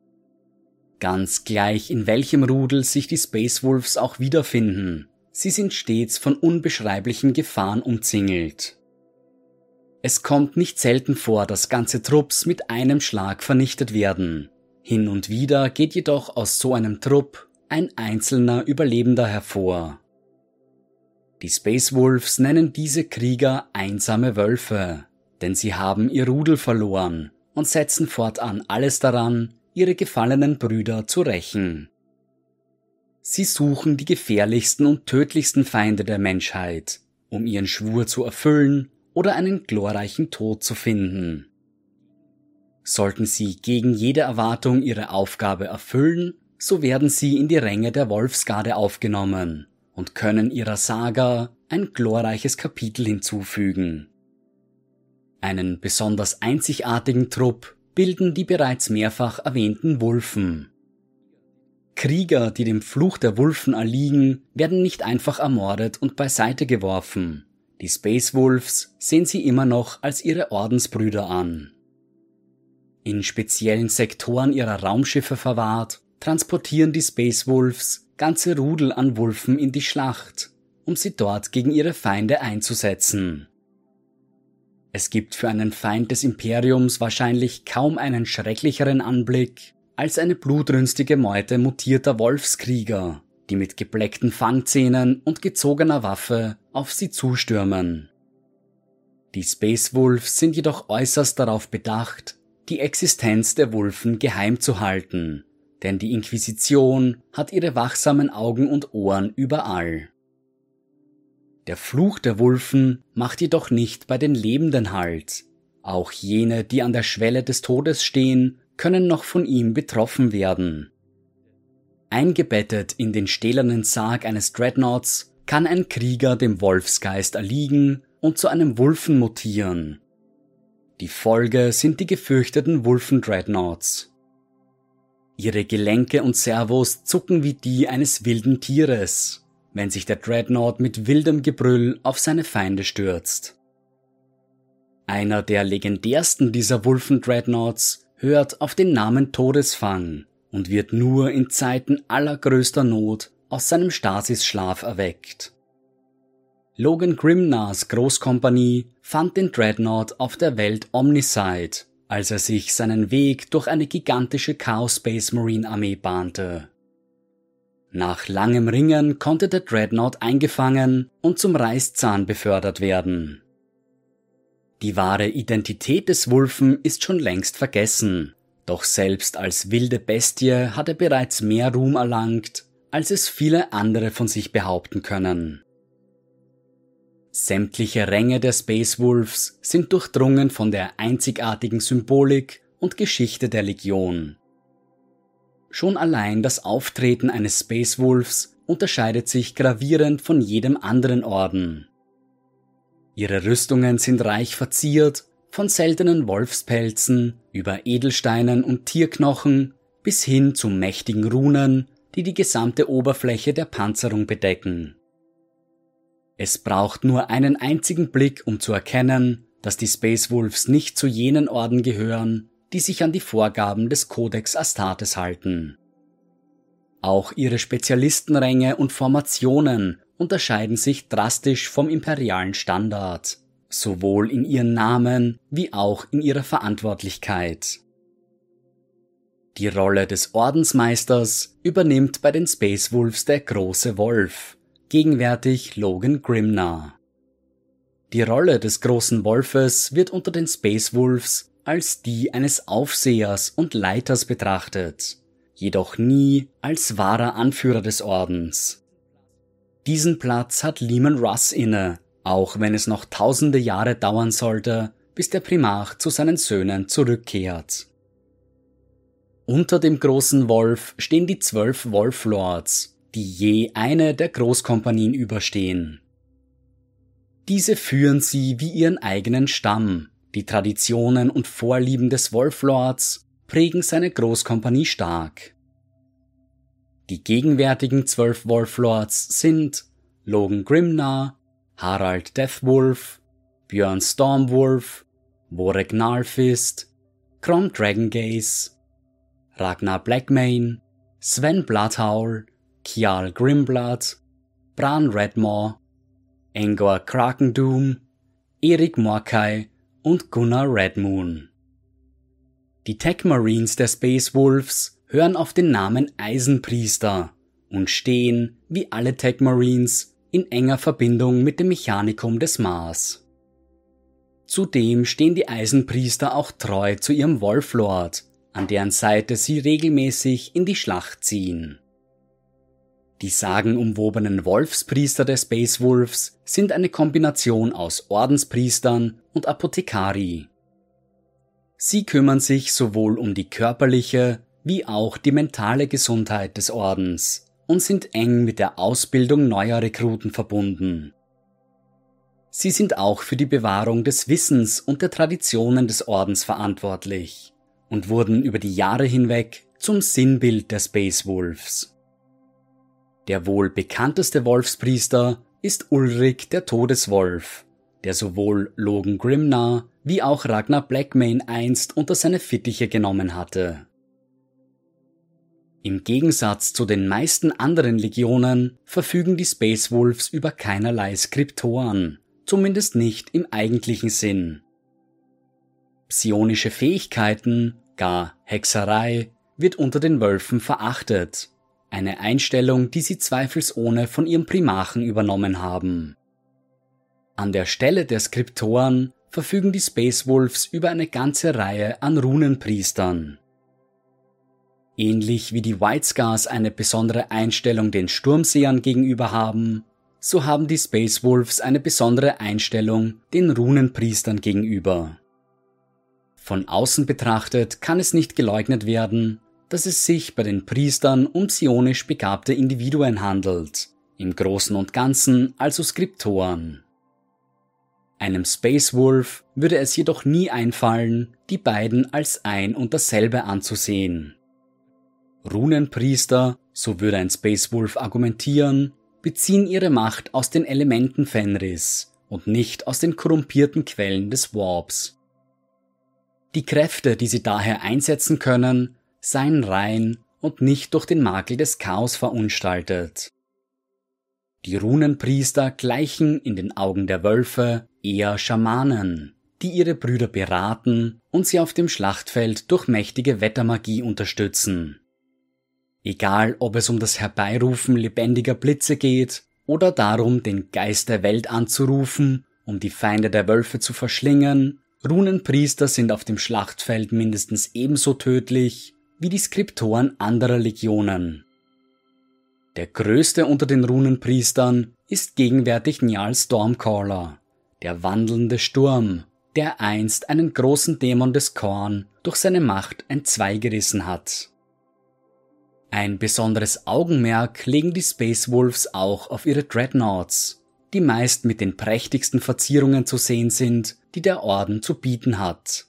Ganz gleich, in welchem Rudel sich die Space Wolves auch wiederfinden, sie sind stets von unbeschreiblichen Gefahren umzingelt. Es kommt nicht selten vor, dass ganze Trupps mit einem Schlag vernichtet werden. Hin und wieder geht jedoch aus so einem Trupp ein einzelner Überlebender hervor. Die Space Wolves nennen diese Krieger einsame Wölfe, denn sie haben ihr Rudel verloren und setzen fortan alles daran, ihre gefallenen Brüder zu rächen. Sie suchen die gefährlichsten und tödlichsten Feinde der Menschheit, um ihren Schwur zu erfüllen oder einen glorreichen Tod zu finden. Sollten sie gegen jede Erwartung ihre Aufgabe erfüllen, so werden sie in die Ränge der Wolfsgarde aufgenommen und können ihrer Saga ein glorreiches Kapitel hinzufügen. Einen besonders einzigartigen Trupp bilden die bereits mehrfach erwähnten Wulfen. Krieger, die dem Fluch der Wulfen erliegen, werden nicht einfach ermordet und beiseite geworfen. Die Space Wolves sehen sie immer noch als ihre Ordensbrüder an. In speziellen Sektoren ihrer Raumschiffe verwahrt, transportieren die Space Wolves ganze Rudel an Wulfen in die Schlacht, um sie dort gegen ihre Feinde einzusetzen. Es gibt für einen Feind des Imperiums wahrscheinlich kaum einen schrecklicheren Anblick als eine blutrünstige Meute mutierter Wolfskrieger, die mit gebleckten Fangzähnen und gezogener Waffe auf sie zustürmen. Die Space Wolves sind jedoch äußerst darauf bedacht, die Existenz der Wulfen geheim zu halten, denn die Inquisition hat ihre wachsamen Augen und Ohren überall. Der Fluch der Wulfen macht jedoch nicht bei den Lebenden Halt. Auch jene, die an der Schwelle des Todes stehen, können noch von ihm betroffen werden. Eingebettet in den stählernen Sarg eines Dreadnoughts kann ein Krieger dem Wolfsgeist erliegen und zu einem Wulfen mutieren. Die Folge sind die gefürchteten Wulfen-Dreadnoughts. Ihre Gelenke und Servos zucken wie die eines wilden Tieres, wenn sich der Dreadnought mit wildem Gebrüll auf seine Feinde stürzt. Einer der legendärsten dieser Wulfen-Dreadnoughts hört auf den Namen Todesfang und wird nur in Zeiten allergrößter Not aus seinem Stasis-Schlaf erweckt. Logan Grimnars Großkompanie fand den Dreadnought auf der Welt Omnicide, als er sich seinen Weg durch eine gigantische Chaos Space Marine Armee bahnte. Nach langem Ringen konnte der Dreadnought eingefangen und zum Reißzahn befördert werden. Die wahre Identität des Wulfen ist schon längst vergessen, doch selbst als wilde Bestie hat er bereits mehr Ruhm erlangt, als es viele andere von sich behaupten können. Sämtliche Ränge der Space Wolves sind durchdrungen von der einzigartigen Symbolik und Geschichte der Legion. Schon allein das Auftreten eines Space Wolves unterscheidet sich gravierend von jedem anderen Orden. Ihre Rüstungen sind reich verziert, von seltenen Wolfspelzen über Edelsteinen und Tierknochen bis hin zu mächtigen Runen, die die gesamte Oberfläche der Panzerung bedecken. Es braucht nur einen einzigen Blick, um zu erkennen, dass die Space Wolves nicht zu jenen Orden gehören, die sich an die Vorgaben des Codex Astartes halten. Auch ihre Spezialistenränge und Formationen unterscheiden sich drastisch vom imperialen Standard, sowohl in ihren Namen wie auch in ihrer Verantwortlichkeit. Die Rolle des Ordensmeisters übernimmt bei den Space Wolves der große Wolf, gegenwärtig Logan Grimnar. Die Rolle des großen Wolfes wird unter den Space Wolves als die eines Aufsehers und Leiters betrachtet, jedoch nie als wahrer Anführer des Ordens. Diesen Platz hat Leman Russ inne, auch wenn es noch tausende Jahre dauern sollte, bis der Primarch zu seinen Söhnen zurückkehrt. Unter dem großen Wolf stehen die 12 Wolflords, die je eine der Großkompanien überstehen. Diese führen sie wie ihren eigenen Stamm. Die Traditionen und Vorlieben des Wolflords prägen seine Großkompanie stark. Die gegenwärtigen 12 Wolflords sind Logan Grimnar, Harald Deathwolf, Björn Stormwolf, Vorek Gnarlfist, Crom Dragongaze, Ragnar Blackmane, Sven Bloodhowl, Kial Grimblood, Bran Redmaw, Engor Krakendoom, Erik Morkai und Gunnar Redmoon. Die Tech Marines der Space Wolves hören auf den Namen Eisenpriester und stehen, wie alle Tech Marines, in enger Verbindung mit dem Mechanikum des Mars. Zudem stehen die Eisenpriester auch treu zu ihrem Wolflord, an deren Seite sie regelmäßig in die Schlacht ziehen. Die sagenumwobenen Wolfspriester der Space Wolves sind eine Kombination aus Ordenspriestern und Apothekari. Sie kümmern sich sowohl um die körperliche wie auch die mentale Gesundheit des Ordens und sind eng mit der Ausbildung neuer Rekruten verbunden. Sie sind auch für die Bewahrung des Wissens und der Traditionen des Ordens verantwortlich und wurden über die Jahre hinweg zum Sinnbild der Space Wolves. Der wohl bekannteste Wolfspriester ist Ulrich der Todeswolf, der sowohl Logan Grimnar wie auch Ragnar Blackmane einst unter seine Fittiche genommen hatte. Im Gegensatz zu den meisten anderen Legionen verfügen die Space Wolves über keinerlei Skriptoren, zumindest nicht im eigentlichen Sinn. Psionische Fähigkeiten, gar Hexerei, wird unter den Wölfen verachtet, eine Einstellung, die sie zweifelsohne von ihrem Primarchen übernommen haben. An der Stelle der Skriptoren verfügen die Space Wolves über eine ganze Reihe an Runenpriestern. Ähnlich wie die White Scars eine besondere Einstellung den Sturmsehern gegenüber haben, so haben die Space Wolves eine besondere Einstellung den Runenpriestern gegenüber. Von außen betrachtet kann es nicht geleugnet werden, dass es sich bei den Priestern um psionisch begabte Individuen handelt, im Großen und Ganzen also Skriptoren. Einem Space Wolf würde es jedoch nie einfallen, die beiden als ein und dasselbe anzusehen. Runenpriester, so würde ein Space Wolf argumentieren, beziehen ihre Macht aus den Elementen Fenris und nicht aus den korrumpierten Quellen des Warps. Die Kräfte, die sie daher einsetzen können, seien rein und nicht durch den Makel des Chaos verunstaltet. Die Runenpriester gleichen in den Augen der Wölfe eher Schamanen, die ihre Brüder beraten und sie auf dem Schlachtfeld durch mächtige Wettermagie unterstützen. Egal, ob es um das Herbeirufen lebendiger Blitze geht oder darum, den Geist der Welt anzurufen, um die Feinde der Wölfe zu verschlingen, Runenpriester sind auf dem Schlachtfeld mindestens ebenso tödlich wie die Skriptoren anderer Legionen. Der größte unter den Runenpriestern ist gegenwärtig Njal Stormcaller, der wandelnde Sturm, der einst einen großen Dämon des Khorne durch seine Macht entzweigerissen hat. Ein besonderes Augenmerk legen die Space Wolves auch auf ihre Dreadnoughts, die meist mit den prächtigsten Verzierungen zu sehen sind, die der Orden zu bieten hat.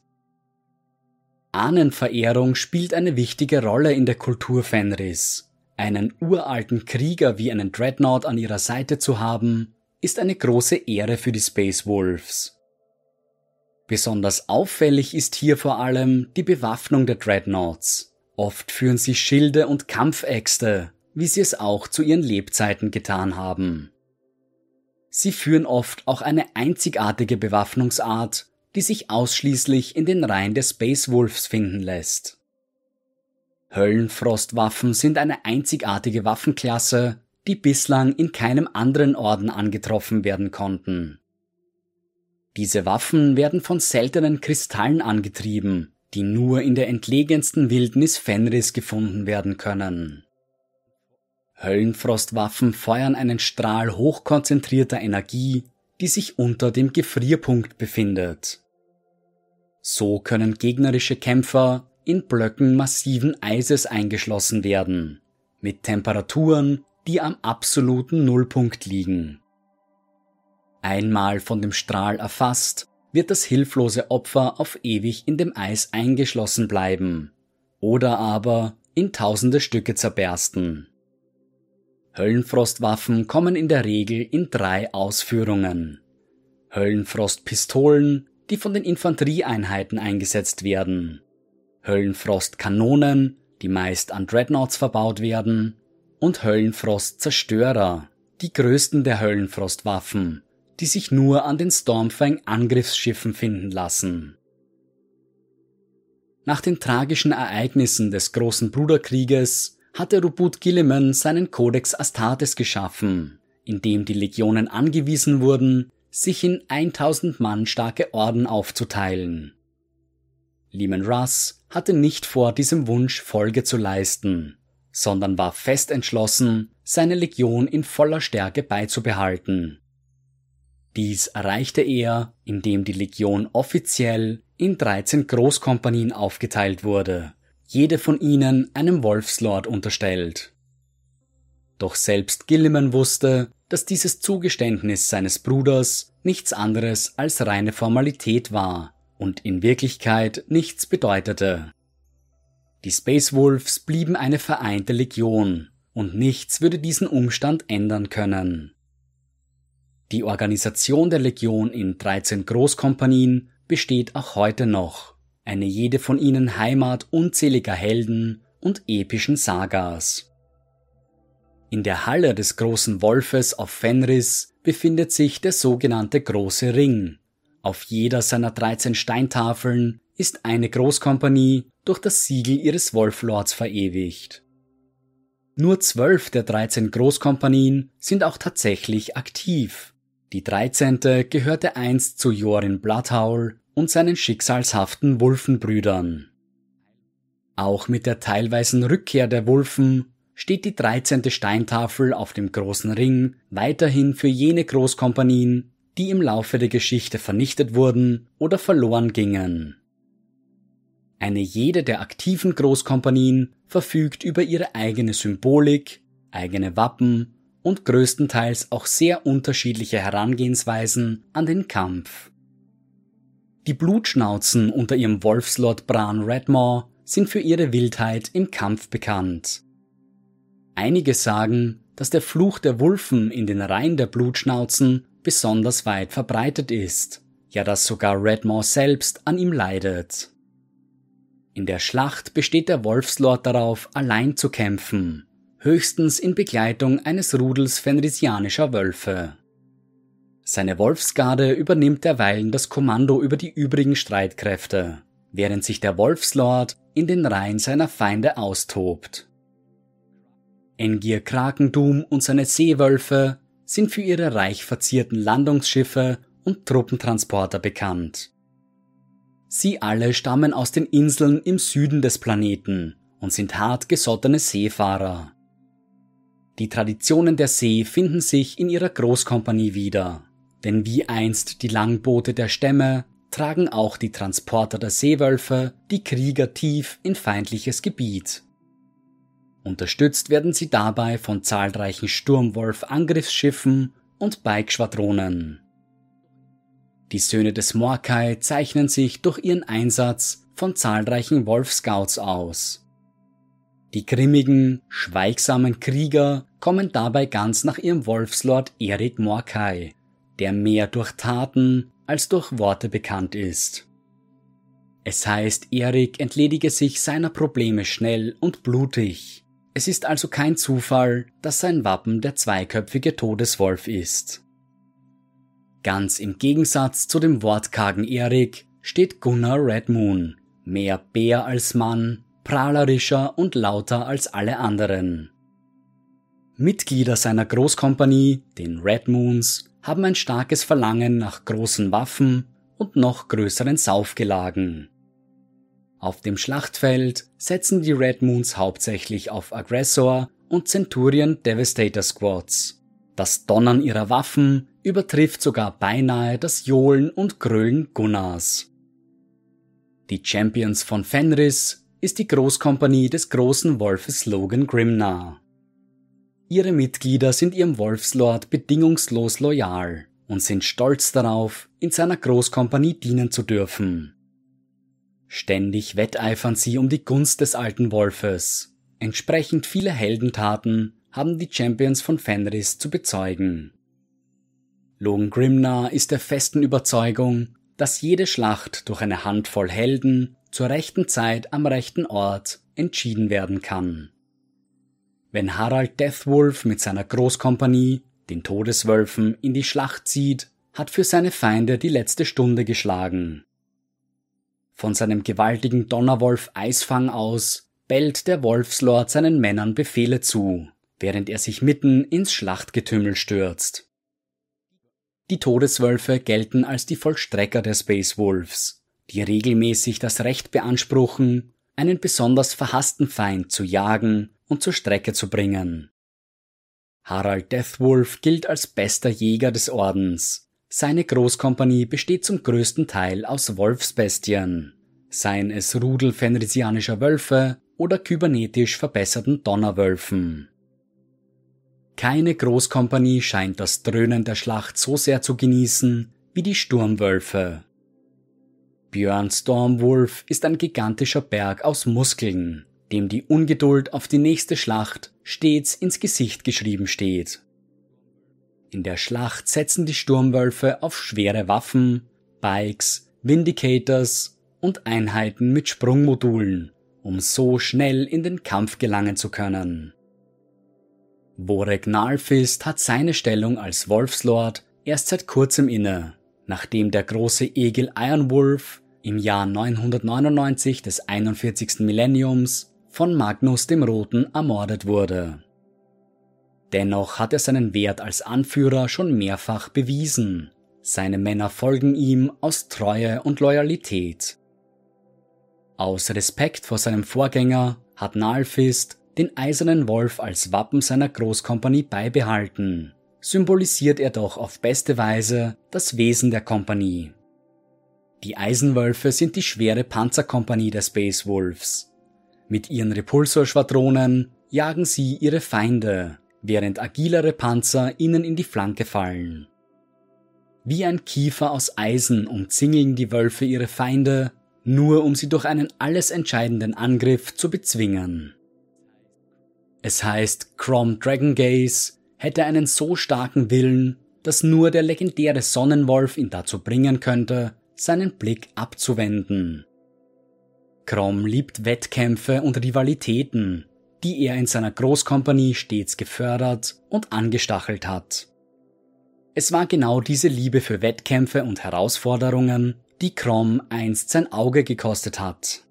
Ahnenverehrung spielt eine wichtige Rolle in der Kultur Fenris. Einen uralten Krieger wie einen Dreadnought an ihrer Seite zu haben, ist eine große Ehre für die Space Wolves. Besonders auffällig ist hier vor allem die Bewaffnung der Dreadnoughts. Oft führen sie Schilde und Kampfäxte, wie sie es auch zu ihren Lebzeiten getan haben. Sie führen oft auch eine einzigartige Bewaffnungsart, die sich ausschließlich in den Reihen der Space Wolves finden lässt. Höllenfrostwaffen sind eine einzigartige Waffenklasse, die bislang in keinem anderen Orden angetroffen werden konnten. Diese Waffen werden von seltenen Kristallen angetrieben, die nur in der entlegensten Wildnis Fenris gefunden werden können. Höllenfrostwaffen feuern einen Strahl hochkonzentrierter Energie, die sich unter dem Gefrierpunkt befindet. So können gegnerische Kämpfer in Blöcken massiven Eises eingeschlossen werden, mit Temperaturen, die am absoluten Nullpunkt liegen. Einmal von dem Strahl erfasst, wird das hilflose Opfer auf ewig in dem Eis eingeschlossen bleiben oder aber in tausende Stücke zerbersten. Höllenfrostwaffen kommen in der Regel in 3 Ausführungen. Höllenfrostpistolen, die von den Infanterieeinheiten eingesetzt werden. Höllenfrostkanonen, die meist an Dreadnoughts verbaut werden. Und Höllenfrostzerstörer, die größten der Höllenfrostwaffen, die sich nur an den Stormfang-Angriffsschiffen finden lassen. Nach den tragischen Ereignissen des Großen Bruderkrieges hatte Ruput Guilliman seinen Codex Astartes geschaffen, in dem die Legionen angewiesen wurden, sich in 1000 Mann starke Orden aufzuteilen. Leman Russ hatte nicht vor, diesem Wunsch Folge zu leisten, sondern war fest entschlossen, seine Legion in voller Stärke beizubehalten. Dies erreichte er, indem die Legion offiziell in 13 Großkompanien aufgeteilt wurde, jede von ihnen einem Wolfslord unterstellt. Doch selbst Guilliman wusste, dass dieses Zugeständnis seines Bruders nichts anderes als reine Formalität war und in Wirklichkeit nichts bedeutete. Die Space Wolves blieben eine vereinte Legion und nichts würde diesen Umstand ändern können. Die Organisation der Legion in 13 Großkompanien besteht auch heute noch, eine jede von ihnen Heimat unzähliger Helden und epischen Sagas. In der Halle des Großen Wolfes auf Fenris befindet sich der sogenannte Große Ring. Auf jeder seiner 13 Steintafeln ist eine Großkompanie durch das Siegel ihres Wolflords verewigt. Nur 12 der 13 Großkompanien sind auch tatsächlich aktiv. Die 13. gehörte einst zu Yorin Bloodhowl und seinen schicksalshaften Wulfenbrüdern. Auch mit der teilweisen Rückkehr der Wulfen steht die 13. Steintafel auf dem Großen Ring weiterhin für jene Großkompanien, die im Laufe der Geschichte vernichtet wurden oder verloren gingen. Eine jede der aktiven Großkompanien verfügt über ihre eigene Symbolik, eigene Wappen und größtenteils auch sehr unterschiedliche Herangehensweisen an den Kampf. Die Blutschnauzen unter ihrem Wolfslord Bran Redmaw sind für ihre Wildheit im Kampf bekannt. Einige sagen, dass der Fluch der Wulfen in den Reihen der Blutschnauzen besonders weit verbreitet ist, ja dass sogar Redmaw selbst an ihm leidet. In der Schlacht besteht der Wolfslord darauf, allein zu kämpfen, höchstens in Begleitung eines Rudels fenrisianischer Wölfe. Seine Wolfsgarde übernimmt derweilen das Kommando über die übrigen Streitkräfte, während sich der Wolfslord in den Reihen seiner Feinde austobt. Engir Krakendum und seine Seewölfe sind für ihre reich verzierten Landungsschiffe und Truppentransporter bekannt. Sie alle stammen aus den Inseln im Süden des Planeten und sind hart gesottene Seefahrer. Die Traditionen der See finden sich in ihrer Großkompanie wieder, denn wie einst die Langboote der Stämme tragen auch die Transporter der Seewölfe die Krieger tief in feindliches Gebiet. Unterstützt werden sie dabei von zahlreichen Sturmwolf-Angriffsschiffen und Bike-Schwadronen. Die Söhne des Morkai zeichnen sich durch ihren Einsatz von zahlreichen Wolf-Scouts aus. Die grimmigen, schweigsamen Krieger kommen dabei ganz nach ihrem Wolfslord Erik Morkai, der mehr durch Taten als durch Worte bekannt ist. Es heißt, Erik entledige sich seiner Probleme schnell und blutig. Es ist also kein Zufall, dass sein Wappen der zweiköpfige Todeswolf ist. Ganz im Gegensatz zu dem wortkargen Erik steht Gunnar Redmoon, mehr Bär als Mann, prahlerischer und lauter als alle anderen. Mitglieder seiner Großkompanie, den Red Moons, haben ein starkes Verlangen nach großen Waffen und noch größeren Saufgelagen. Auf dem Schlachtfeld setzen die Red Moons hauptsächlich auf Aggressor und Centurion Devastator Squads. Das Donnern ihrer Waffen übertrifft sogar beinahe das Johlen und Grölen Gunnars. Die Champions von Fenris ist die Großkompanie des großen Wolfes Logan Grimnar. Ihre Mitglieder sind ihrem Wolfslord bedingungslos loyal und sind stolz darauf, in seiner Großkompanie dienen zu dürfen. Ständig wetteifern sie um die Gunst des alten Wolfes. Entsprechend viele Heldentaten haben die Champions von Fenris zu bezeugen. Logan Grimnar ist der festen Überzeugung, dass jede Schlacht durch eine Handvoll Helden zur rechten Zeit am rechten Ort entschieden werden kann. Wenn Harald Deathwolf mit seiner Großkompanie, den Todeswölfen, in die Schlacht zieht, hat für seine Feinde die letzte Stunde geschlagen. Von seinem gewaltigen Donnerwolf Eisfang aus bellt der Wolfslord seinen Männern Befehle zu, während er sich mitten ins Schlachtgetümmel stürzt. Die Todeswölfe gelten als die Vollstrecker der Space Wolves, die regelmäßig das Recht beanspruchen, einen besonders verhassten Feind zu jagen und zur Strecke zu bringen. Harald Deathwolf gilt als bester Jäger des Ordens. Seine Großkompanie besteht zum größten Teil aus Wolfsbestien, seien es Rudel fenrisianischer Wölfe oder kybernetisch verbesserten Donnerwölfen. Keine Großkompanie scheint das Dröhnen der Schlacht so sehr zu genießen wie die Sturmwölfe. Björn Stormwolf ist ein gigantischer Berg aus Muskeln, dem die Ungeduld auf die nächste Schlacht stets ins Gesicht geschrieben steht. In der Schlacht setzen die Sturmwölfe auf schwere Waffen, Bikes, Vindicators und Einheiten mit Sprungmodulen, um so schnell in den Kampf gelangen zu können. Vorek Nalfist hat seine Stellung als Wolfslord erst seit kurzem inne, nachdem der große Egil Ironwolf im Jahr 999 des 41. Millenniums von Magnus dem Roten ermordet wurde. Dennoch hat er seinen Wert als Anführer schon mehrfach bewiesen. Seine Männer folgen ihm aus Treue und Loyalität. Aus Respekt vor seinem Vorgänger hat Nalfist den eisernen Wolf als Wappen seiner Großkompanie beibehalten, symbolisiert er doch auf beste Weise das Wesen der Kompanie. Die Eisenwölfe sind die schwere Panzerkompanie der Space Wolves. Mit ihren Repulsorschwadronen jagen sie ihre Feinde, während agilere Panzer ihnen in die Flanke fallen. Wie ein Kiefer aus Eisen umzingeln die Wölfe ihre Feinde, nur um sie durch einen alles entscheidenden Angriff zu bezwingen. Es heißt, Crom Dragongaze hätte einen so starken Willen, dass nur der legendäre Sonnenwolf ihn dazu bringen könnte, seinen Blick abzuwenden. Crom liebt Wettkämpfe und Rivalitäten, die er in seiner Großkompanie stets gefördert und angestachelt hat. Es war genau diese Liebe für Wettkämpfe und Herausforderungen, die Crom einst sein Auge gekostet hat.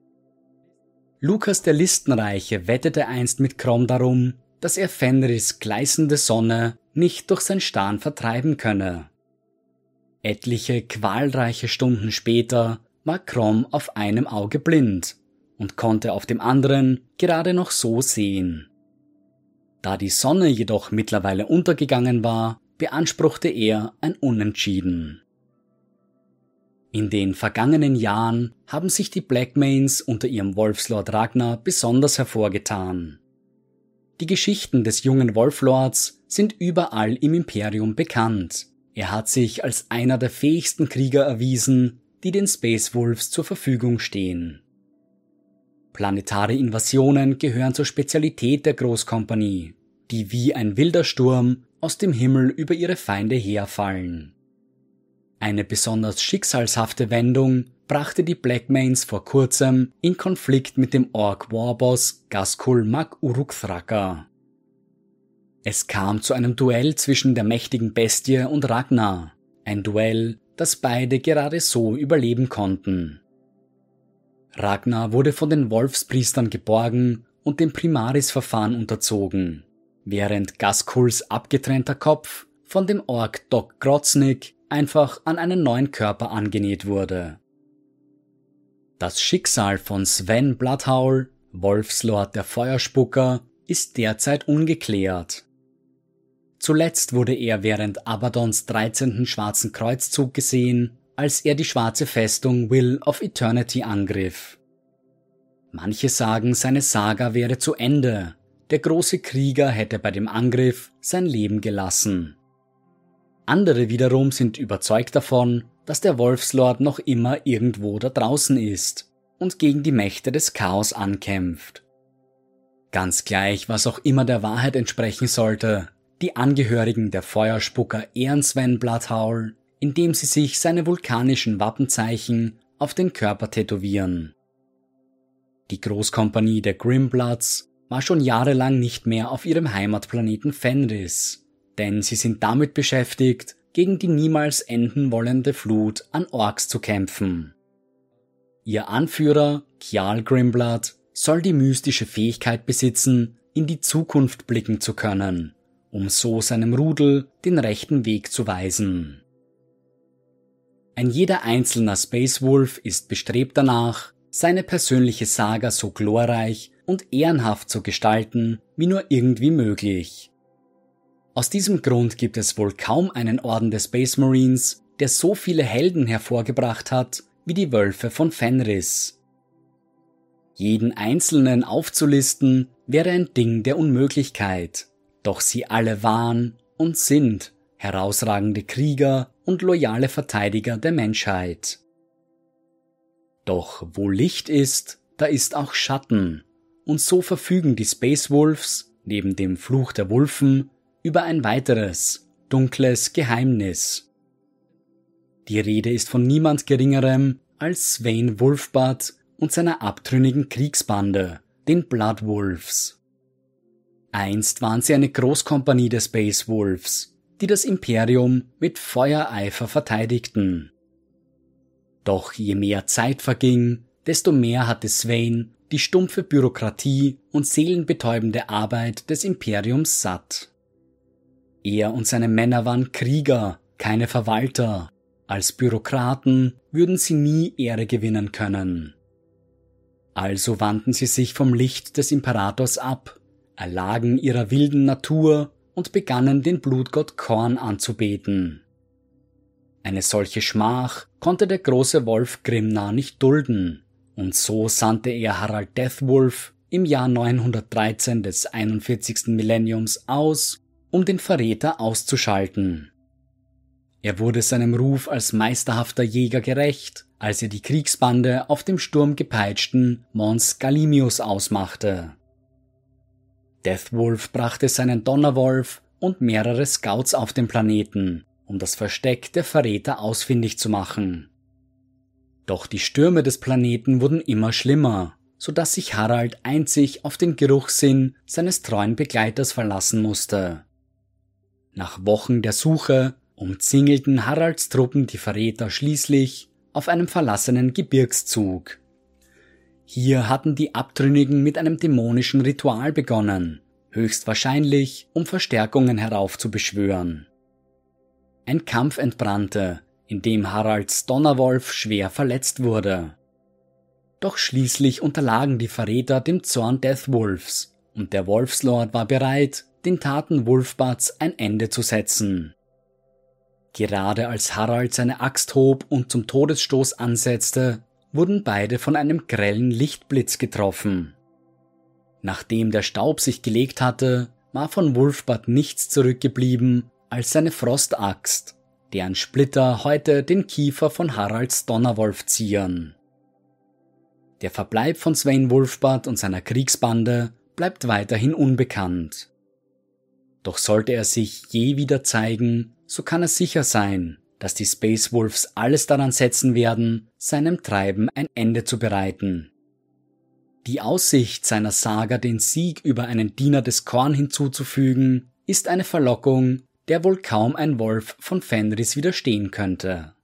Lukas der Listenreiche wettete einst mit Crom darum, dass er Fenris gleißende Sonne nicht durch sein Starren vertreiben könne. Etliche qualreiche Stunden später war Crom auf einem Auge blind und konnte auf dem anderen gerade noch so sehen. Da die Sonne jedoch mittlerweile untergegangen war, beanspruchte er ein Unentschieden. In den vergangenen Jahren haben sich die Blackmanes unter ihrem Wolfslord Ragnar besonders hervorgetan. Die Geschichten des jungen Wolflords sind überall im Imperium bekannt. Er hat sich als einer der fähigsten Krieger erwiesen, die den Space Wolves zur Verfügung stehen. Planetare Invasionen gehören zur Spezialität der Großkompanie, die wie ein wilder Sturm aus dem Himmel über ihre Feinde herfallen. Eine besonders schicksalshafte Wendung brachte die Blackmanes vor kurzem in Konflikt mit dem Ork-Warboss Ghazghkull Mag Uruk Thraka. Es kam zu einem Duell zwischen der mächtigen Bestie und Ragnar, ein Duell, das beide gerade so überleben konnten. Ragnar wurde von den Wolfspriestern geborgen und dem Primaris-Verfahren unterzogen, während Gaskuls abgetrennter Kopf von dem Ork Doc Groznyk einfach an einen neuen Körper angenäht wurde. Das Schicksal von Sven Bloodhowl, Wolfslord der Feuerspucker, ist derzeit ungeklärt. Zuletzt wurde er während Abadons 13. Schwarzen Kreuzzug gesehen, als er die schwarze Festung Will of Eternity angriff. Manche sagen, seine Saga wäre zu Ende, der große Krieger hätte bei dem Angriff sein Leben gelassen. Andere wiederum sind überzeugt davon, dass der Wolfslord noch immer irgendwo da draußen ist und gegen die Mächte des Chaos ankämpft. Ganz gleich, was auch immer der Wahrheit entsprechen sollte, die Angehörigen der Feuerspucker ehren Sven Bloodhowl, indem sie sich seine vulkanischen Wappenzeichen auf den Körper tätowieren. Die Großkompanie der Grimbloods war schon jahrelang nicht mehr auf ihrem Heimatplaneten Fenris, denn sie sind damit beschäftigt, gegen die niemals enden wollende Flut an Orks zu kämpfen. Ihr Anführer, Kjal Grimblood, soll die mystische Fähigkeit besitzen, in die Zukunft blicken zu können, um so seinem Rudel den rechten Weg zu weisen. Ein jeder einzelne Space Wolf ist bestrebt danach, seine persönliche Saga so glorreich und ehrenhaft zu gestalten, wie nur irgendwie möglich. Aus diesem Grund gibt es wohl kaum einen Orden der Space Marines, der so viele Helden hervorgebracht hat, wie die Wölfe von Fenris. Jeden einzelnen aufzulisten, wäre ein Ding der Unmöglichkeit, doch sie alle waren und sind herausragende Krieger und loyale Verteidiger der Menschheit. Doch wo Licht ist, da ist auch Schatten, und so verfügen die Space Wolves, neben dem Fluch der Wulfen, über ein weiteres, dunkles Geheimnis. Die Rede ist von niemand Geringerem als Sweyn Wolfbart und seiner abtrünnigen Kriegsbande, den Blood Wolves. Einst waren sie eine Großkompanie der Space Wolves, die das Imperium mit Feuereifer verteidigten. Doch je mehr Zeit verging, desto mehr hatte Sweyn die stumpfe Bürokratie und seelenbetäubende Arbeit des Imperiums satt. Er und seine Männer waren Krieger, keine Verwalter. Als Bürokraten würden sie nie Ehre gewinnen können. Also wandten sie sich vom Licht des Imperators ab, erlagen ihrer wilden Natur und begannen den Blutgott Khorne anzubeten. Eine solche Schmach konnte der große Wolf Grimnar nicht dulden, und so sandte er Harald Deathwolf im Jahr 913 des 41. Millenniums aus, um den Verräter auszuschalten. Er wurde seinem Ruf als meisterhafter Jäger gerecht, als er die Kriegsbande auf dem sturmgepeitschten Mons Galimius ausmachte. Deathwolf brachte seinen Donnerwolf und mehrere Scouts auf den Planeten, um das Versteck der Verräter ausfindig zu machen. Doch die Stürme des Planeten wurden immer schlimmer, sodass sich Harald einzig auf den Geruchssinn seines treuen Begleiters verlassen musste. Nach Wochen der Suche umzingelten Haralds Truppen die Verräter schließlich auf einem verlassenen Gebirgszug. Hier hatten die Abtrünnigen mit einem dämonischen Ritual begonnen, höchstwahrscheinlich um Verstärkungen heraufzubeschwören. Ein Kampf entbrannte, in dem Haralds Donnerwolf schwer verletzt wurde. Doch schließlich unterlagen die Verräter dem Zorn Deathwolfs und der Wolfslord war bereit, den Taten Wolfbarts ein Ende zu setzen. Gerade als Harald seine Axt hob und zum Todesstoß ansetzte, wurden beide von einem grellen Lichtblitz getroffen. Nachdem der Staub sich gelegt hatte, war von Wolfbart nichts zurückgeblieben als seine Frostaxt, deren Splitter heute den Kiefer von Haralds Donnerwolf zieren. Der Verbleib von Sweyn Wolfbart und seiner Kriegsbande bleibt weiterhin unbekannt. Doch sollte er sich je wieder zeigen, so kann er sicher sein, dass die Space Wolves alles daran setzen werden, seinem Treiben ein Ende zu bereiten. Die Aussicht seiner Saga, den Sieg über einen Diener des Khorne hinzuzufügen, ist eine Verlockung, der wohl kaum ein Wolf von Fenris widerstehen könnte.